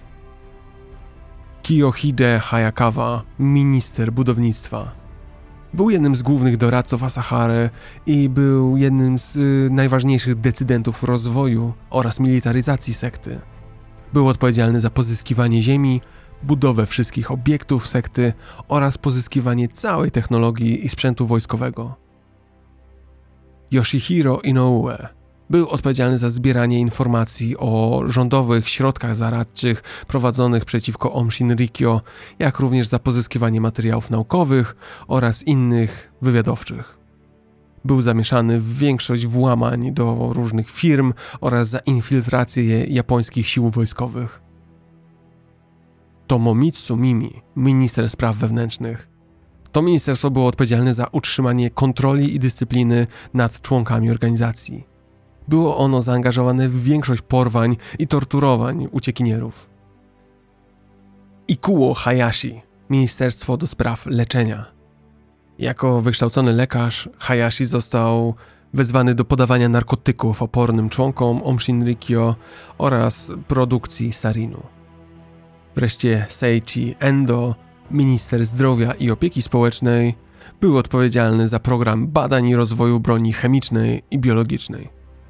Kiyohide Hayakawa, minister budownictwa. Był jednym z głównych doradców Asahary i był jednym z najważniejszych decydentów rozwoju oraz militaryzacji sekty. Był odpowiedzialny za pozyskiwanie ziemi, budowę wszystkich obiektów sekty oraz pozyskiwanie całej technologii i sprzętu wojskowego. Yoshihiro Inoue był odpowiedzialny za zbieranie informacji o rządowych środkach zaradczych prowadzonych przeciwko Aum Shinrikyo, jak również za pozyskiwanie materiałów naukowych oraz innych wywiadowczych. Był zamieszany w większość włamań do różnych firm oraz za infiltrację japońskich sił wojskowych. Tomomitsu Mimi, minister spraw wewnętrznych. To ministerstwo było odpowiedzialne za utrzymanie kontroli i dyscypliny nad członkami organizacji. Było ono zaangażowane w większość porwań i torturowań uciekinierów. Ikuo Hayashi, ministerstwo do spraw leczenia. Jako wykształcony lekarz, Hayashi został wezwany do podawania narkotyków opornym członkom Aum Shinrikyo oraz produkcji sarinu. Wreszcie Seiichi Endo, minister zdrowia i opieki społecznej, był odpowiedzialny za program badań i rozwoju broni chemicznej i biologicznej.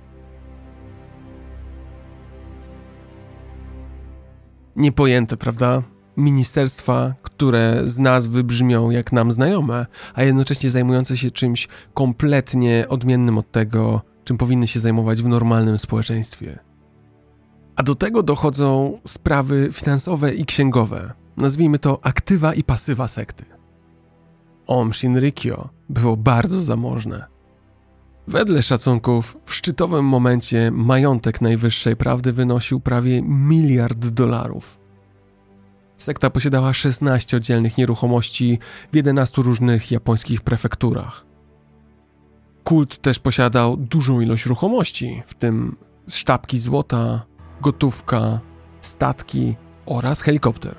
Niepojęte, prawda? Ministerstwa, które z nazwy brzmią jak nam znajome, a jednocześnie zajmujące się czymś kompletnie odmiennym od tego, czym powinny się zajmować w normalnym społeczeństwie. A do tego dochodzą sprawy finansowe i księgowe, nazwijmy to aktywa i pasywa sekty. Aum Shinrikyo było bardzo zamożne. Wedle szacunków w szczytowym momencie majątek najwyższej prawdy wynosił prawie $1 miliard. Sekta posiadała 16 oddzielnych nieruchomości w 11 różnych japońskich prefekturach. Kult też posiadał dużą ilość ruchomości, w tym sztabki złota, gotówka, statki oraz helikopter.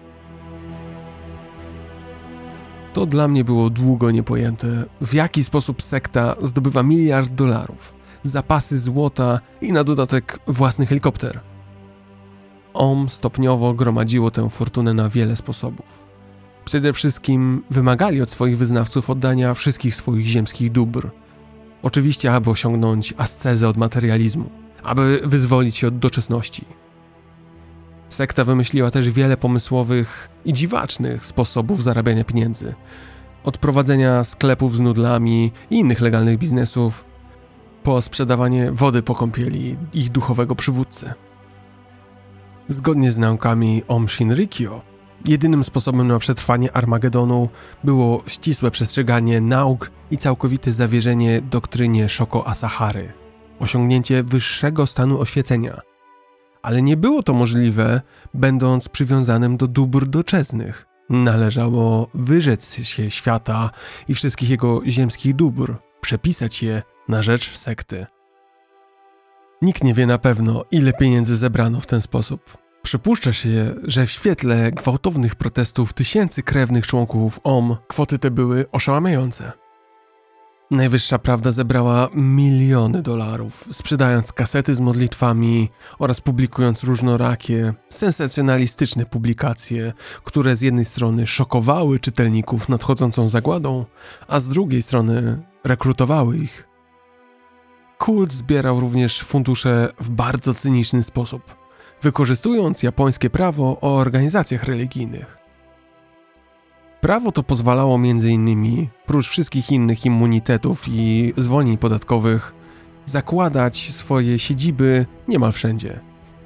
To dla mnie było długo niepojęte, w jaki sposób sekta zdobywa $1 miliard, zapasy złota i na dodatek własny helikopter. Aum stopniowo gromadziło tę fortunę na wiele sposobów. Przede wszystkim wymagali od swoich wyznawców oddania wszystkich swoich ziemskich dóbr. Oczywiście, aby osiągnąć ascezę od materializmu, aby wyzwolić się od doczesności. Sekta wymyśliła też wiele pomysłowych i dziwacznych sposobów zarabiania pieniędzy. Od prowadzenia sklepów z nudlami i innych legalnych biznesów, po sprzedawanie wody po kąpieli ich duchowego przywódcy. Zgodnie z naukami Aum Shinrikyo, jedynym sposobem na przetrwanie Armagedonu było ścisłe przestrzeganie nauk i całkowite zawierzenie doktrynie Shoko Asahary, osiągnięcie wyższego stanu oświecenia. Ale nie było to możliwe, będąc przywiązanym do dóbr doczesnych. Należało wyrzec się świata i wszystkich jego ziemskich dóbr, przepisać je na rzecz sekty. Nikt nie wie na pewno, ile pieniędzy zebrano w ten sposób. Przypuszcza się, że w świetle gwałtownych protestów tysięcy krewnych członków Aum kwoty te były oszałamiające. Najwyższa prawda zebrała miliony dolarów, sprzedając kasety z modlitwami oraz publikując różnorakie, sensacjonalistyczne publikacje, które z jednej strony szokowały czytelników nadchodzącą zagładą, a z drugiej strony rekrutowały ich. Kult zbierał również fundusze w bardzo cyniczny sposób, wykorzystując japońskie prawo o organizacjach religijnych. Prawo to pozwalało m.in., prócz wszystkich innych immunitetów i zwolnień podatkowych, zakładać swoje siedziby niemal wszędzie.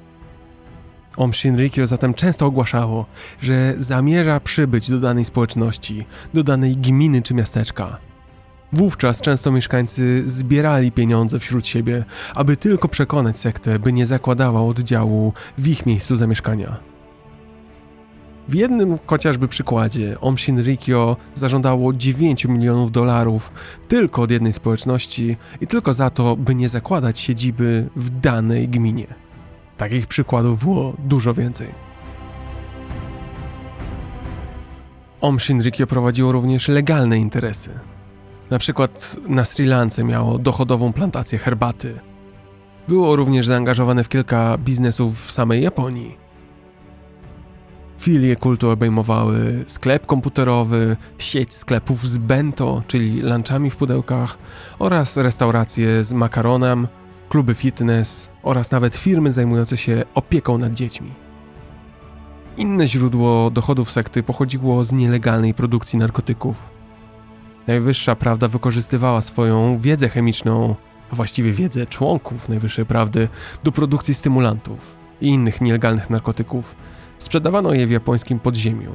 Aum Shinrikyo zatem często ogłaszało, że zamierza przybyć do danej społeczności, do danej gminy czy miasteczka. Wówczas często mieszkańcy zbierali pieniądze wśród siebie, aby tylko przekonać sektę, by nie zakładała oddziału w ich miejscu zamieszkania. W jednym chociażby przykładzie Aum Shinrikyo zażądało $9 milionów tylko od jednej społeczności i tylko za to, by nie zakładać siedziby w danej gminie. Takich przykładów było dużo więcej. Aum Shinrikyo prowadziło również legalne interesy. Na przykład na Sri Lance miało dochodową plantację herbaty. Było również zaangażowane w kilka biznesów w samej Japonii. Filie kultu obejmowały sklep komputerowy, sieć sklepów z bento, czyli lunchami w pudełkach, oraz restauracje z makaronem, kluby fitness oraz nawet firmy zajmujące się opieką nad dziećmi. Inne źródło dochodów sekty pochodziło z nielegalnej produkcji narkotyków. Najwyższa Prawda wykorzystywała swoją wiedzę chemiczną, a właściwie wiedzę członków Najwyższej Prawdy, do produkcji stymulantów i innych nielegalnych narkotyków. Sprzedawano je w japońskim podziemiu.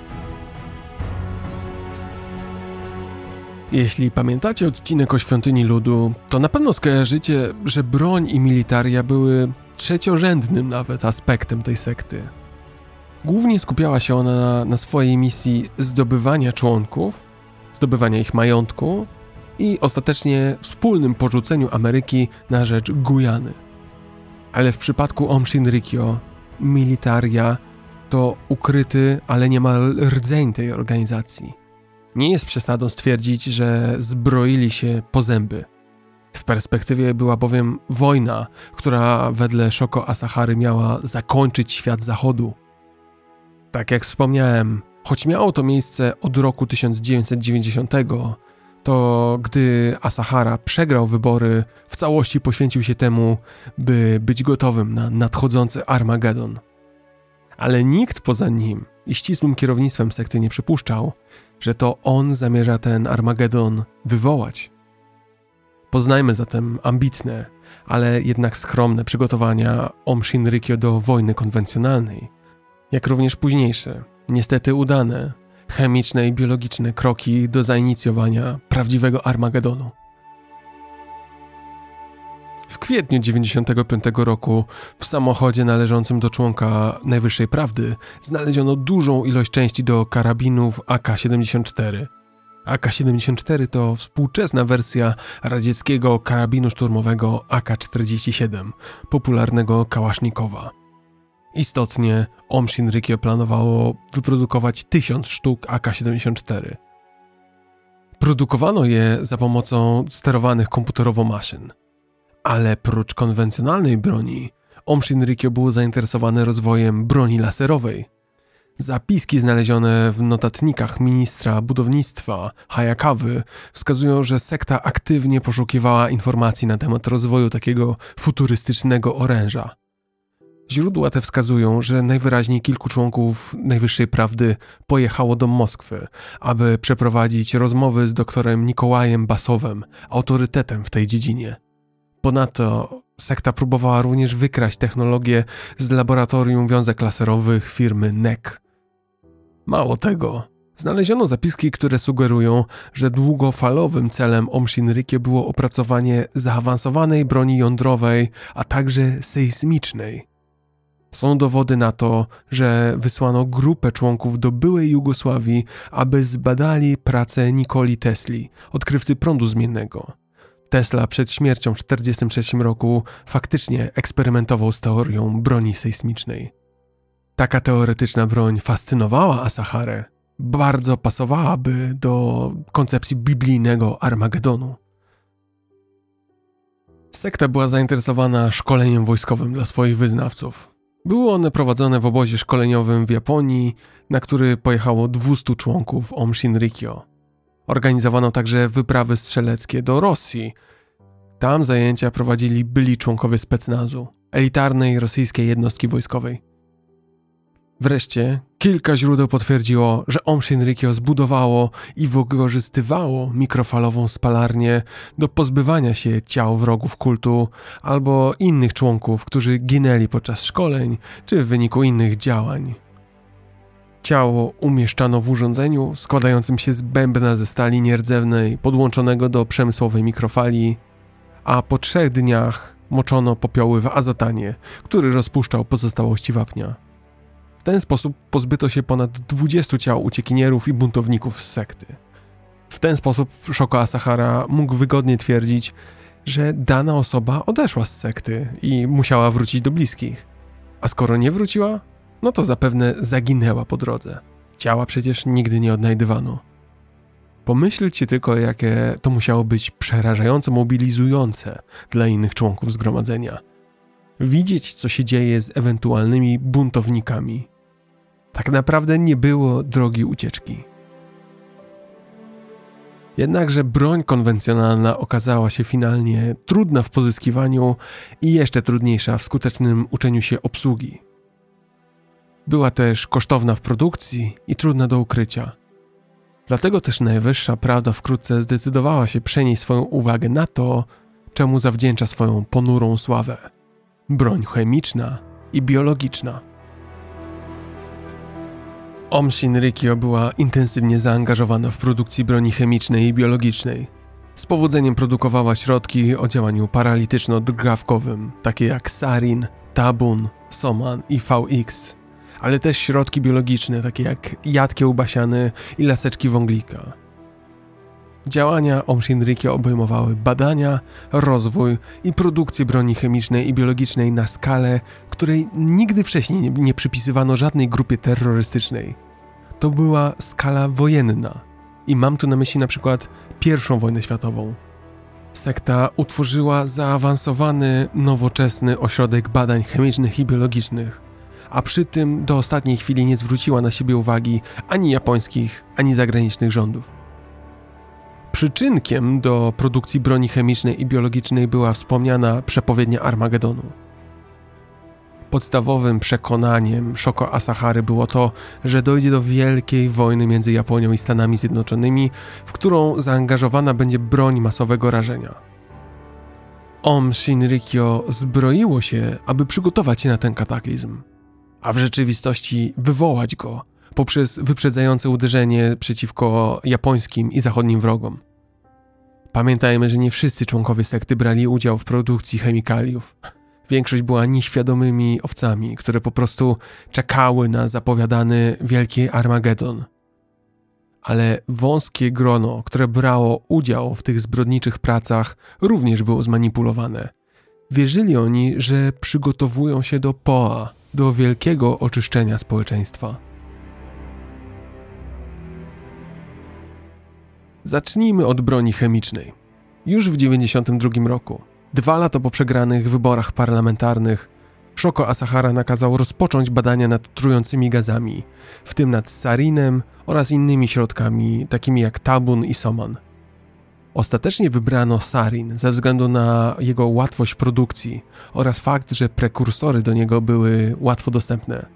Jeśli pamiętacie odcinek o Świątyni Ludu, to na pewno skojarzycie, że broń i militaria były trzeciorzędnym nawet aspektem tej sekty. Głównie skupiała się ona na swojej misji zdobywania członków, zdobywania ich majątku i ostatecznie wspólnym porzuceniu Ameryki na rzecz Gujany. Ale w przypadku Aum Shinrikyo militaria to ukryty, ale niemal rdzeń tej organizacji. Nie jest przesadą stwierdzić, że zbroili się po zęby. W perspektywie była bowiem wojna, która wedle Shoko Asahary miała zakończyć świat zachodu. Tak jak wspomniałem, choć miało to miejsce od roku 1990, to gdy Asahara przegrał wybory, w całości poświęcił się temu, by być gotowym na nadchodzący Armagedon. Ale nikt poza nim i ścisłym kierownictwem sekty nie przypuszczał, że to on zamierza ten Armagedon wywołać. Poznajmy zatem ambitne, ale jednak skromne przygotowania Aum Shinrikyo do wojny konwencjonalnej, jak również późniejsze, niestety udane, chemiczne i biologiczne kroki do zainicjowania prawdziwego Armagedonu. W kwietniu 1995 roku w samochodzie należącym do członka Najwyższej Prawdy znaleziono dużą ilość części do karabinów AK-74. AK-74 to współczesna wersja radzieckiego karabinu szturmowego AK-47, popularnego Kałasznikowa. Istotnie Aum Shinrikyo planowało wyprodukować 1000 sztuk AK-74. Produkowano je za pomocą sterowanych komputerowo maszyn. Ale prócz konwencjonalnej broni, Aum Shinrikyo było zainteresowane rozwojem broni laserowej. Zapiski znalezione w notatnikach ministra budownictwa Hayakawy wskazują, że sekta aktywnie poszukiwała informacji na temat rozwoju takiego futurystycznego oręża. Źródła te wskazują, że najwyraźniej kilku członków Najwyższej Prawdy pojechało do Moskwy, aby przeprowadzić rozmowy z doktorem Nikołajem Basowem, autorytetem w tej dziedzinie. Ponadto sekta próbowała również wykraść technologię z laboratorium wiązek laserowych firmy NEC. Mało tego, znaleziono zapiski, które sugerują, że długofalowym celem Aum Shinrikyo było opracowanie zaawansowanej broni jądrowej, a także sejsmicznej. Są dowody na to, że wysłano grupę członków do byłej Jugosławii, aby zbadali pracę Nikoli Tesli, odkrywcy prądu zmiennego. Tesla przed śmiercią w 1943 roku faktycznie eksperymentował z teorią broni sejsmicznej. Taka teoretyczna broń fascynowała Asaharę, bardzo pasowałaby do koncepcji biblijnego Armagedonu. Sekta była zainteresowana szkoleniem wojskowym dla swoich wyznawców. Były one prowadzone w obozie szkoleniowym w Japonii, na który pojechało 200 członków Aum Shinrikyo. Organizowano także wyprawy strzeleckie do Rosji. Tam zajęcia prowadzili byli członkowie specnazu, elitarnej rosyjskiej jednostki wojskowej. Wreszcie kilka źródeł potwierdziło, że Aum Shinrikyo zbudowało i wykorzystywało mikrofalową spalarnię do pozbywania się ciał wrogów kultu albo innych członków, którzy ginęli podczas szkoleń czy w wyniku innych działań. Ciało umieszczano w urządzeniu składającym się z bębna ze stali nierdzewnej podłączonego do przemysłowej mikrofali, a po 3 dniach moczono popioły w azotanie, który rozpuszczał pozostałości wapnia. W ten sposób pozbyto się ponad 20 ciał uciekinierów i buntowników z sekty. W ten sposób Shoko Asahara mógł wygodnie twierdzić, że dana osoba odeszła z sekty i musiała wrócić do bliskich. A skoro nie wróciła, no to zapewne zaginęła po drodze. Ciała przecież nigdy nie odnajdywano. Pomyślcie tylko, jakie to musiało być przerażająco mobilizujące dla innych członków zgromadzenia. Widzieć, co się dzieje z ewentualnymi buntownikami. Tak naprawdę nie było drogi ucieczki. Jednakże broń konwencjonalna okazała się finalnie trudna w pozyskiwaniu i jeszcze trudniejsza w skutecznym uczeniu się obsługi. Była też kosztowna w produkcji i trudna do ukrycia. Dlatego też Najwyższa Prawda wkrótce zdecydowała się przenieść swoją uwagę na to, czemu zawdzięcza swoją ponurą sławę. Broń chemiczna i biologiczna. Aum Shinrikyo była intensywnie zaangażowana w produkcję broni chemicznej i biologicznej. Z powodzeniem produkowała środki o działaniu paralityczno-drgawkowym, takie jak sarin, tabun, soman i VX, ale też środki biologiczne, takie jak jad kiełbasiany i laseczki wąglika. Działania Aum Shinrikyo obejmowały badania, rozwój i produkcję broni chemicznej i biologicznej na skalę, której nigdy wcześniej nie przypisywano żadnej grupie terrorystycznej. To była skala wojenna i mam tu na myśli na przykład I wojnę światową. Sekta utworzyła zaawansowany, nowoczesny ośrodek badań chemicznych i biologicznych, a przy tym do ostatniej chwili nie zwróciła na siebie uwagi ani japońskich, ani zagranicznych rządów. Przyczynkiem do produkcji broni chemicznej i biologicznej była wspomniana przepowiednia Armagedonu. Podstawowym przekonaniem Shoko Asahary było to, że dojdzie do wielkiej wojny między Japonią i Stanami Zjednoczonymi, w którą zaangażowana będzie broń masowego rażenia. Aum Shinrikyo zbroiło się, aby przygotować się na ten kataklizm, a w rzeczywistości wywołać go poprzez wyprzedzające uderzenie przeciwko japońskim i zachodnim wrogom. Pamiętajmy, że nie wszyscy członkowie sekty brali udział w produkcji chemikaliów. Większość była nieświadomymi owcami, które po prostu czekały na zapowiadany wielki Armagedon. Ale wąskie grono, które brało udział w tych zbrodniczych pracach, również było zmanipulowane. Wierzyli oni, że przygotowują się do Poa, do wielkiego oczyszczenia społeczeństwa. Zacznijmy od broni chemicznej. Już w 1992 roku, 2 lata po przegranych wyborach parlamentarnych, Shoko Asahara nakazał rozpocząć badania nad trującymi gazami, w tym nad sarinem oraz innymi środkami, takimi jak tabun i soman. Ostatecznie wybrano sarin ze względu na jego łatwość produkcji oraz fakt, że prekursory do niego były łatwo dostępne.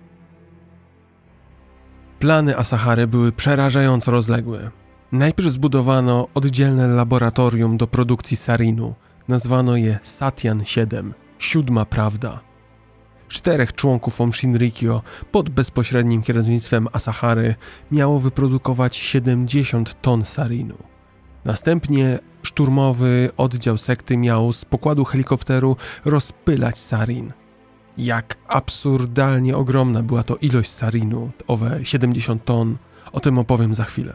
Plany Asahary były przerażająco rozległe. Najpierw zbudowano oddzielne laboratorium do produkcji sarinu. Nazwano je Satyan 7, 7 prawda. 4 członków Aum Shinrikyo pod bezpośrednim kierownictwem Asahary miało wyprodukować 70 ton sarinu. Następnie szturmowy oddział sekty miał z pokładu helikopteru rozpylać sarin. Jak absurdalnie ogromna była to ilość sarinu, owe 70 ton, o tym opowiem za chwilę.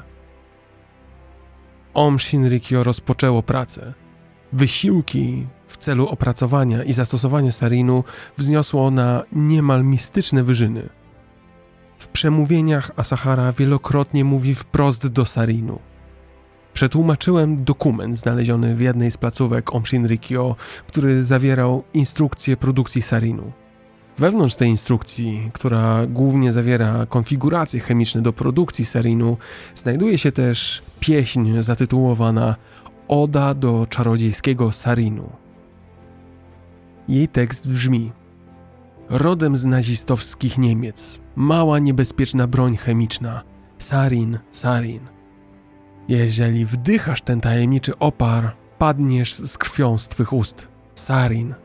Aum Shinrikyo rozpoczęło pracę. Wysiłki w celu opracowania i zastosowania sarinu wzniosło na niemal mistyczne wyżyny. W przemówieniach Asahara wielokrotnie mówi wprost do sarinu. Przetłumaczyłem dokument znaleziony w jednej z placówek Aum Shinrikyo, który zawierał instrukcję produkcji sarinu. Wewnątrz tej instrukcji, która głównie zawiera konfiguracje chemiczne do produkcji sarinu, znajduje się też pieśń zatytułowana Oda do czarodziejskiego sarinu. Jej tekst brzmi: rodem z nazistowskich Niemiec, mała niebezpieczna broń chemiczna, sarin. Jeżeli wdychasz ten tajemniczy opar, padniesz z krwią z twych ust. Sarin.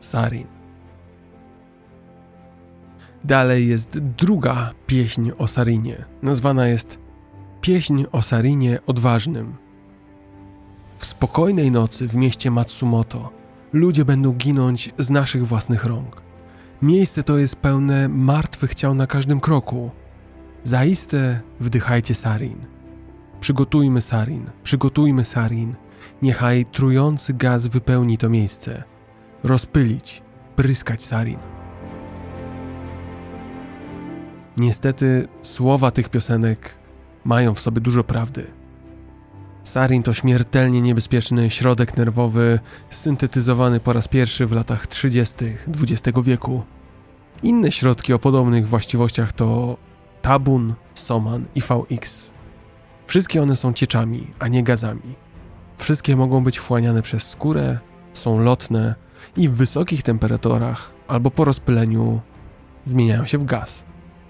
Dalej jest druga pieśń o sarinie. Nazwana jest Pieśń o sarinie odważnym. W spokojnej nocy w mieście Matsumoto ludzie będą ginąć z naszych własnych rąk. Miejsce to jest pełne martwych ciał na każdym kroku. Zaiste wdychajcie sarin. Przygotujmy sarin. Niechaj trujący gaz wypełni to miejsce. Rozpylić, pryskać sarin. Niestety słowa tych piosenek mają w sobie dużo prawdy. Sarin to śmiertelnie niebezpieczny środek nerwowy syntetyzowany po raz pierwszy w latach 30. XX wieku. Inne środki o podobnych właściwościach to tabun, soman i VX. Wszystkie one są cieczami, a nie gazami. Wszystkie mogą być wchłaniane przez skórę, są lotne i w wysokich temperaturach albo po rozpyleniu zmieniają się w gaz.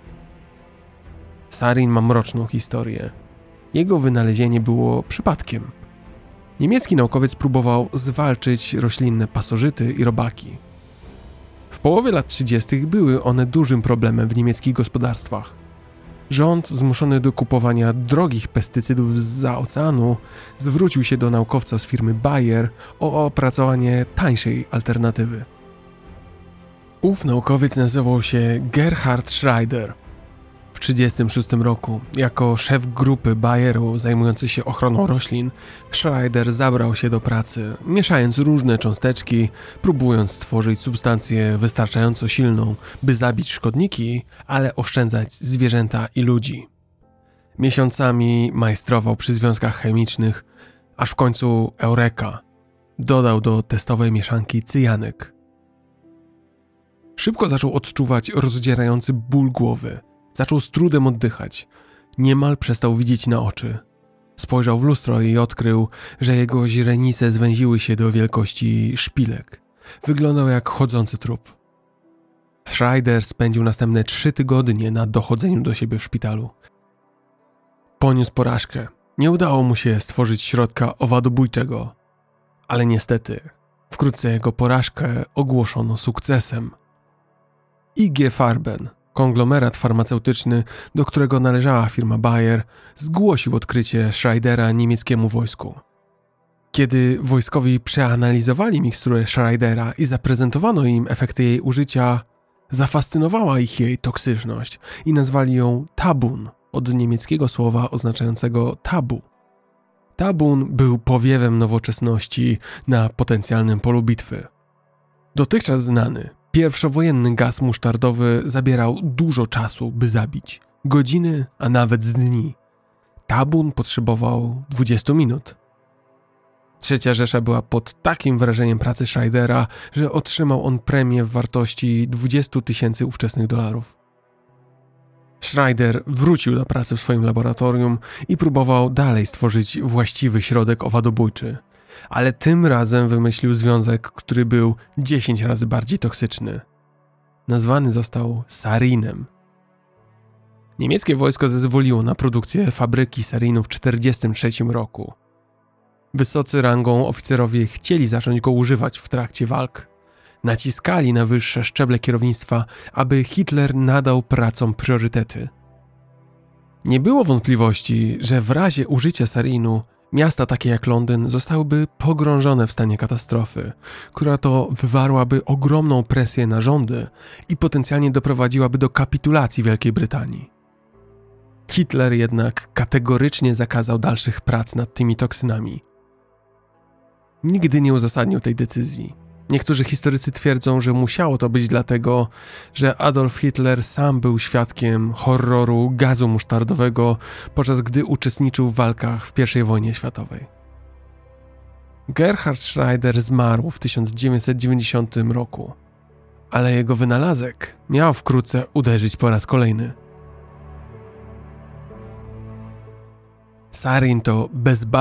Sarin ma mroczną historię. Jego wynalezienie było przypadkiem. Niemiecki naukowiec próbował zwalczyć roślinne pasożyty i robaki. W połowie lat 30. były one dużym problemem w niemieckich gospodarstwach. Rząd, zmuszony do kupowania drogich pestycydów zza oceanu, zwrócił się do naukowca z firmy Bayer o opracowanie tańszej alternatywy. Ów naukowiec nazywał się Gerhard Schreider. W 1936 roku, jako szef grupy Bayeru zajmujący się ochroną roślin, Schreider zabrał się do pracy, mieszając różne cząsteczki, próbując stworzyć substancję wystarczająco silną, by zabić szkodniki, ale oszczędzać zwierzęta i ludzi. Miesiącami majstrował przy związkach chemicznych, aż w końcu eureka, dodał do testowej mieszanki cyjanek. Szybko zaczął odczuwać rozdzierający ból głowy. Zaczął z trudem oddychać. Niemal przestał widzieć na oczy. Spojrzał w lustro i odkrył, że jego źrenice zwęziły się do wielkości szpilek. Wyglądał jak chodzący trup. Schreider spędził następne 3 tygodnie na dochodzeniu do siebie w szpitalu. Poniósł porażkę. Nie udało mu się stworzyć środka owadobójczego. Ale niestety, wkrótce jego porażkę ogłoszono sukcesem. IG Farben, konglomerat farmaceutyczny, do którego należała firma Bayer, zgłosił odkrycie Schreidera niemieckiemu wojsku. Kiedy wojskowi przeanalizowali miksturę Schreidera i zaprezentowano im efekty jej użycia, zafascynowała ich jej toksyczność i nazwali ją tabun, od niemieckiego słowa oznaczającego tabu. Tabun był powiewem nowoczesności na potencjalnym polu bitwy. Dotychczas znany, pierwszowojenny gaz musztardowy zabierał dużo czasu, by zabić. Godziny, a nawet dni. Tabun potrzebował 20 minut. Trzecia Rzesza była pod takim wrażeniem pracy Schreidera, że otrzymał on premię w wartości 20 000 ówczesnych dolarów. Schreider wrócił do pracy w swoim laboratorium i próbował dalej stworzyć właściwy środek owadobójczy. Ale tym razem wymyślił związek, który był 10 razy bardziej toksyczny. Nazwany został sarinem. Niemieckie wojsko zezwoliło na produkcję fabryki sarinu w 1943 roku. Wysocy rangą oficerowie chcieli zacząć go używać w trakcie walk. Naciskali na wyższe szczeble kierownictwa, aby Hitler nadał pracom priorytety. Nie było wątpliwości, że w razie użycia sarinu miasta takie jak Londyn zostałyby pogrążone w stanie katastrofy, która to wywarłaby ogromną presję na rządy i potencjalnie doprowadziłaby do kapitulacji Wielkiej Brytanii. Hitler jednak kategorycznie zakazał dalszych prac nad tymi toksynami. Nigdy nie uzasadnił tej decyzji. Niektórzy historycy twierdzą, że musiało to być dlatego, że Adolf Hitler sam był świadkiem horroru gazu musztardowego, podczas gdy uczestniczył w walkach w I wojnie światowej. Gerhard Schreider zmarł w 1990 roku, ale jego wynalazek miał wkrótce uderzyć po raz kolejny. Sarin to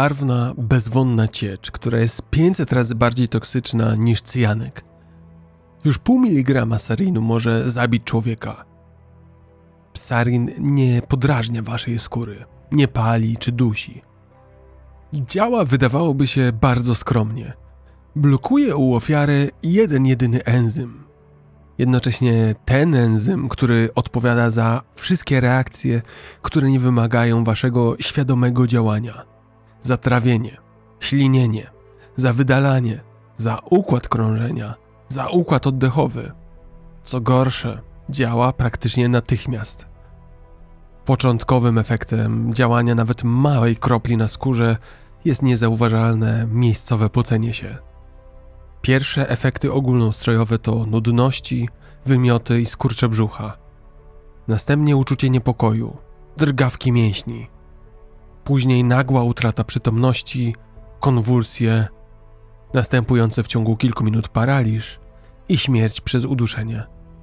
bezbarwna, bezwonna ciecz, która jest 500 razy bardziej toksyczna niż cyjanek. Już 0,5 miligrama sarinu może zabić człowieka. Sarin nie podrażnia waszej skóry, nie pali czy dusi. Działa, wydawałoby się, bardzo skromnie. Blokuje u ofiary jeden jedyny enzym. Jednocześnie ten enzym, który odpowiada za wszystkie reakcje, które nie wymagają waszego świadomego działania. Za trawienie, ślinienie, za wydalanie, za układ krążenia, za układ oddechowy. Co gorsze, działa praktycznie natychmiast. Początkowym efektem działania nawet małej kropli na skórze jest niezauważalne miejscowe pocenie się. Pierwsze efekty ogólnoustrojowe to nudności, wymioty i skurcze brzucha. Następnie uczucie niepokoju, drgawki mięśni. Później nagła utrata przytomności, konwulsje, następujące w ciągu kilku minut paraliż i śmierć przez uduszenie.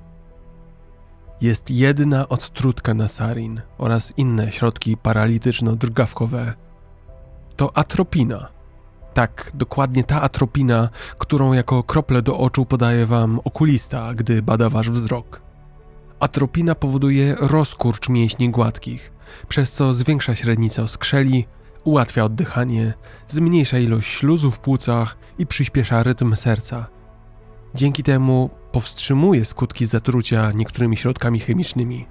Jest jedna odtrutka na sarin oraz inne środki paralityczno-drgawkowe. To atropina. Tak, dokładnie ta atropina, którą jako krople do oczu podaje wam okulista, gdy bada wasz wzrok. Atropina powoduje rozkurcz mięśni gładkich, przez co zwiększa średnicę oskrzeli, ułatwia oddychanie, zmniejsza ilość śluzu w płucach i przyspiesza rytm serca. Dzięki temu powstrzymuje skutki zatrucia niektórymi środkami chemicznymi.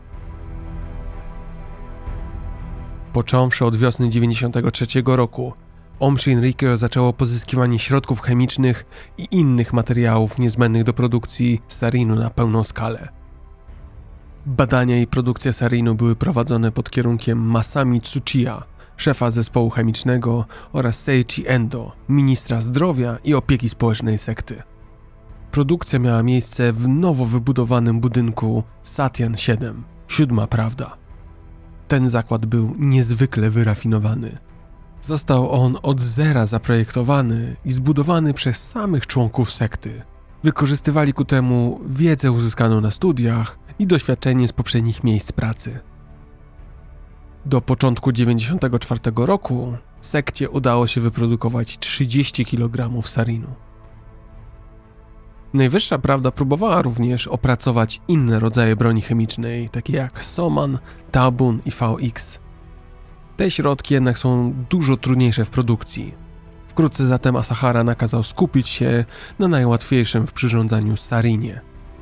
Począwszy od wiosny 1993 roku, Aum Shinrikyo zaczęło pozyskiwanie środków chemicznych i innych materiałów niezbędnych do produkcji sarinu na pełną skalę. Badania i produkcja sarinu były prowadzone pod kierunkiem Masami Tsuchiya, szefa zespołu chemicznego, oraz Seiichi Endo, ministra zdrowia i opieki społecznej sekty. Produkcja miała miejsce w nowo wybudowanym budynku Satyan 7, siódma prawda. Ten zakład był niezwykle wyrafinowany. Został on od zera zaprojektowany i zbudowany przez samych członków sekty. Wykorzystywali ku temu wiedzę uzyskaną na studiach i doświadczenie z poprzednich miejsc pracy. Do początku 1994 roku sekcie udało się wyprodukować 30 kg sarinu. Najwyższa prawda próbowała również opracować inne rodzaje broni chemicznej, takie jak Soman, Tabun i VX. Te środki jednak są dużo trudniejsze w produkcji. Wkrótce zatem Asahara nakazał skupić się na najłatwiejszym w przyrządzaniu sarinie.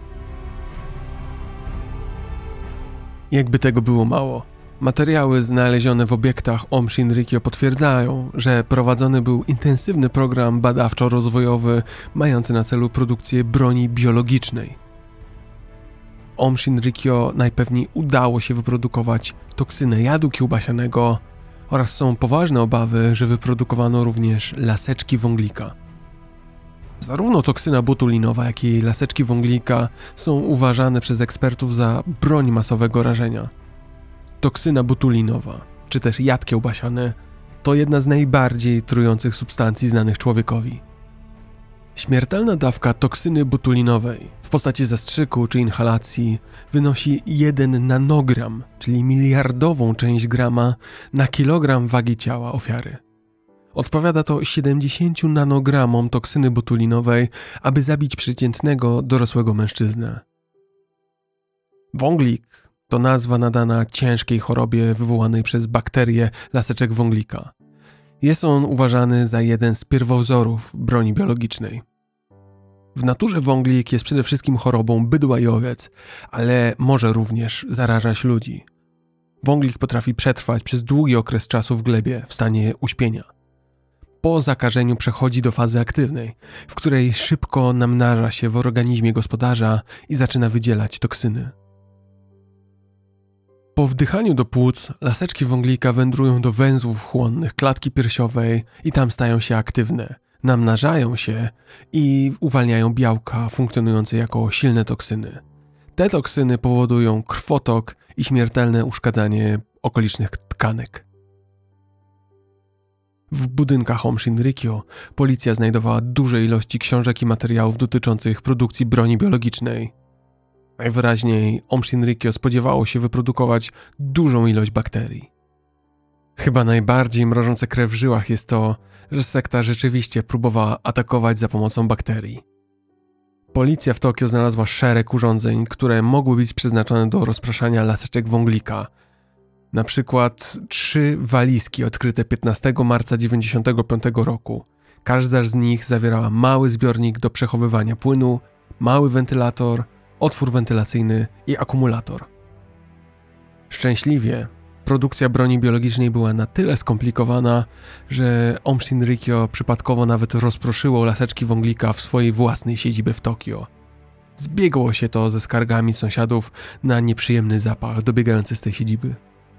Jakby tego było mało, materiały znalezione w obiektach Aum Shinrikyo potwierdzają, że prowadzony był intensywny program badawczo-rozwojowy mający na celu produkcję broni biologicznej. Aum Shinrikyo najpewniej udało się wyprodukować toksynę jadu kiełbasianego oraz są poważne obawy, że wyprodukowano również laseczki wąglika. Zarówno toksyna botulinowa, jak i laseczki wąglika są uważane przez ekspertów za broń masowego rażenia. Toksyna botulinowa, czy też jad kiełbasiany, to jedna z najbardziej trujących substancji znanych człowiekowi. Śmiertelna dawka toksyny botulinowej w postaci zastrzyku czy inhalacji wynosi 1 nanogram, czyli miliardową część grama na kilogram wagi ciała ofiary. Odpowiada to 70 nanogramom toksyny botulinowej, aby zabić przeciętnego dorosłego mężczyznę. Wąglik to nazwa nadana ciężkiej chorobie wywołanej przez bakterię laseczek wąglika. Jest on uważany za jeden z pierwowzorów broni biologicznej. W naturze wąglik jest przede wszystkim chorobą bydła i owiec, ale może również zarażać ludzi. Wąglik potrafi przetrwać przez długi okres czasu w glebie w stanie uśpienia. Po zakażeniu przechodzi do fazy aktywnej, w której szybko namnaża się w organizmie gospodarza i zaczyna wydzielać toksyny. Po wdychaniu do płuc laseczki wąglika wędrują do węzłów chłonnych klatki piersiowej i tam stają się aktywne, namnażają się i uwalniają białka funkcjonujące jako silne toksyny. Te toksyny powodują krwotok i śmiertelne uszkadzanie okolicznych tkanek. W budynkach Aum Shinrikyo policja znajdowała duże ilości książek i materiałów dotyczących produkcji broni biologicznej. Najwyraźniej Aum Shinrikyo spodziewało się wyprodukować dużą ilość bakterii. Chyba najbardziej mrożące krew w żyłach jest to, że sekta rzeczywiście próbowała atakować za pomocą bakterii. Policja w Tokio znalazła szereg urządzeń, które mogły być przeznaczone do rozpraszania laseczek wąglika. Na przykład 3 walizki odkryte 15 marca 1995 roku. Każda z nich zawierała mały zbiornik do przechowywania płynu, mały wentylator, otwór wentylacyjny i akumulator. Szczęśliwie produkcja broni biologicznej była na tyle skomplikowana, że Aum Shinrikyo przypadkowo nawet rozproszyło laseczki wąglika w swojej własnej siedzibie w Tokio. Zbiegło się to ze skargami sąsiadów na nieprzyjemny zapach dobiegający z tej siedziby.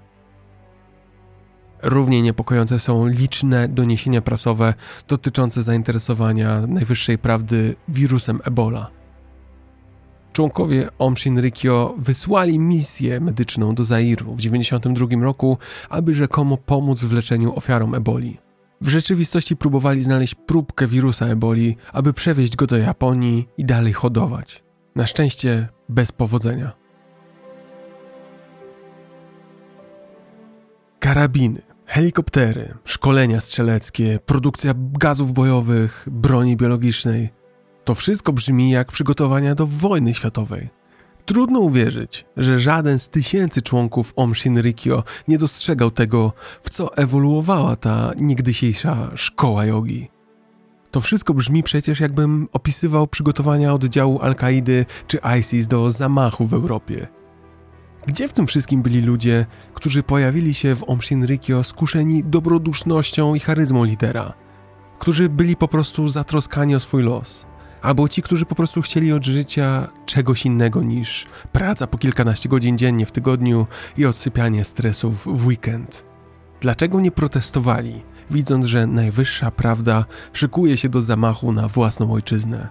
Równie niepokojące są liczne doniesienia prasowe dotyczące zainteresowania najwyższej prawdy wirusem Ebola. Członkowie Aum Shinrikyo wysłali misję medyczną do Zairu w 1992 roku, aby rzekomo pomóc w leczeniu ofiarom eboli. W rzeczywistości próbowali znaleźć próbkę wirusa eboli, aby przewieźć go do Japonii i dalej hodować. Na szczęście bez powodzenia. Karabiny, helikoptery, szkolenia strzeleckie, produkcja gazów bojowych, broni biologicznej. To wszystko brzmi jak przygotowania do wojny światowej. Trudno uwierzyć, że żaden z tysięcy członków Aum Shinrikyo nie dostrzegał tego, w co ewoluowała ta niegdysiejsza szkoła jogi. To wszystko brzmi przecież, jakbym opisywał przygotowania oddziału Al-Kaidy czy ISIS do zamachu w Europie. Gdzie w tym wszystkim byli ludzie, którzy pojawili się w Aum Shinrikyo skuszeni dobrodusznością i charyzmą lidera, którzy byli po prostu zatroskani o swój los, albo ci, którzy po prostu chcieli od życia czegoś innego niż praca po kilkanaście godzin dziennie w tygodniu i odsypianie stresów w weekend? Dlaczego nie protestowali, widząc, że najwyższa prawda szykuje się do zamachu na własną ojczyznę?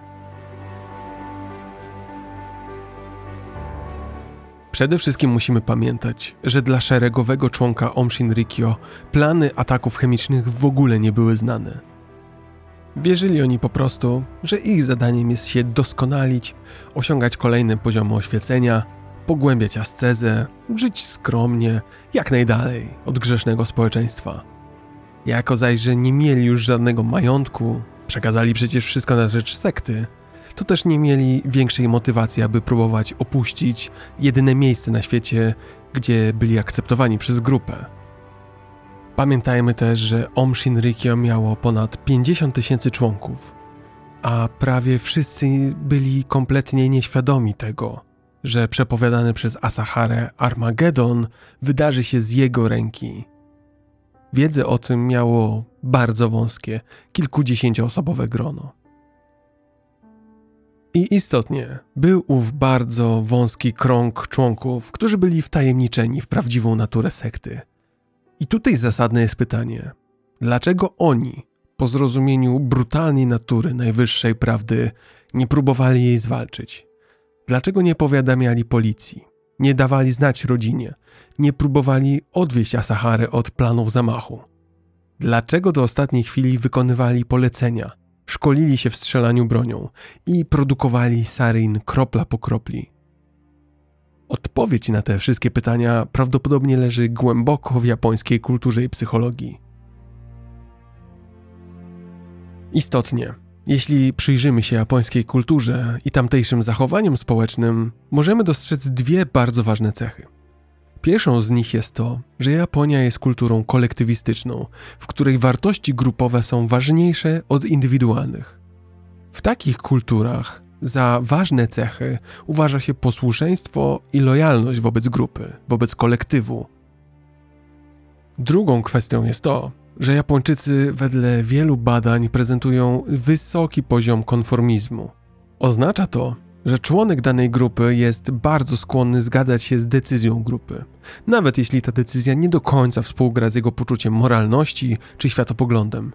Przede wszystkim musimy pamiętać, że dla szeregowego członka Aum Shinrikyo plany ataków chemicznych w ogóle nie były znane. Wierzyli oni po prostu, że ich zadaniem jest się doskonalić, osiągać kolejne poziomy oświecenia, pogłębiać ascezę, żyć skromnie, jak najdalej od grzesznego społeczeństwa. Jako zaś, że nie mieli już żadnego majątku, przekazali przecież wszystko na rzecz sekty, to też nie mieli większej motywacji, aby próbować opuścić jedyne miejsce na świecie, gdzie byli akceptowani przez grupę. Pamiętajmy też, że Aum Shinrikyo miało ponad 50 000 członków, a prawie wszyscy byli kompletnie nieświadomi tego, że przepowiadany przez Asaharę Armagedon wydarzy się z jego ręki. Wiedzę o tym miało bardzo wąskie, kilkudziesięcioosobowe grono. I istotnie, był ów bardzo wąski krąg członków, którzy byli wtajemniczeni w prawdziwą naturę sekty. I tutaj zasadne jest pytanie, dlaczego oni, po zrozumieniu brutalnej natury najwyższej prawdy, nie próbowali jej zwalczyć? Dlaczego nie powiadamiali policji, nie dawali znać rodzinie, nie próbowali odwieść Asaharę od planów zamachu? Dlaczego do ostatniej chwili wykonywali polecenia, szkolili się w strzelaniu bronią i produkowali sarin kropla po kropli? Odpowiedź na te wszystkie pytania prawdopodobnie leży głęboko w japońskiej kulturze i psychologii. Istotnie, jeśli przyjrzymy się japońskiej kulturze i tamtejszym zachowaniom społecznym, możemy dostrzec 2 bardzo ważne cechy. Pierwszą z nich jest to, że Japonia jest kulturą kolektywistyczną, w której wartości grupowe są ważniejsze od indywidualnych. W takich kulturach za ważne cechy uważa się posłuszeństwo i lojalność wobec grupy, wobec kolektywu. Drugą kwestią jest to, że Japończycy wedle wielu badań prezentują wysoki poziom konformizmu. Oznacza to, że członek danej grupy jest bardzo skłonny zgadzać się z decyzją grupy, nawet jeśli ta decyzja nie do końca współgra z jego poczuciem moralności czy światopoglądem.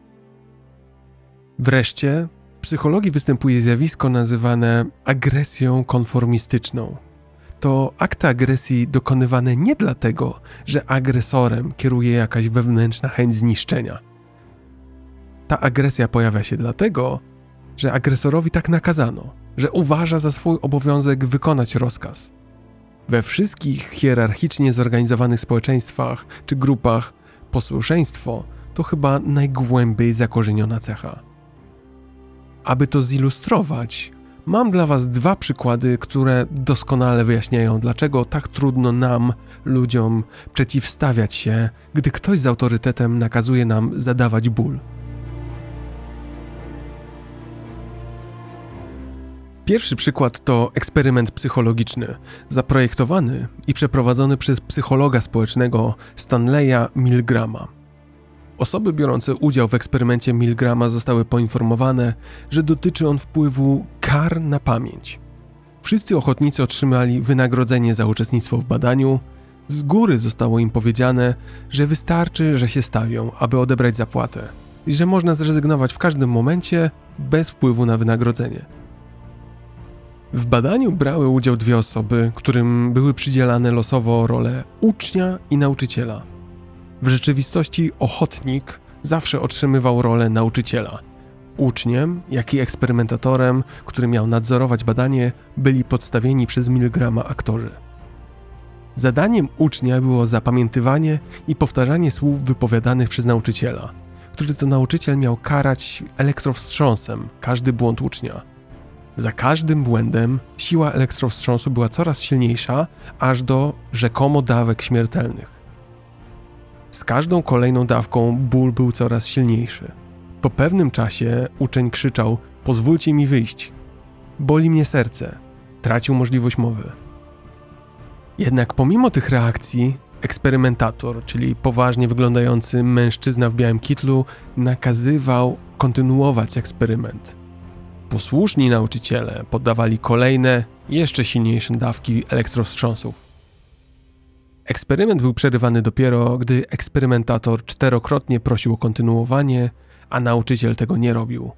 Wreszcie w psychologii występuje zjawisko nazywane agresją konformistyczną. To akty agresji dokonywane nie dlatego, że agresorem kieruje jakaś wewnętrzna chęć zniszczenia. Ta agresja pojawia się dlatego, że agresorowi tak nakazano, że uważa za swój obowiązek wykonać rozkaz. We wszystkich hierarchicznie zorganizowanych społeczeństwach czy grupach posłuszeństwo to chyba najgłębiej zakorzeniona cecha. Aby to zilustrować, Mam dla was 2 przykłady, które doskonale wyjaśniają, dlaczego tak trudno nam, ludziom, przeciwstawiać się, gdy ktoś z autorytetem nakazuje nam zadawać ból. Pierwszy przykład to eksperyment psychologiczny, zaprojektowany i przeprowadzony przez psychologa społecznego Stanleya Milgrama. Osoby biorące udział w eksperymencie Milgrama zostały poinformowane, że dotyczy on wpływu kar na pamięć. Wszyscy ochotnicy otrzymali wynagrodzenie za uczestnictwo w badaniu. Z góry zostało im powiedziane, że wystarczy, że się stawią, aby odebrać zapłatę i że można zrezygnować w każdym momencie bez wpływu na wynagrodzenie. W badaniu brały udział 2 osoby, którym były przydzielane losowo role ucznia i nauczyciela. W rzeczywistości ochotnik zawsze otrzymywał rolę nauczyciela. Uczniem, jak i eksperymentatorem, który miał nadzorować badanie, byli podstawieni przez Milgrama aktorzy. Zadaniem ucznia było zapamiętywanie i powtarzanie słów wypowiadanych przez nauczyciela, który to nauczyciel miał karać elektrowstrząsem każdy błąd ucznia. Za każdym błędem siła elektrowstrząsu była coraz silniejsza, aż do rzekomo dawek śmiertelnych. Z każdą kolejną dawką ból był coraz silniejszy. Po pewnym czasie uczeń krzyczał: pozwólcie mi wyjść. Boli mnie serce. Tracił możliwość mowy. Jednak pomimo tych reakcji, eksperymentator, czyli poważnie wyglądający mężczyzna w białym kitlu, nakazywał kontynuować eksperyment. Posłuszni nauczyciele poddawali kolejne, jeszcze silniejsze dawki elektrowstrząsów. Eksperyment był przerywany dopiero, gdy eksperymentator 4-krotnie prosił o kontynuowanie, a nauczyciel tego nie robił.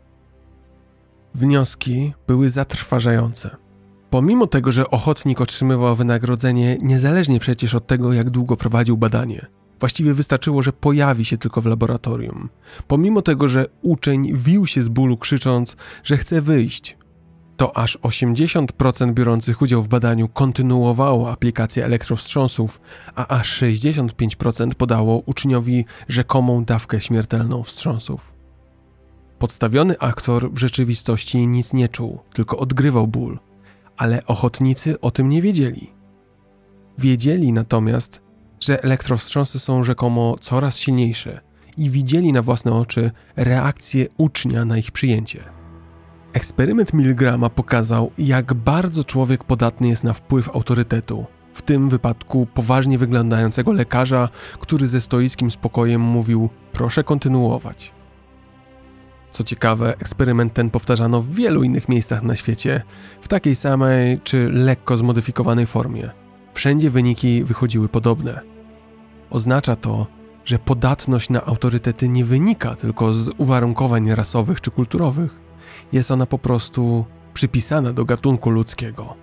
Wnioski były zatrważające. Pomimo tego, że ochotnik otrzymywał wynagrodzenie niezależnie przecież od tego, jak długo prowadził badanie, właściwie wystarczyło, że pojawi się tylko w laboratorium. Pomimo tego, że uczeń wił się z bólu krzycząc, że chce wyjść, to aż 80% biorących udział w badaniu kontynuowało aplikację elektrowstrząsów, a aż 65% podało uczniowi rzekomą dawkę śmiertelną wstrząsów. Podstawiony aktor w rzeczywistości nic nie czuł, tylko odgrywał ból, ale ochotnicy o tym nie wiedzieli. Wiedzieli natomiast, że elektrowstrząsy są rzekomo coraz silniejsze i widzieli na własne oczy reakcję ucznia na ich przyjęcie. Eksperyment Milgrama pokazał, jak bardzo człowiek podatny jest na wpływ autorytetu, w tym wypadku poważnie wyglądającego lekarza, który ze stoickim spokojem mówił: proszę kontynuować. Co ciekawe, eksperyment ten powtarzano w wielu innych miejscach na świecie, w takiej samej czy lekko zmodyfikowanej formie. Wszędzie wyniki wychodziły podobne. Oznacza to, że podatność na autorytety nie wynika tylko z uwarunkowań rasowych czy kulturowych. Jest ona po prostu przypisana do gatunku ludzkiego.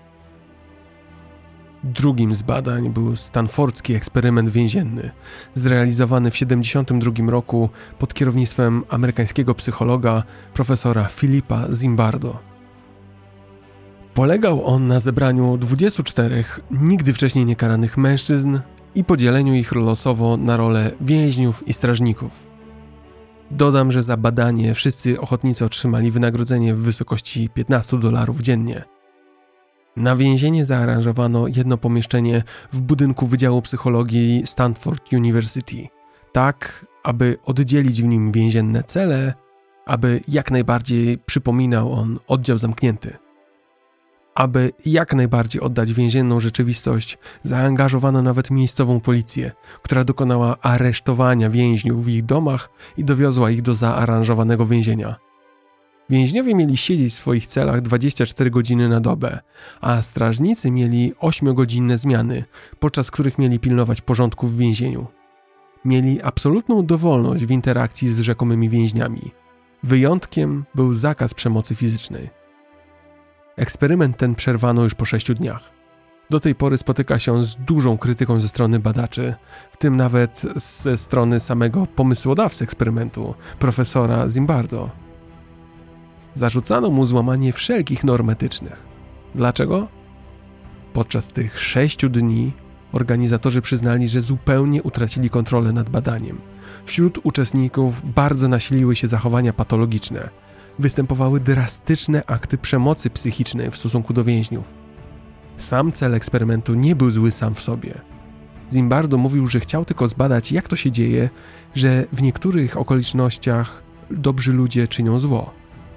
Drugim z badań był stanfordzki eksperyment więzienny, zrealizowany w 1972 roku pod kierownictwem amerykańskiego psychologa profesora Philippa Zimbardo. Polegał on na zebraniu 24 nigdy wcześniej niekaranych mężczyzn i podzieleniu ich losowo na role więźniów i strażników. Dodam, że za badanie wszyscy ochotnicy otrzymali wynagrodzenie w wysokości $15 dziennie. Na więzienie zaaranżowano jedno pomieszczenie w budynku Wydziału Psychologii Stanford University, tak aby oddzielić w nim więzienne cele, aby jak najbardziej przypominał on oddział zamknięty. Aby jak najbardziej oddać więzienną rzeczywistość, zaangażowano nawet miejscową policję, która dokonała aresztowania więźniów w ich domach i dowiozła ich do zaaranżowanego więzienia. Więźniowie mieli siedzieć w swoich celach 24 godziny na dobę, a strażnicy mieli 8-godzinne zmiany, podczas których mieli pilnować porządku w więzieniu. Mieli absolutną dowolność w interakcji z rzekomymi więźniami. Wyjątkiem był zakaz przemocy fizycznej. Eksperyment ten przerwano już po 6 dniach. Do tej pory spotyka się z dużą krytyką ze strony badaczy, w tym nawet ze strony samego pomysłodawcy eksperymentu, profesora Zimbardo. Zarzucano mu złamanie wszelkich norm etycznych. Dlaczego? Podczas tych 6 dni organizatorzy przyznali, że zupełnie utracili kontrolę nad badaniem. Wśród uczestników bardzo nasiliły się zachowania patologiczne. występowały drastyczne akty przemocy psychicznej w stosunku do więźniów. Sam cel eksperymentu nie był zły sam w sobie. Zimbardo mówił, że chciał tylko zbadać, jak to się dzieje, że w niektórych okolicznościach dobrzy ludzie czynią zło.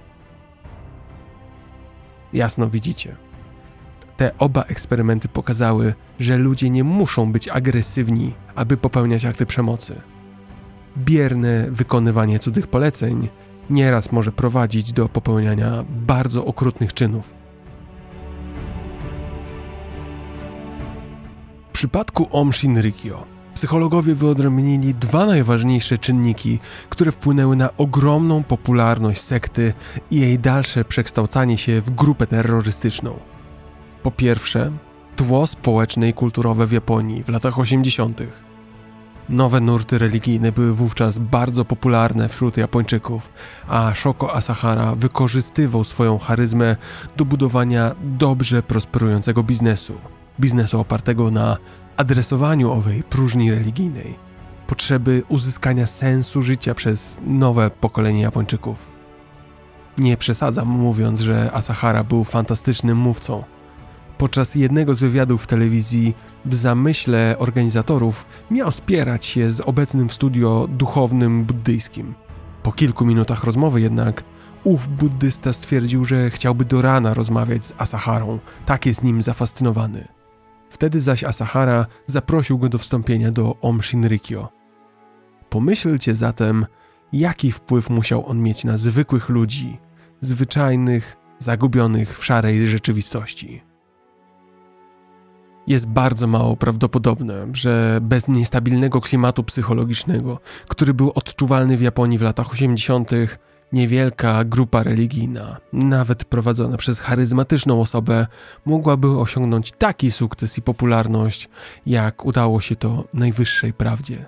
Jasno widzicie. Te oba eksperymenty pokazały, że ludzie nie muszą być agresywni, aby popełniać akty przemocy. Bierne wykonywanie cudzych poleceń nieraz może prowadzić do popełniania bardzo okrutnych czynów. W przypadku Aum Shinrikyo psychologowie wyodrębnili dwa najważniejsze czynniki, które wpłynęły na ogromną popularność sekty i jej dalsze przekształcanie się w grupę terrorystyczną. Po pierwsze, tło społeczne i kulturowe w Japonii w latach 80. Nowe nurty religijne były wówczas bardzo popularne wśród Japończyków, a Shoko Asahara wykorzystywał swoją charyzmę do budowania dobrze prosperującego biznesu opartego na adresowaniu owej próżni religijnej, potrzeby uzyskania sensu życia przez nowe pokolenie Japończyków. Nie przesadzam mówiąc, że Asahara był fantastycznym mówcą. Podczas jednego z wywiadów w telewizji w zamyśle organizatorów miał spierać się z obecnym w studio duchownym buddyjskim. Po kilku minutach rozmowy jednak ów buddysta stwierdził, że chciałby do rana rozmawiać z Asaharą, tak jest nim zafascynowany. Wtedy zaś Asahara zaprosił go do wstąpienia do Aum Shinrikyo. Pomyślcie zatem, jaki wpływ musiał on mieć na zwykłych ludzi, zwyczajnych, zagubionych w szarej rzeczywistości. Jest bardzo mało prawdopodobne, że bez niestabilnego klimatu psychologicznego, który był odczuwalny w Japonii w latach 80., niewielka grupa religijna, nawet prowadzona przez charyzmatyczną osobę, mogłaby osiągnąć taki sukces i popularność, jak udało się to najwyższej prawdzie.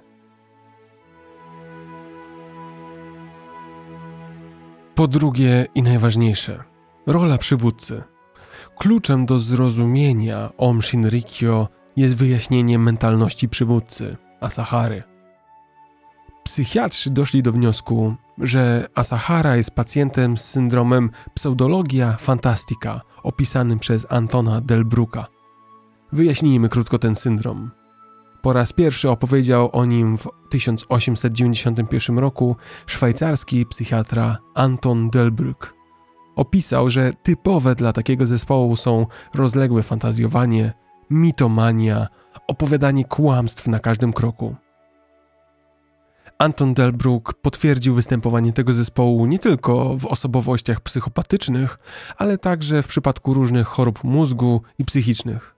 Po drugie i najważniejsze, rola przywódcy. Kluczem do zrozumienia Aum Shinrikyo jest wyjaśnienie mentalności przywódcy, Asahary. Psychiatrzy doszli do wniosku, że Asahara jest pacjentem z syndromem pseudologia fantastica, opisanym przez Antona Delbrucka. Wyjaśnijmy krótko ten syndrom. Po raz pierwszy opowiedział o nim w 1891 roku szwajcarski psychiatra Anton Delbruck. Opisał, że typowe dla takiego zespołu są rozległe fantazjowanie, mitomania, opowiadanie kłamstw na każdym kroku. Anton Delbruck potwierdził występowanie tego zespołu nie tylko w osobowościach psychopatycznych, ale także w przypadku różnych chorób mózgu i psychicznych.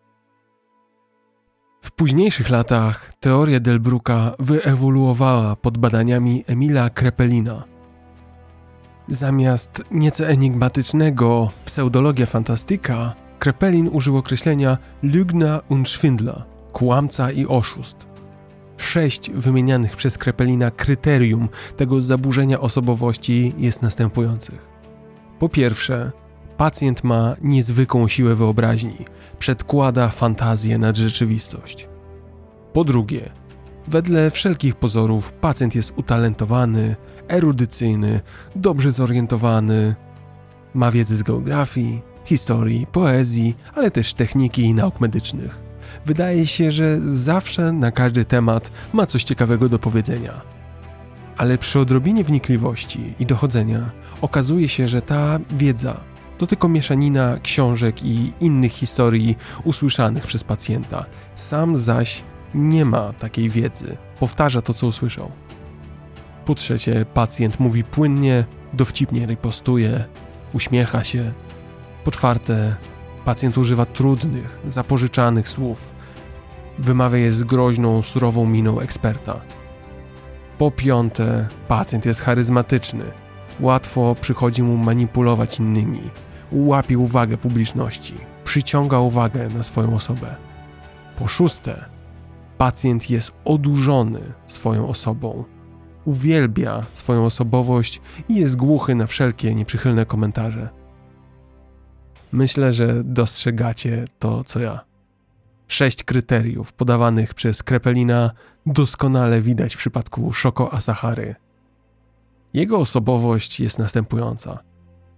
W późniejszych latach teoria Delbrucka wyewoluowała pod badaniami Emila Kraepelina. Zamiast nieco enigmatycznego pseudologia fantastica, Kraepelin użył określenia Lügner und Schwindler, kłamca i oszust. 6 wymienianych przez Kraepelina kryterium tego zaburzenia osobowości jest następujących. Po pierwsze, pacjent ma niezwykłą siłę wyobraźni, przedkłada fantazję nad rzeczywistość. Po drugie, wedle wszelkich pozorów pacjent jest utalentowany, erudycyjny, dobrze zorientowany, ma wiedzę z geografii, historii, poezji, ale też techniki i nauk medycznych. Wydaje się, że zawsze na każdy temat ma coś ciekawego do powiedzenia. Ale przy odrobinie wnikliwości i dochodzenia okazuje się, że ta wiedza to tylko mieszanina książek i innych historii usłyszanych przez pacjenta. Sam zaś nie ma takiej wiedzy. Powtarza to, co usłyszał. Po trzecie, pacjent mówi płynnie, dowcipnie ripostuje, uśmiecha się. Po czwarte, pacjent używa trudnych, zapożyczanych słów. Wymawia je z groźną, surową miną eksperta. Po piąte, pacjent jest charyzmatyczny. Łatwo przychodzi mu manipulować innymi. Łapie uwagę publiczności. Przyciąga uwagę na swoją osobę. Po szóste, pacjent jest odurzony swoją osobą. Uwielbia swoją osobowość i jest głuchy na wszelkie nieprzychylne komentarze. Myślę, że dostrzegacie to, co ja. 6 kryteriów podawanych przez Kraepelina doskonale widać w przypadku Shoko Asahary. Jego osobowość jest następująca.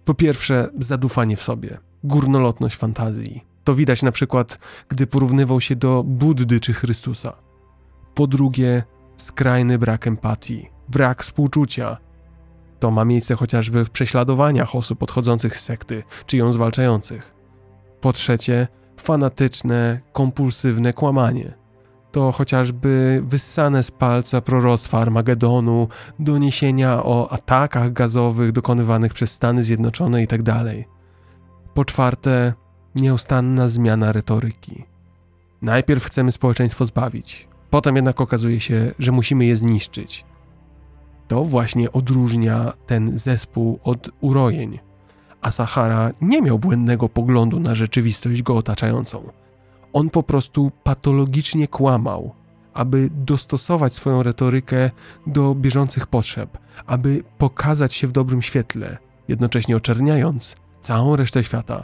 Po pierwsze, zadufanie w sobie, górnolotność fantazji. To widać na przykład, gdy porównywał się do Buddy czy Chrystusa. Po drugie, skrajny brak empatii, brak współczucia. To ma miejsce chociażby w prześladowaniach osób odchodzących z sekty, czy ją zwalczających. Po trzecie, fanatyczne, kompulsywne kłamanie. To chociażby wyssane z palca proroctwa Armagedonu, doniesienia o atakach gazowych dokonywanych przez Stany Zjednoczone itd. Po czwarte, nieustanna zmiana retoryki. Najpierw chcemy społeczeństwo zbawić, potem jednak okazuje się, że musimy je zniszczyć. To właśnie odróżnia ten zespół od urojeń. Asahara nie miał błędnego poglądu na rzeczywistość go otaczającą. On po prostu patologicznie kłamał, aby dostosować swoją retorykę do bieżących potrzeb, aby pokazać się w dobrym świetle, jednocześnie oczerniając całą resztę świata.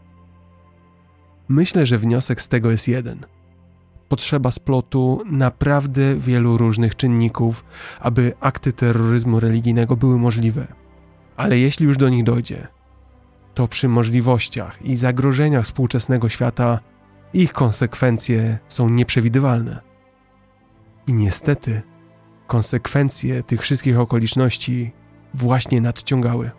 Myślę, że wniosek z tego jest jeden. Potrzeba splotu naprawdę wielu różnych czynników, aby akty terroryzmu religijnego były możliwe. Ale jeśli już do nich dojdzie, to przy możliwościach i zagrożeniach współczesnego świata ich konsekwencje są nieprzewidywalne. I niestety konsekwencje tych wszystkich okoliczności właśnie nadciągały.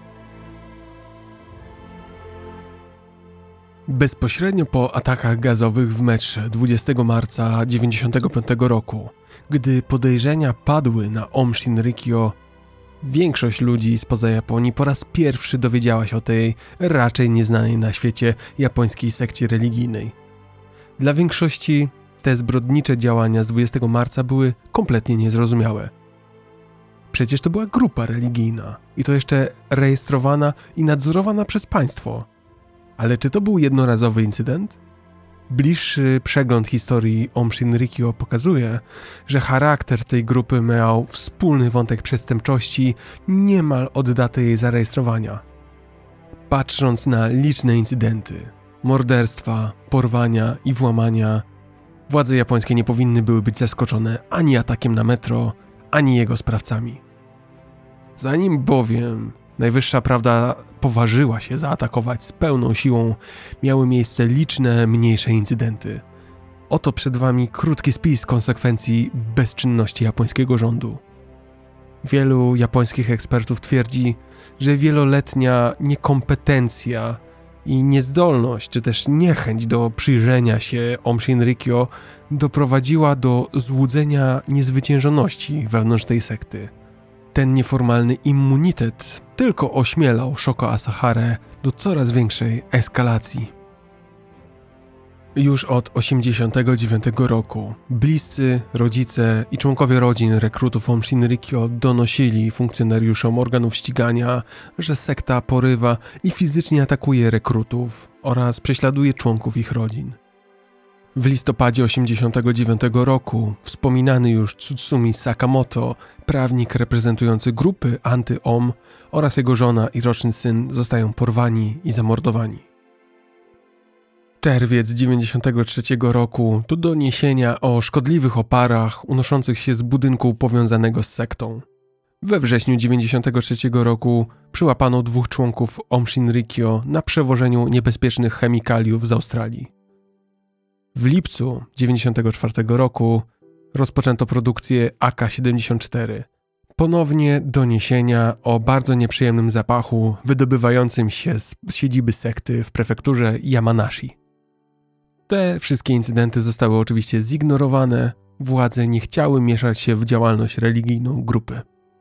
Bezpośrednio po atakach gazowych w metrze 20 marca 1995 roku, gdy podejrzenia padły na Aum Shinrikyo, większość ludzi spoza Japonii po raz pierwszy dowiedziała się o tej raczej nieznanej na świecie japońskiej sekcie religijnej. Dla większości te zbrodnicze działania z 20 marca były kompletnie niezrozumiałe. Przecież to była grupa religijna i to jeszcze rejestrowana i nadzorowana przez państwo. Ale czy to był jednorazowy incydent? Bliższy przegląd historii Aum Shinrikyo pokazuje, że charakter tej grupy miał wspólny wątek przestępczości niemal od daty jej zarejestrowania. Patrząc na liczne incydenty, morderstwa, porwania i włamania, władze japońskie nie powinny były być zaskoczone ani atakiem na metro, ani jego sprawcami. Zanim bowiem najwyższa prawda poważyła się zaatakować z pełną siłą, miały miejsce liczne, mniejsze incydenty. Oto przed wami krótki spis konsekwencji bezczynności japońskiego rządu. Wielu japońskich ekspertów twierdzi, że wieloletnia niekompetencja i niezdolność, czy też niechęć do przyjrzenia się Aum Shinrikyo doprowadziła do złudzenia niezwyciężoności wewnątrz tej sekty. Ten nieformalny immunitet tylko ośmielał Shoko Asaharę do coraz większej eskalacji. Już od 1989 roku bliscy, rodzice i członkowie rodzin rekrutów Aum Shinrikyo donosili funkcjonariuszom organów ścigania, że sekta porywa i fizycznie atakuje rekrutów oraz prześladuje członków ich rodzin. W listopadzie 1989 roku wspominany już Tsutsumi Sakamoto, prawnik reprezentujący grupy anty-Aum oraz jego żona i roczny syn zostają porwani i zamordowani. Czerwiec 1993 roku to doniesienia o szkodliwych oparach unoszących się z budynku powiązanego z sektą. We wrześniu 1993 roku przyłapano 2 członków Aum Shinrikyo na przewożeniu niebezpiecznych chemikaliów z Australii. W lipcu 1994 roku rozpoczęto produkcję AK-74. Ponownie doniesienia o bardzo nieprzyjemnym zapachu wydobywającym się z siedziby sekty w prefekturze Yamanashi. Te wszystkie incydenty zostały oczywiście zignorowane, władze nie chciały mieszać się w działalność religijną grupy.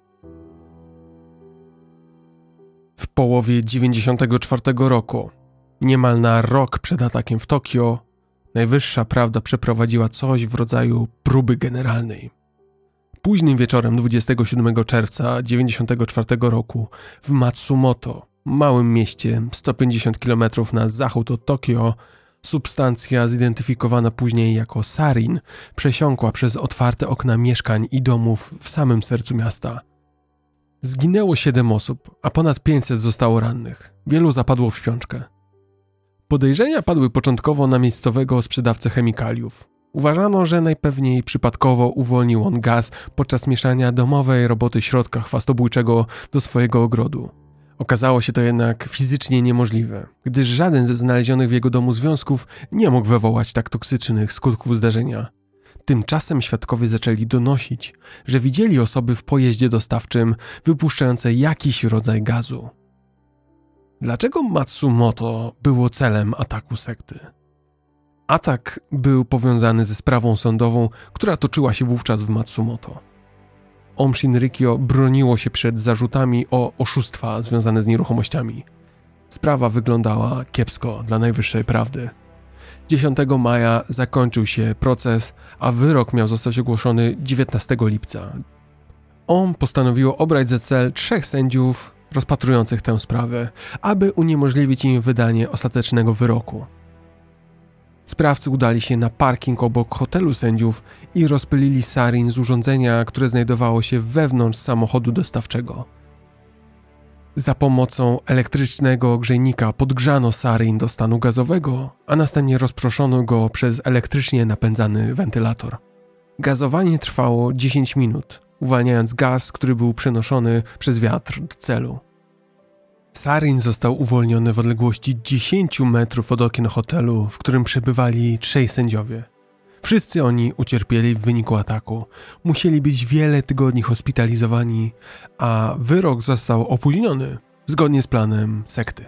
W połowie 1994 roku, niemal na rok przed atakiem w Tokio, najwyższa prawda przeprowadziła coś w rodzaju próby generalnej. Późnym wieczorem 27 czerwca 1994 roku w Matsumoto, małym mieście 150 km na zachód od Tokio, substancja zidentyfikowana później jako sarin przesiąkła przez otwarte okna mieszkań i domów w samym sercu miasta. Zginęło 7 osób, a ponad 500 zostało rannych. Wielu zapadło w śpiączkę. Podejrzenia padły początkowo na miejscowego sprzedawcę chemikaliów. Uważano, że najpewniej przypadkowo uwolnił on gaz podczas mieszania domowej roboty środka chwastobójczego do swojego ogrodu. Okazało się to jednak fizycznie niemożliwe, gdyż żaden ze znalezionych w jego domu związków nie mógł wywołać tak toksycznych skutków zdarzenia. Tymczasem świadkowie zaczęli donosić, że widzieli osoby w pojeździe dostawczym wypuszczające jakiś rodzaj gazu. Dlaczego Matsumoto było celem ataku sekty? Atak był powiązany ze sprawą sądową, która toczyła się wówczas w Matsumoto. Aum Shinrikyo broniło się przed zarzutami o oszustwa związane z nieruchomościami. Sprawa wyglądała kiepsko dla najwyższej prawdy. 10 maja zakończył się proces, a wyrok miał zostać ogłoszony 19 lipca. Aum postanowiło obrać za cel 3 sędziów rozpatrujących tę sprawę, aby uniemożliwić im wydanie ostatecznego wyroku. Sprawcy udali się na parking obok hotelu sędziów i rozpylili sarin z urządzenia, które znajdowało się wewnątrz samochodu dostawczego. Za pomocą elektrycznego grzejnika podgrzano sarin do stanu gazowego, a następnie rozproszono go przez elektrycznie napędzany wentylator. Gazowanie trwało 10 minut, uwalniając gaz, który był przenoszony przez wiatr do celu. Sarin został uwolniony w odległości 10 metrów od okien hotelu, w którym przebywali 3 sędziowie. Wszyscy oni ucierpieli w wyniku ataku, musieli być wiele tygodni hospitalizowani, a wyrok został opóźniony zgodnie z planem sekty.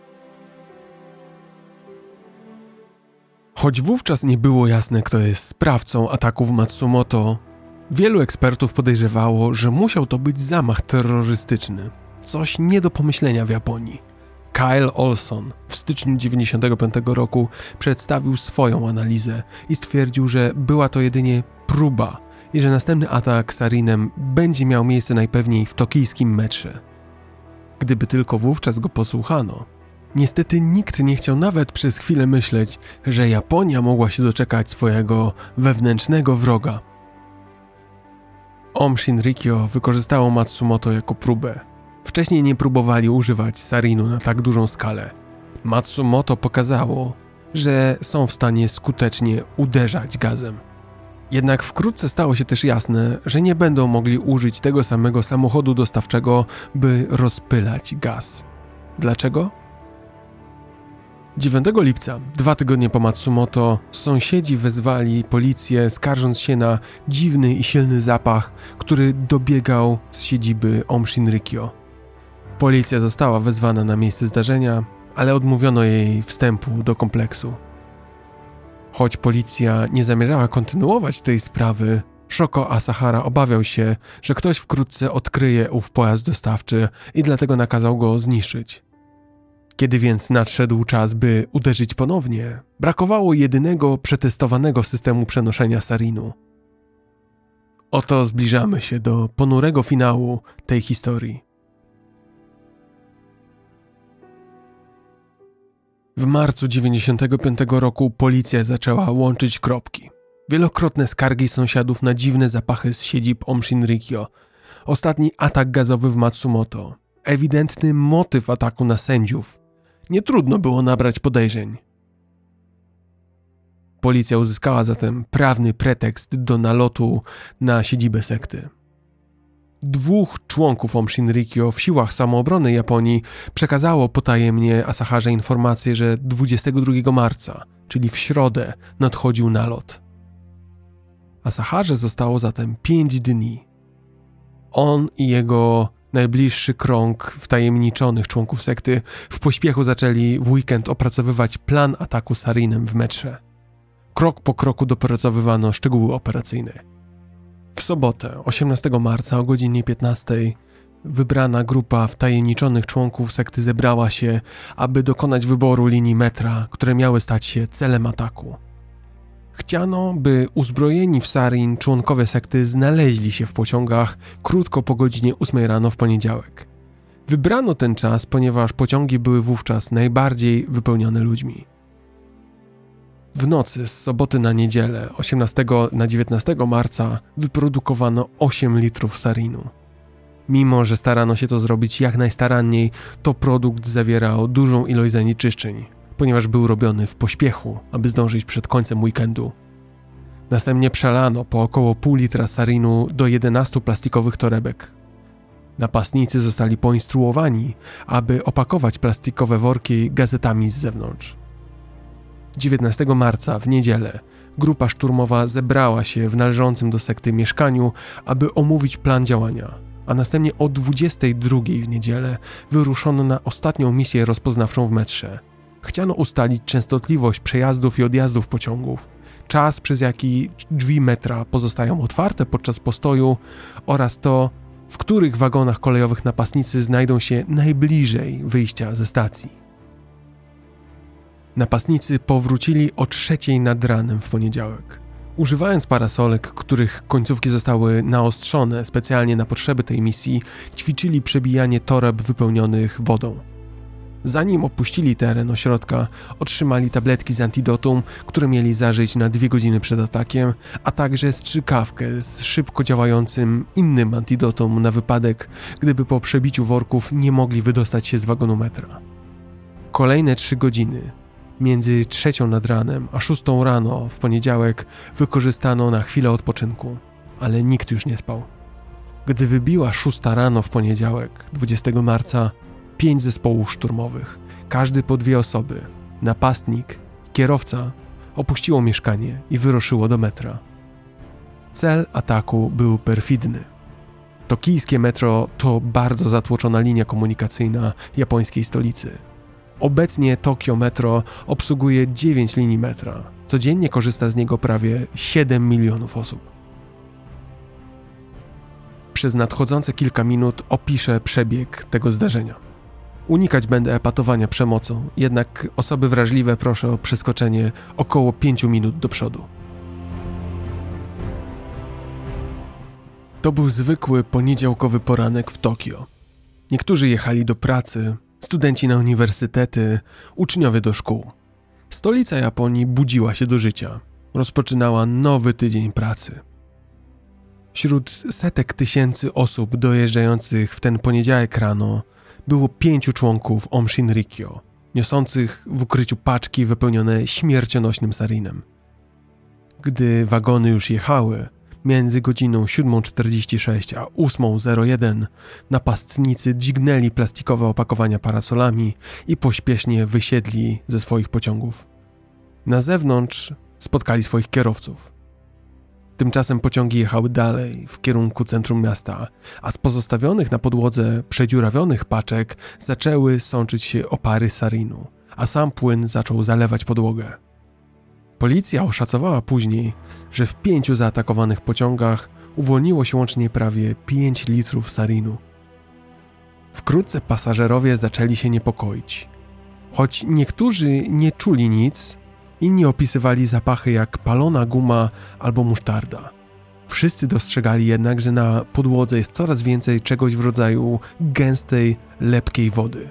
Choć wówczas nie było jasne, kto jest sprawcą ataku w Matsumoto, wielu ekspertów podejrzewało, że musiał to być zamach terrorystyczny. Coś nie do pomyślenia w Japonii. Kyle Olson w styczniu 1995 roku przedstawił swoją analizę i stwierdził, że była to jedynie próba i że następny atak sarinem będzie miał miejsce najpewniej w tokijskim metrze. Gdyby tylko wówczas go posłuchano. Niestety nikt nie chciał nawet przez chwilę myśleć, że Japonia mogła się doczekać swojego wewnętrznego wroga. Aum Shinrikyo wykorzystało Matsumoto jako próbę. Wcześniej nie próbowali używać sarinu na tak dużą skalę. Matsumoto pokazało, że są w stanie skutecznie uderzać gazem. Jednak wkrótce stało się też jasne, że nie będą mogli użyć tego samego samochodu dostawczego, by rozpylać gaz. Dlaczego? 9 lipca, 2 tygodnie po Matsumoto, sąsiedzi wezwali policję, skarżąc się na dziwny i silny zapach, który dobiegał z siedziby Aum Shinrikyo. Policja została wezwana na miejsce zdarzenia, ale odmówiono jej wstępu do kompleksu. Choć policja nie zamierzała kontynuować tej sprawy, Shoko Asahara obawiał się, że ktoś wkrótce odkryje ów pojazd dostawczy i dlatego nakazał go zniszczyć. Kiedy więc nadszedł czas, by uderzyć ponownie, brakowało jedynego przetestowanego systemu przenoszenia sarinu. Oto zbliżamy się do ponurego finału tej historii. W marcu 1995 roku policja zaczęła łączyć kropki. Wielokrotne skargi sąsiadów na dziwne zapachy z siedzib Aum Shinrikyo, ostatni atak gazowy w Matsumoto, ewidentny motyw ataku na sędziów. Nie trudno było nabrać podejrzeń. Policja uzyskała zatem prawny pretekst do nalotu na siedzibę sekty. 2 członków Aum Shinrikyo w siłach samoobrony Japonii przekazało potajemnie Asaharze informację, że 22 marca, czyli w środę, nadchodził nalot. Asaharze zostało zatem 5 dni. On i jego najbliższy krąg wtajemniczonych członków sekty w pośpiechu zaczęli w weekend opracowywać plan ataku sarinem w metrze. Krok po kroku dopracowywano szczegóły operacyjne. W sobotę, 18 marca o godzinie 15, wybrana grupa wtajemniczonych członków sekty zebrała się, aby dokonać wyboru linii metra, które miały stać się celem ataku. Chciano, by uzbrojeni w sarin członkowie sekty znaleźli się w pociągach krótko po godzinie 8 rano w poniedziałek. Wybrano ten czas, ponieważ pociągi były wówczas najbardziej wypełnione ludźmi. W nocy z soboty na niedzielę, 18 na 19 marca, wyprodukowano 8 litrów sarinu. Mimo że starano się to zrobić jak najstaranniej, to produkt zawierał dużą ilość zanieczyszczeń, ponieważ był robiony w pośpiechu, aby zdążyć przed końcem weekendu. Następnie przelano po około pół litra sarinu do 11 plastikowych torebek. Napastnicy zostali poinstruowani, aby opakować plastikowe worki gazetami z zewnątrz. 19 marca, w niedzielę, grupa szturmowa zebrała się w należącym do sekty mieszkaniu, aby omówić plan działania, a następnie o 22 w niedzielę wyruszono na ostatnią misję rozpoznawczą w metrze. Chciano ustalić częstotliwość przejazdów i odjazdów pociągów, czas, przez jaki drzwi metra pozostają otwarte podczas postoju oraz to, w których wagonach kolejowych napastnicy znajdą się najbliżej wyjścia ze stacji. Napastnicy powrócili o 3:00 nad ranem w poniedziałek. Używając parasolek, których końcówki zostały naostrzone specjalnie na potrzeby tej misji, ćwiczyli przebijanie toreb wypełnionych wodą. Zanim opuścili teren ośrodka, otrzymali tabletki z antidotum, które mieli zażyć na 2 godziny przed atakiem, a także strzykawkę z szybko działającym innym antidotum na wypadek, gdyby po przebiciu worków nie mogli wydostać się z wagonu metra. Kolejne 3 godziny, między 3:00 nad ranem a 6:00 rano w poniedziałek, wykorzystano na chwilę odpoczynku, ale nikt już nie spał. Gdy wybiła 6:00 rano w poniedziałek, 20 marca, 5 zespołów szturmowych, każdy po 2 osoby, napastnik, kierowca, opuściło mieszkanie i wyruszyło do metra. Cel ataku był perfidny. Tokijskie metro to bardzo zatłoczona linia komunikacyjna japońskiej stolicy. Obecnie Tokio Metro obsługuje 9 linii metra. Codziennie korzysta z niego prawie 7 milionów osób. Przez nadchodzące kilka minut opiszę przebieg tego zdarzenia. Unikać będę epatowania przemocą, jednak osoby wrażliwe proszę o przeskoczenie około 5 minut do przodu. To był zwykły poniedziałkowy poranek w Tokio. Niektórzy jechali do pracy, studenci na uniwersytety, uczniowie do szkół. Stolica Japonii budziła się do życia. Rozpoczynała nowy tydzień pracy. Wśród setek tysięcy osób dojeżdżających w ten poniedziałek rano było 5 członków Aum Shinrikyo, niosących w ukryciu paczki wypełnione śmiercionośnym sarinem. Gdy wagony już jechały, między godziną 7:46 a 8:01 napastnicy dźgnęli plastikowe opakowania parasolami i pośpiesznie wysiedli ze swoich pociągów. Na zewnątrz spotkali swoich kierowców. Tymczasem pociągi jechały dalej, w kierunku centrum miasta, a z pozostawionych na podłodze przedziurawionych paczek zaczęły sączyć się opary sarinu, a sam płyn zaczął zalewać podłogę. Policja oszacowała później, że w 5 zaatakowanych pociągach uwolniło się łącznie prawie 5 litrów sarinu. Wkrótce pasażerowie zaczęli się niepokoić. Choć niektórzy nie czuli nic, inni opisywali zapachy jak palona guma albo musztarda. Wszyscy dostrzegali jednak, że na podłodze jest coraz więcej czegoś w rodzaju gęstej, lepkiej wody.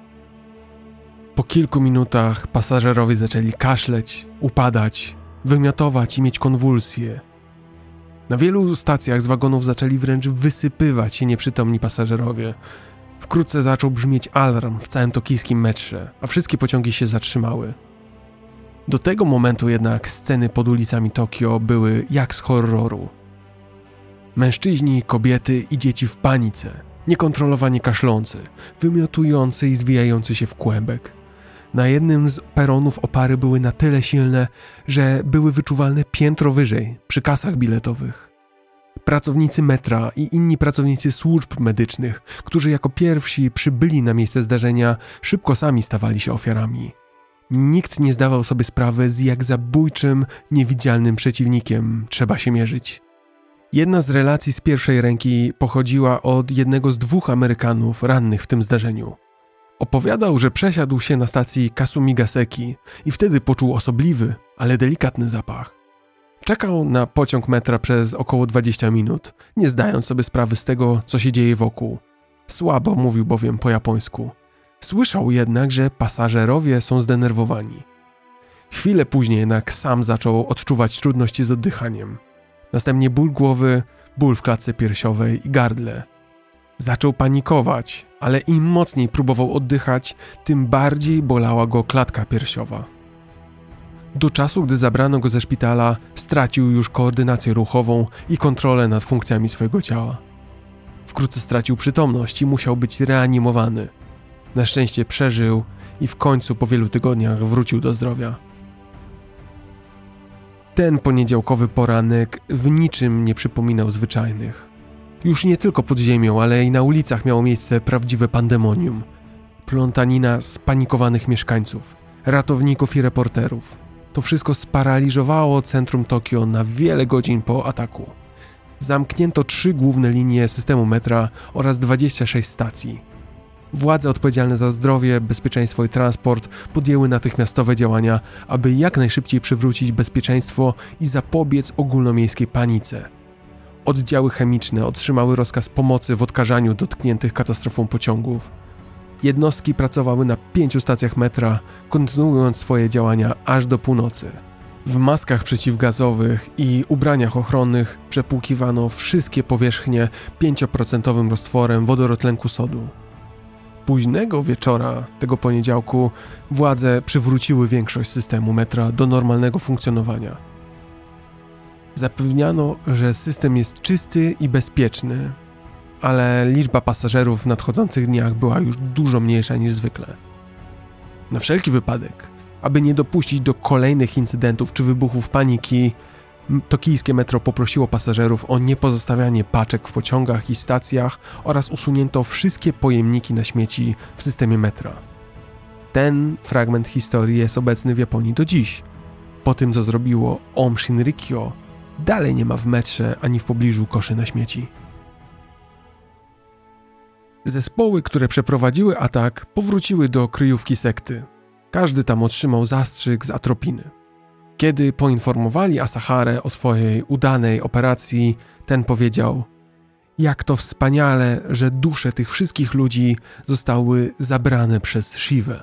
Po kilku minutach pasażerowie zaczęli kaszleć, upadać, wymiotować i mieć konwulsje. Na wielu stacjach z wagonów zaczęli wręcz wysypywać się nieprzytomni pasażerowie. Wkrótce zaczął brzmieć alarm w całym tokijskim metrze, a wszystkie pociągi się zatrzymały. Do tego momentu jednak sceny pod ulicami Tokio były jak z horroru. Mężczyźni, kobiety i dzieci w panice, niekontrolowanie kaszlący, wymiotujący i zwijający się w kłębek. Na jednym z peronów opary były na tyle silne, że były wyczuwalne piętro wyżej, przy kasach biletowych. Pracownicy metra i inni pracownicy służb medycznych, którzy jako pierwsi przybyli na miejsce zdarzenia, szybko sami stawali się ofiarami. Nikt nie zdawał sobie sprawy, z jak zabójczym, niewidzialnym przeciwnikiem trzeba się mierzyć. Jedna z relacji z pierwszej ręki pochodziła od jednego z 2 Amerykanów rannych w tym zdarzeniu. Opowiadał, że przesiadł się na stacji Kasumigaseki i wtedy poczuł osobliwy, ale delikatny zapach. Czekał na pociąg metra przez około 20 minut, nie zdając sobie sprawy z tego, co się dzieje wokół. Słabo mówił bowiem po japońsku. Słyszał jednak, że pasażerowie są zdenerwowani. Chwilę później jednak sam zaczął odczuwać trudności z oddychaniem. Następnie ból głowy, ból w klatce piersiowej i gardle. Zaczął panikować, ale im mocniej próbował oddychać, tym bardziej bolała go klatka piersiowa. Do czasu, gdy zabrano go ze szpitala, stracił już koordynację ruchową i kontrolę nad funkcjami swojego ciała. Wkrótce stracił przytomność i musiał być reanimowany. Na szczęście przeżył i w końcu po wielu tygodniach wrócił do zdrowia. Ten poniedziałkowy poranek w niczym nie przypominał zwyczajnych. Już nie tylko pod ziemią, ale i na ulicach miało miejsce prawdziwe pandemonium. Plątanina spanikowanych mieszkańców, ratowników i reporterów. To wszystko sparaliżowało centrum Tokio na wiele godzin po ataku. Zamknięto 3 główne linie systemu metra oraz 26 stacji. Władze odpowiedzialne za zdrowie, bezpieczeństwo i transport podjęły natychmiastowe działania, aby jak najszybciej przywrócić bezpieczeństwo i zapobiec ogólnomiejskiej panice. Oddziały chemiczne otrzymały rozkaz pomocy w odkażaniu dotkniętych katastrofą pociągów. Jednostki pracowały na 5 stacjach metra, kontynuując swoje działania aż do północy. W maskach przeciwgazowych i ubraniach ochronnych przepłukiwano wszystkie powierzchnie 5% roztworem wodorotlenku sodu. Późnego wieczora tego poniedziałku władze przywróciły większość systemu metra do normalnego funkcjonowania. Zapewniano, że system jest czysty i bezpieczny, ale liczba pasażerów w nadchodzących dniach była już dużo mniejsza niż zwykle. Na wszelki wypadek, aby nie dopuścić do kolejnych incydentów czy wybuchów paniki, tokijskie metro poprosiło pasażerów o niepozostawianie paczek w pociągach i stacjach oraz usunięto wszystkie pojemniki na śmieci w systemie metra. Ten fragment historii jest obecny w Japonii do dziś. Po tym, co zrobiło Aum Shinrikyo, dalej nie ma w metrze ani w pobliżu koszy na śmieci. Zespoły, które przeprowadziły atak, powróciły do kryjówki sekty. Każdy tam otrzymał zastrzyk z atropiny. Kiedy poinformowali Asaharę o swojej udanej operacji, ten powiedział: jak to wspaniale, że dusze tych wszystkich ludzi zostały zabrane przez Shivę.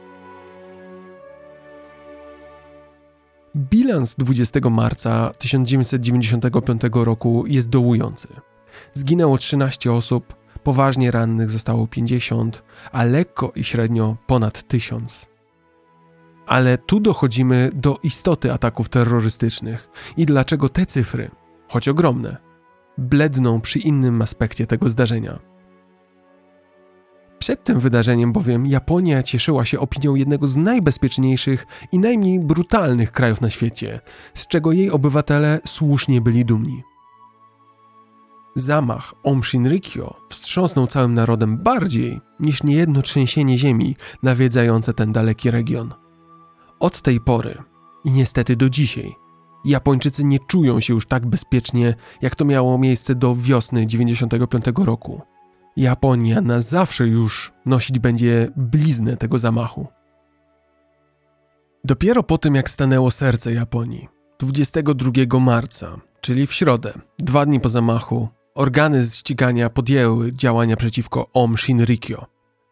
Bilans 20 marca 1995 roku jest dołujący. Zginęło 13 osób, poważnie rannych zostało 50, a lekko i średnio ponad 1000. Ale tu dochodzimy do istoty ataków terrorystycznych i dlaczego te cyfry, choć ogromne, bledną przy innym aspekcie tego zdarzenia. Przed tym wydarzeniem bowiem Japonia cieszyła się opinią jednego z najbezpieczniejszych i najmniej brutalnych krajów na świecie, z czego jej obywatele słusznie byli dumni. Zamach Aum Shinrikyo wstrząsnął całym narodem bardziej niż niejedno trzęsienie ziemi nawiedzające ten daleki region. Od tej pory i niestety do dzisiaj Japończycy nie czują się już tak bezpiecznie, jak to miało miejsce do wiosny 95 roku. Japonia na zawsze już nosić będzie bliznę tego zamachu. Dopiero po tym, jak stanęło serce Japonii, 22 marca, czyli w środę, 2 dni po zamachu, organy ścigania podjęły działania przeciwko Aum Shinrikyo.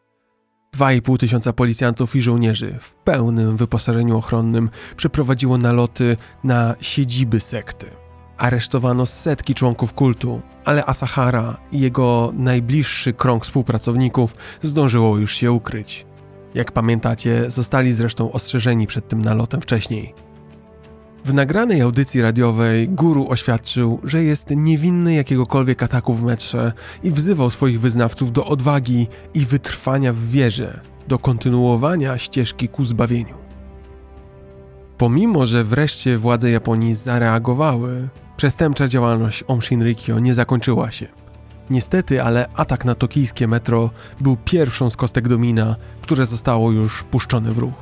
2500 policjantów i żołnierzy w pełnym wyposażeniu ochronnym przeprowadziło naloty na siedziby sekty. Aresztowano setki członków kultu, ale Asahara i jego najbliższy krąg współpracowników zdążyło już się ukryć. Jak pamiętacie, zostali zresztą ostrzeżeni przed tym nalotem wcześniej. W nagranej audycji radiowej guru oświadczył, że jest niewinny jakiegokolwiek ataku w metrze i wzywał swoich wyznawców do odwagi i wytrwania w wierze, do kontynuowania ścieżki ku zbawieniu. Pomimo, że wreszcie władze Japonii zareagowały, przestępcza działalność Aum Shinrikyo nie zakończyła się. Niestety, ale atak na tokijskie metro był pierwszą z kostek domina, które zostało już puszczone w ruch.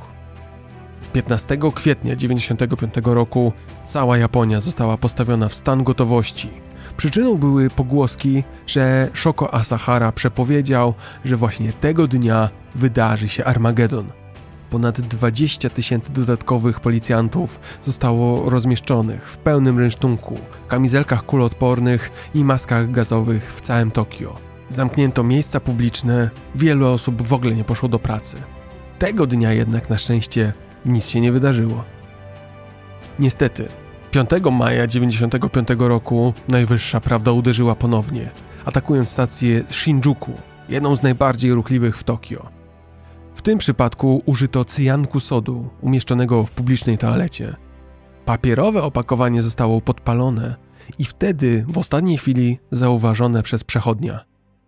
15 kwietnia 1995 roku cała Japonia została postawiona w stan gotowości. Przyczyną były pogłoski, że Shoko Asahara przepowiedział, że właśnie tego dnia wydarzy się Armagedon. Ponad 20 000 dodatkowych policjantów zostało rozmieszczonych w pełnym rynsztunku, kamizelkach kuloodpornych i maskach gazowych w całym Tokio. Zamknięto miejsca publiczne, wielu osób w ogóle nie poszło do pracy. Tego dnia jednak na szczęście nic się nie wydarzyło. Niestety, 5 maja 1995 roku najwyższa prawda uderzyła ponownie, atakując stację Shinjuku, jedną z najbardziej ruchliwych w Tokio. W tym przypadku użyto cyjanku sodu umieszczonego w publicznej toalecie. Papierowe opakowanie zostało podpalone i wtedy w ostatniej chwili zauważone przez przechodnia.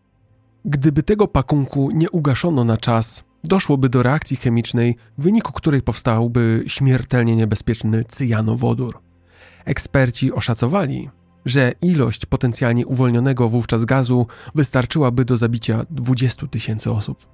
Gdyby tego pakunku nie ugaszono na czas, doszłoby do reakcji chemicznej, w wyniku której powstałby śmiertelnie niebezpieczny cyjanowodór. Eksperci oszacowali, że ilość potencjalnie uwolnionego wówczas gazu wystarczyłaby do zabicia 20 000 osób.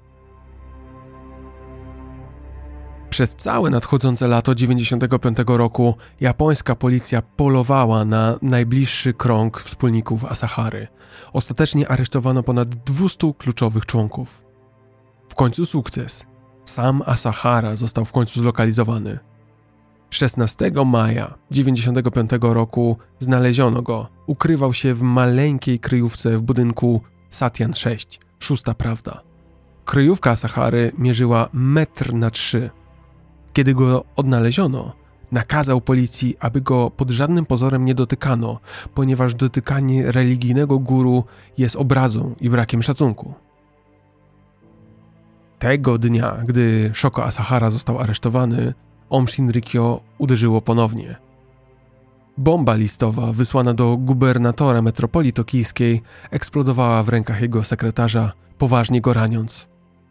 Przez całe nadchodzące lato 1995 roku japońska policja polowała na najbliższy krąg wspólników Asahary. Ostatecznie aresztowano ponad 200 kluczowych członków. W końcu sukces. Sam Asahara został w końcu zlokalizowany. 16 maja 1995 roku znaleziono go. Ukrywał się w maleńkiej kryjówce w budynku Satian 6, szósta prawda. Kryjówka Asahary mierzyła 1,3 m. Kiedy go odnaleziono, nakazał policji, aby go pod żadnym pozorem nie dotykano, ponieważ dotykanie religijnego guru jest obrazą i brakiem szacunku. Tego dnia, gdy Shoko Asahara został aresztowany, Aum Shinrikyo uderzyło ponownie. Bomba listowa wysłana do gubernatora metropolii tokijskiej eksplodowała w rękach jego sekretarza, poważnie go raniąc.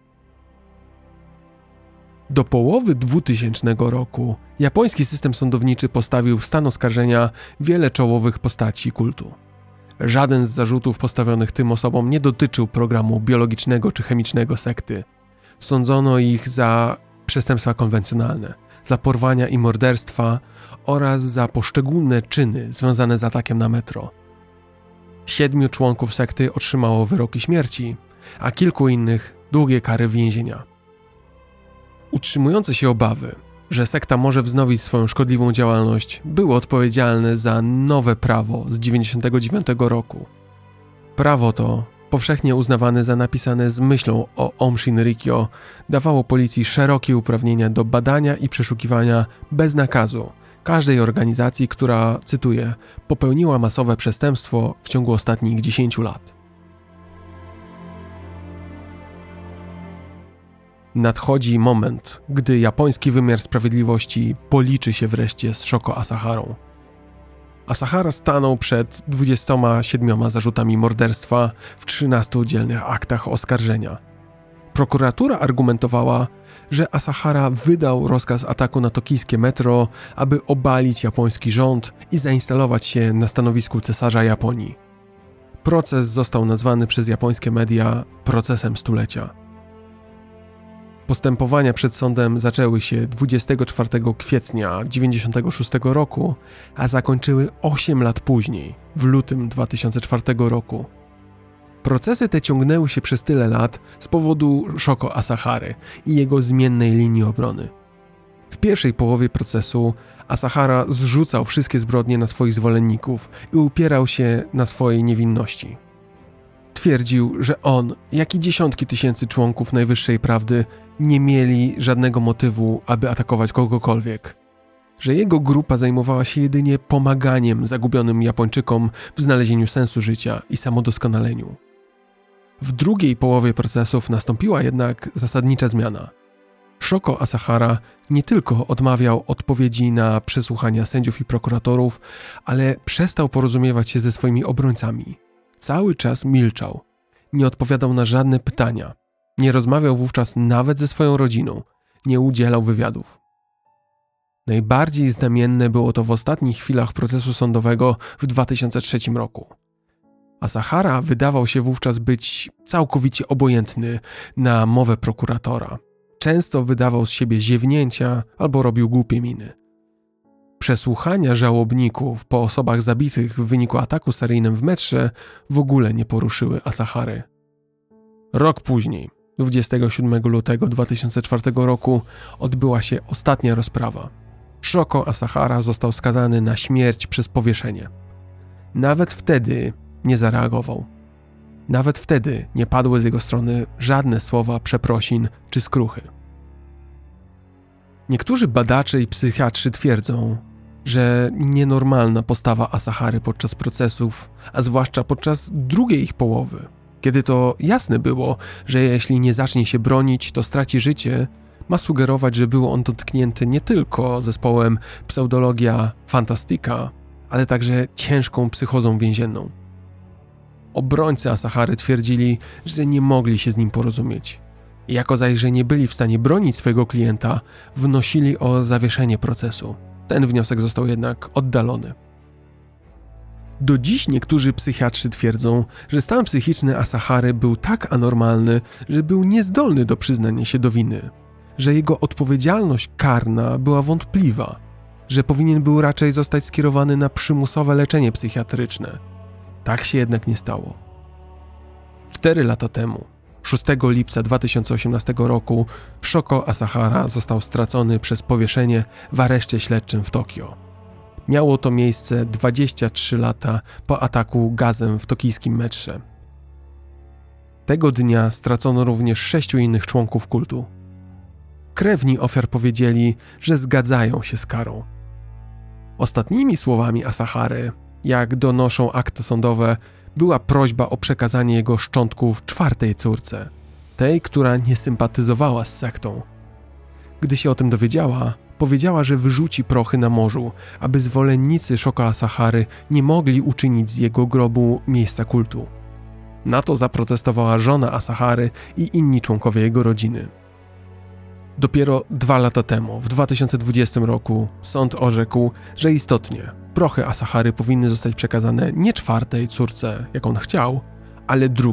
Do połowy 2000 roku japoński system sądowniczy postawił w stan oskarżenia wiele czołowych postaci kultu. Żaden z zarzutów postawionych tym osobom nie dotyczył programu biologicznego czy chemicznego sekty. Sądzono ich za przestępstwa konwencjonalne, za porwania i morderstwa oraz za poszczególne czyny związane z atakiem na metro. 7 członków sekty otrzymało wyroki śmierci, a kilku innych długie kary więzienia. Utrzymujące się obawy, że sekta może wznowić swoją szkodliwą działalność, były odpowiedzialne za nowe prawo z 1999 roku. Prawo to, powszechnie uznawane za napisane z myślą o Aum Shinrikyo, dawało policji szerokie uprawnienia do badania i przeszukiwania bez nakazu każdej organizacji, która, cytuję, popełniła masowe przestępstwo w ciągu ostatnich 10 lat. Nadchodzi moment, gdy japoński wymiar sprawiedliwości policzy się wreszcie z Shoko Asaharą. Asahara stanął przed 27 zarzutami morderstwa w 13 dzielnych aktach oskarżenia. Prokuratura argumentowała, że Asahara wydał rozkaz ataku na tokijskie metro, aby obalić japoński rząd i zainstalować się na stanowisku cesarza Japonii. Proces został nazwany przez japońskie media procesem stulecia. Postępowania przed sądem zaczęły się 24 kwietnia 1996 roku, a zakończyły 8 lat później, w lutym 2004 roku. Procesy te ciągnęły się przez tyle lat z powodu Shoko Asahary i jego zmiennej linii obrony. W pierwszej połowie procesu Asahara zrzucał wszystkie zbrodnie na swoich zwolenników i upierał się na swojej niewinności. Twierdził, że on, jak i dziesiątki tysięcy członków Najwyższej Prawdy nie mieli żadnego motywu, aby atakować kogokolwiek. Że jego grupa zajmowała się jedynie pomaganiem zagubionym Japończykom w znalezieniu sensu życia i samodoskonaleniu. W drugiej połowie procesów nastąpiła jednak zasadnicza zmiana. Shoko Asahara nie tylko odmawiał odpowiedzi na przesłuchania sędziów i prokuratorów, ale przestał porozumiewać się ze swoimi obrońcami. Cały czas milczał, nie odpowiadał na żadne pytania, nie rozmawiał wówczas nawet ze swoją rodziną, nie udzielał wywiadów. Najbardziej znamienne było to w ostatnich chwilach procesu sądowego w 2003 roku. Asahara wydawał się wówczas być całkowicie obojętny na mowę prokuratora. Często wydawał z siebie ziewnięcia albo robił głupie miny. Przesłuchania żałobników po osobach zabitych w wyniku ataku seryjnym w metrze w ogóle nie poruszyły Asahary. Rok później, 27 lutego 2004 roku, odbyła się ostatnia rozprawa. Shoko Asahara został skazany na śmierć przez powieszenie. Nawet wtedy nie zareagował. Nawet wtedy nie padły z jego strony żadne słowa przeprosin czy skruchy. Niektórzy badacze i psychiatrzy twierdzą, że nienormalna postawa Asahary podczas procesów, a zwłaszcza podczas drugiej ich połowy, kiedy to jasne było, że jeśli nie zacznie się bronić, to straci życie, ma sugerować, że był on dotknięty nie tylko zespołem pseudologia fantastica, ale także ciężką psychozą więzienną. Obrońcy Asahary twierdzili, że nie mogli się z nim porozumieć. Jako zaś, że nie byli w stanie bronić swojego klienta, wnosili o zawieszenie procesu. Ten wniosek został jednak oddalony. Do dziś niektórzy psychiatrzy twierdzą, że stan psychiczny Asahary był tak anormalny, że był niezdolny do przyznania się do winy, że jego odpowiedzialność karna była wątpliwa, że powinien był raczej zostać skierowany na przymusowe leczenie psychiatryczne. Tak się jednak nie stało. 4 lata temu, 6 lipca 2018 roku, Shoko Asahara został stracony przez powieszenie w areszcie śledczym w Tokio. Miało to miejsce 23 lata po ataku gazem w tokijskim metrze. Tego dnia stracono również 6 innych członków kultu. Krewni ofiar powiedzieli, że zgadzają się z karą. Ostatnimi słowami Asahary, jak donoszą akty sądowe, była prośba o przekazanie jego szczątków 4. córce, tej, która nie sympatyzowała z sektą. Gdy się o tym dowiedziała, powiedziała, że wyrzuci prochy na morzu, aby zwolennicy Shoko Asahary nie mogli uczynić z jego grobu miejsca kultu. Na to zaprotestowała żona Asahary i inni członkowie jego rodziny. Dopiero 2 lata temu, w 2020 roku, sąd orzekł, że istotnie prochy Asahary powinny zostać przekazane nie 4. córce, jak on chciał, ale 2.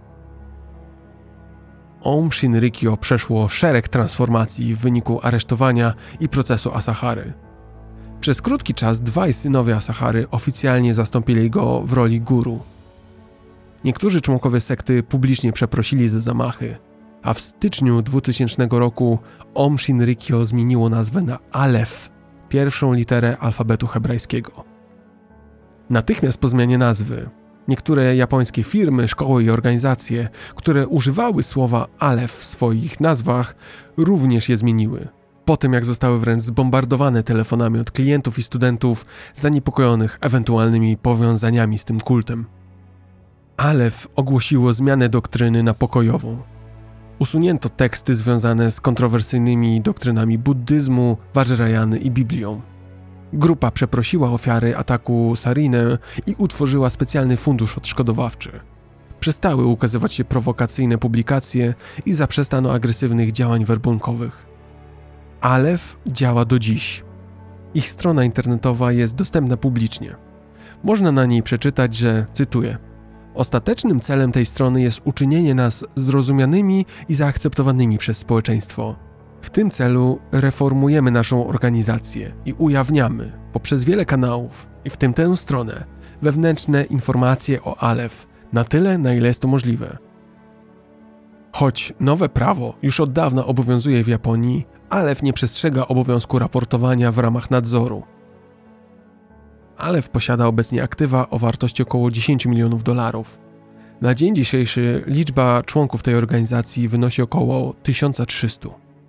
Aum Shinrikyo przeszło szereg transformacji w wyniku aresztowania i procesu Asahary. Przez krótki czas 2 synowie Asahary oficjalnie zastąpili go w roli guru. Niektórzy członkowie sekty publicznie przeprosili za zamachy, a w styczniu 2000 roku Aum Shinrikyo zmieniło nazwę na Alef, pierwszą literę alfabetu hebrajskiego. Natychmiast po zmianie nazwy niektóre japońskie firmy, szkoły i organizacje, które używały słowa Alef w swoich nazwach, również je zmieniły. Po tym, jak zostały wręcz zbombardowane telefonami od klientów i studentów zaniepokojonych ewentualnymi powiązaniami z tym kultem. Alef ogłosiło zmianę doktryny na pokojową. Usunięto teksty związane z kontrowersyjnymi doktrynami buddyzmu, Vajrayany i Biblią. Grupa przeprosiła ofiary ataku Sarinę i utworzyła specjalny fundusz odszkodowawczy. Przestały ukazywać się prowokacyjne publikacje i zaprzestano agresywnych działań werbunkowych. Alef działa do dziś. Ich strona internetowa jest dostępna publicznie. Można na niej przeczytać, że, cytuję: ostatecznym celem tej strony jest uczynienie nas zrozumianymi i zaakceptowanymi przez społeczeństwo. W tym celu reformujemy naszą organizację i ujawniamy, poprzez wiele kanałów, i w tym tę stronę, wewnętrzne informacje o Alef, na tyle, na ile jest to możliwe. Choć nowe prawo już od dawna obowiązuje w Japonii, Alef nie przestrzega obowiązku raportowania w ramach nadzoru. Alef posiada obecnie aktywa o wartości około $10 milionów. Na dzień dzisiejszy liczba członków tej organizacji wynosi około 1300.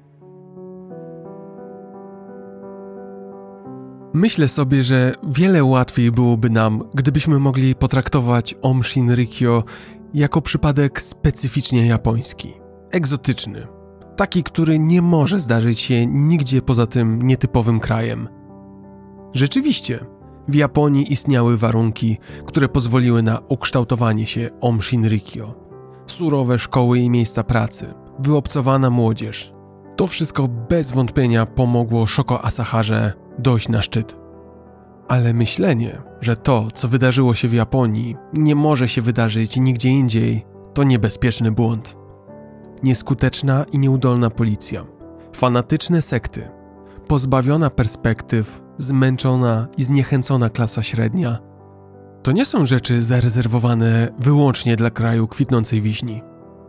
Myślę sobie, że wiele łatwiej byłoby nam, gdybyśmy mogli potraktować Aum Shinrikyo jako przypadek specyficznie japoński, egzotyczny, taki, który nie może zdarzyć się nigdzie poza tym nietypowym krajem. Rzeczywiście, w Japonii istniały warunki, które pozwoliły na ukształtowanie się Aum Shinrikyo. Surowe szkoły i miejsca pracy, wyobcowana młodzież. To wszystko bez wątpienia pomogło Shoko Asaharze dojść na szczyt. Ale myślenie, że to, co wydarzyło się w Japonii, nie może się wydarzyć nigdzie indziej, to niebezpieczny błąd. Nieskuteczna i nieudolna policja, fanatyczne sekty, pozbawiona perspektyw, zmęczona i zniechęcona klasa średnia. To nie są rzeczy zarezerwowane wyłącznie dla kraju kwitnącej wiśni.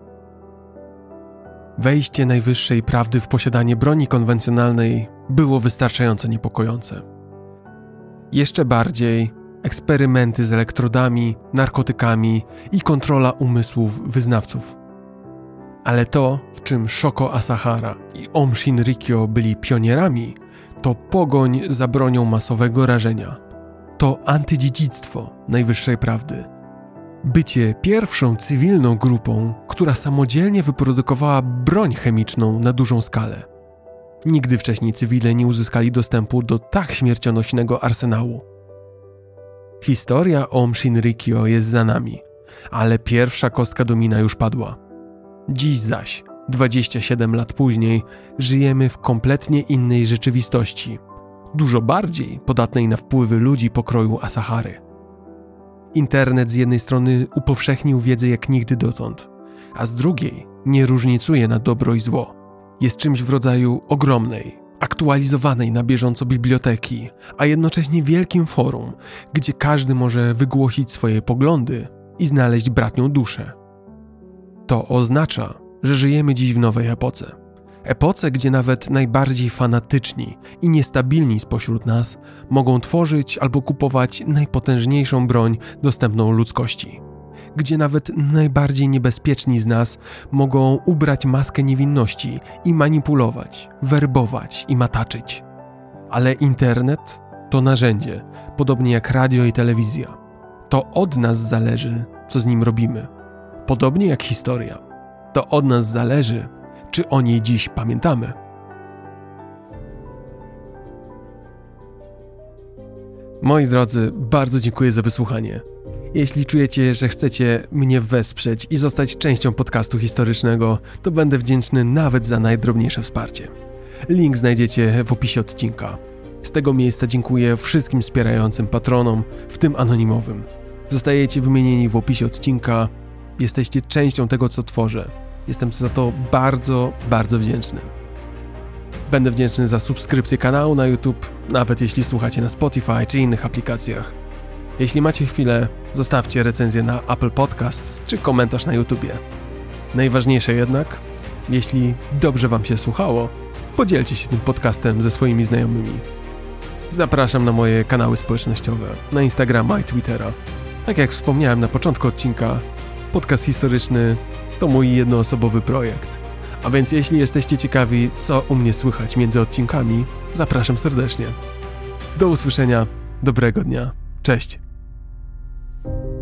Wejście najwyższej prawdy w posiadanie broni konwencjonalnej było wystarczająco niepokojące. Jeszcze bardziej eksperymenty z elektrodami, narkotykami i kontrola umysłów wyznawców. Ale to, w czym Shoko Asahara i Aum Shinrikyo byli pionierami, to pogoń za bronią masowego rażenia. To antydziedzictwo najwyższej prawdy. Bycie pierwszą cywilną grupą, która samodzielnie wyprodukowała broń chemiczną na dużą skalę. Nigdy wcześniej cywile nie uzyskali dostępu do tak śmiercionośnego arsenału. Historia Aum Shinrikyo jest za nami, ale pierwsza kostka domina już padła. Dziś zaś, 27 lat później, żyjemy w kompletnie innej rzeczywistości, dużo bardziej podatnej na wpływy ludzi pokroju Asahary. Internet z jednej strony upowszechnił wiedzę jak nigdy dotąd, a z drugiej nie różnicuje na dobro i zło. Jest czymś w rodzaju ogromnej, aktualizowanej na bieżąco biblioteki, a jednocześnie wielkim forum, gdzie każdy może wygłosić swoje poglądy i znaleźć bratnią duszę. To oznacza, że żyjemy dziś w nowej epoce. Epoce, gdzie nawet najbardziej fanatyczni i niestabilni spośród nas mogą tworzyć albo kupować najpotężniejszą broń dostępną ludzkości. Gdzie nawet najbardziej niebezpieczni z nas mogą ubrać maskę niewinności i manipulować, werbować i mataczyć. Ale internet to narzędzie, podobnie jak radio i telewizja. To od nas zależy, co z nim robimy. Podobnie jak historia. To od nas zależy, czy o niej dziś pamiętamy. Moi drodzy, bardzo dziękuję za wysłuchanie. Jeśli czujecie, że chcecie mnie wesprzeć i zostać częścią podcastu historycznego, to będę wdzięczny nawet za najdrobniejsze wsparcie. Link znajdziecie w opisie odcinka. Z tego miejsca dziękuję wszystkim wspierającym patronom, w tym anonimowym. Zostajecie wymienieni w opisie odcinka. Jesteście częścią tego, co tworzę. Jestem za to bardzo, bardzo wdzięczny. Będę wdzięczny za subskrypcję kanału na YouTube, nawet jeśli słuchacie na Spotify czy innych aplikacjach. Jeśli macie chwilę, zostawcie recenzję na Apple Podcasts czy komentarz na YouTubie. Najważniejsze jednak, jeśli dobrze wam się słuchało, podzielcie się tym podcastem ze swoimi znajomymi. Zapraszam na moje kanały społecznościowe, na Instagrama i Twittera. Tak jak wspomniałem na początku odcinka, podcast historyczny to mój jednoosobowy projekt. A więc jeśli jesteście ciekawi, co u mnie słychać między odcinkami, zapraszam serdecznie. Do usłyszenia, dobrego dnia, cześć!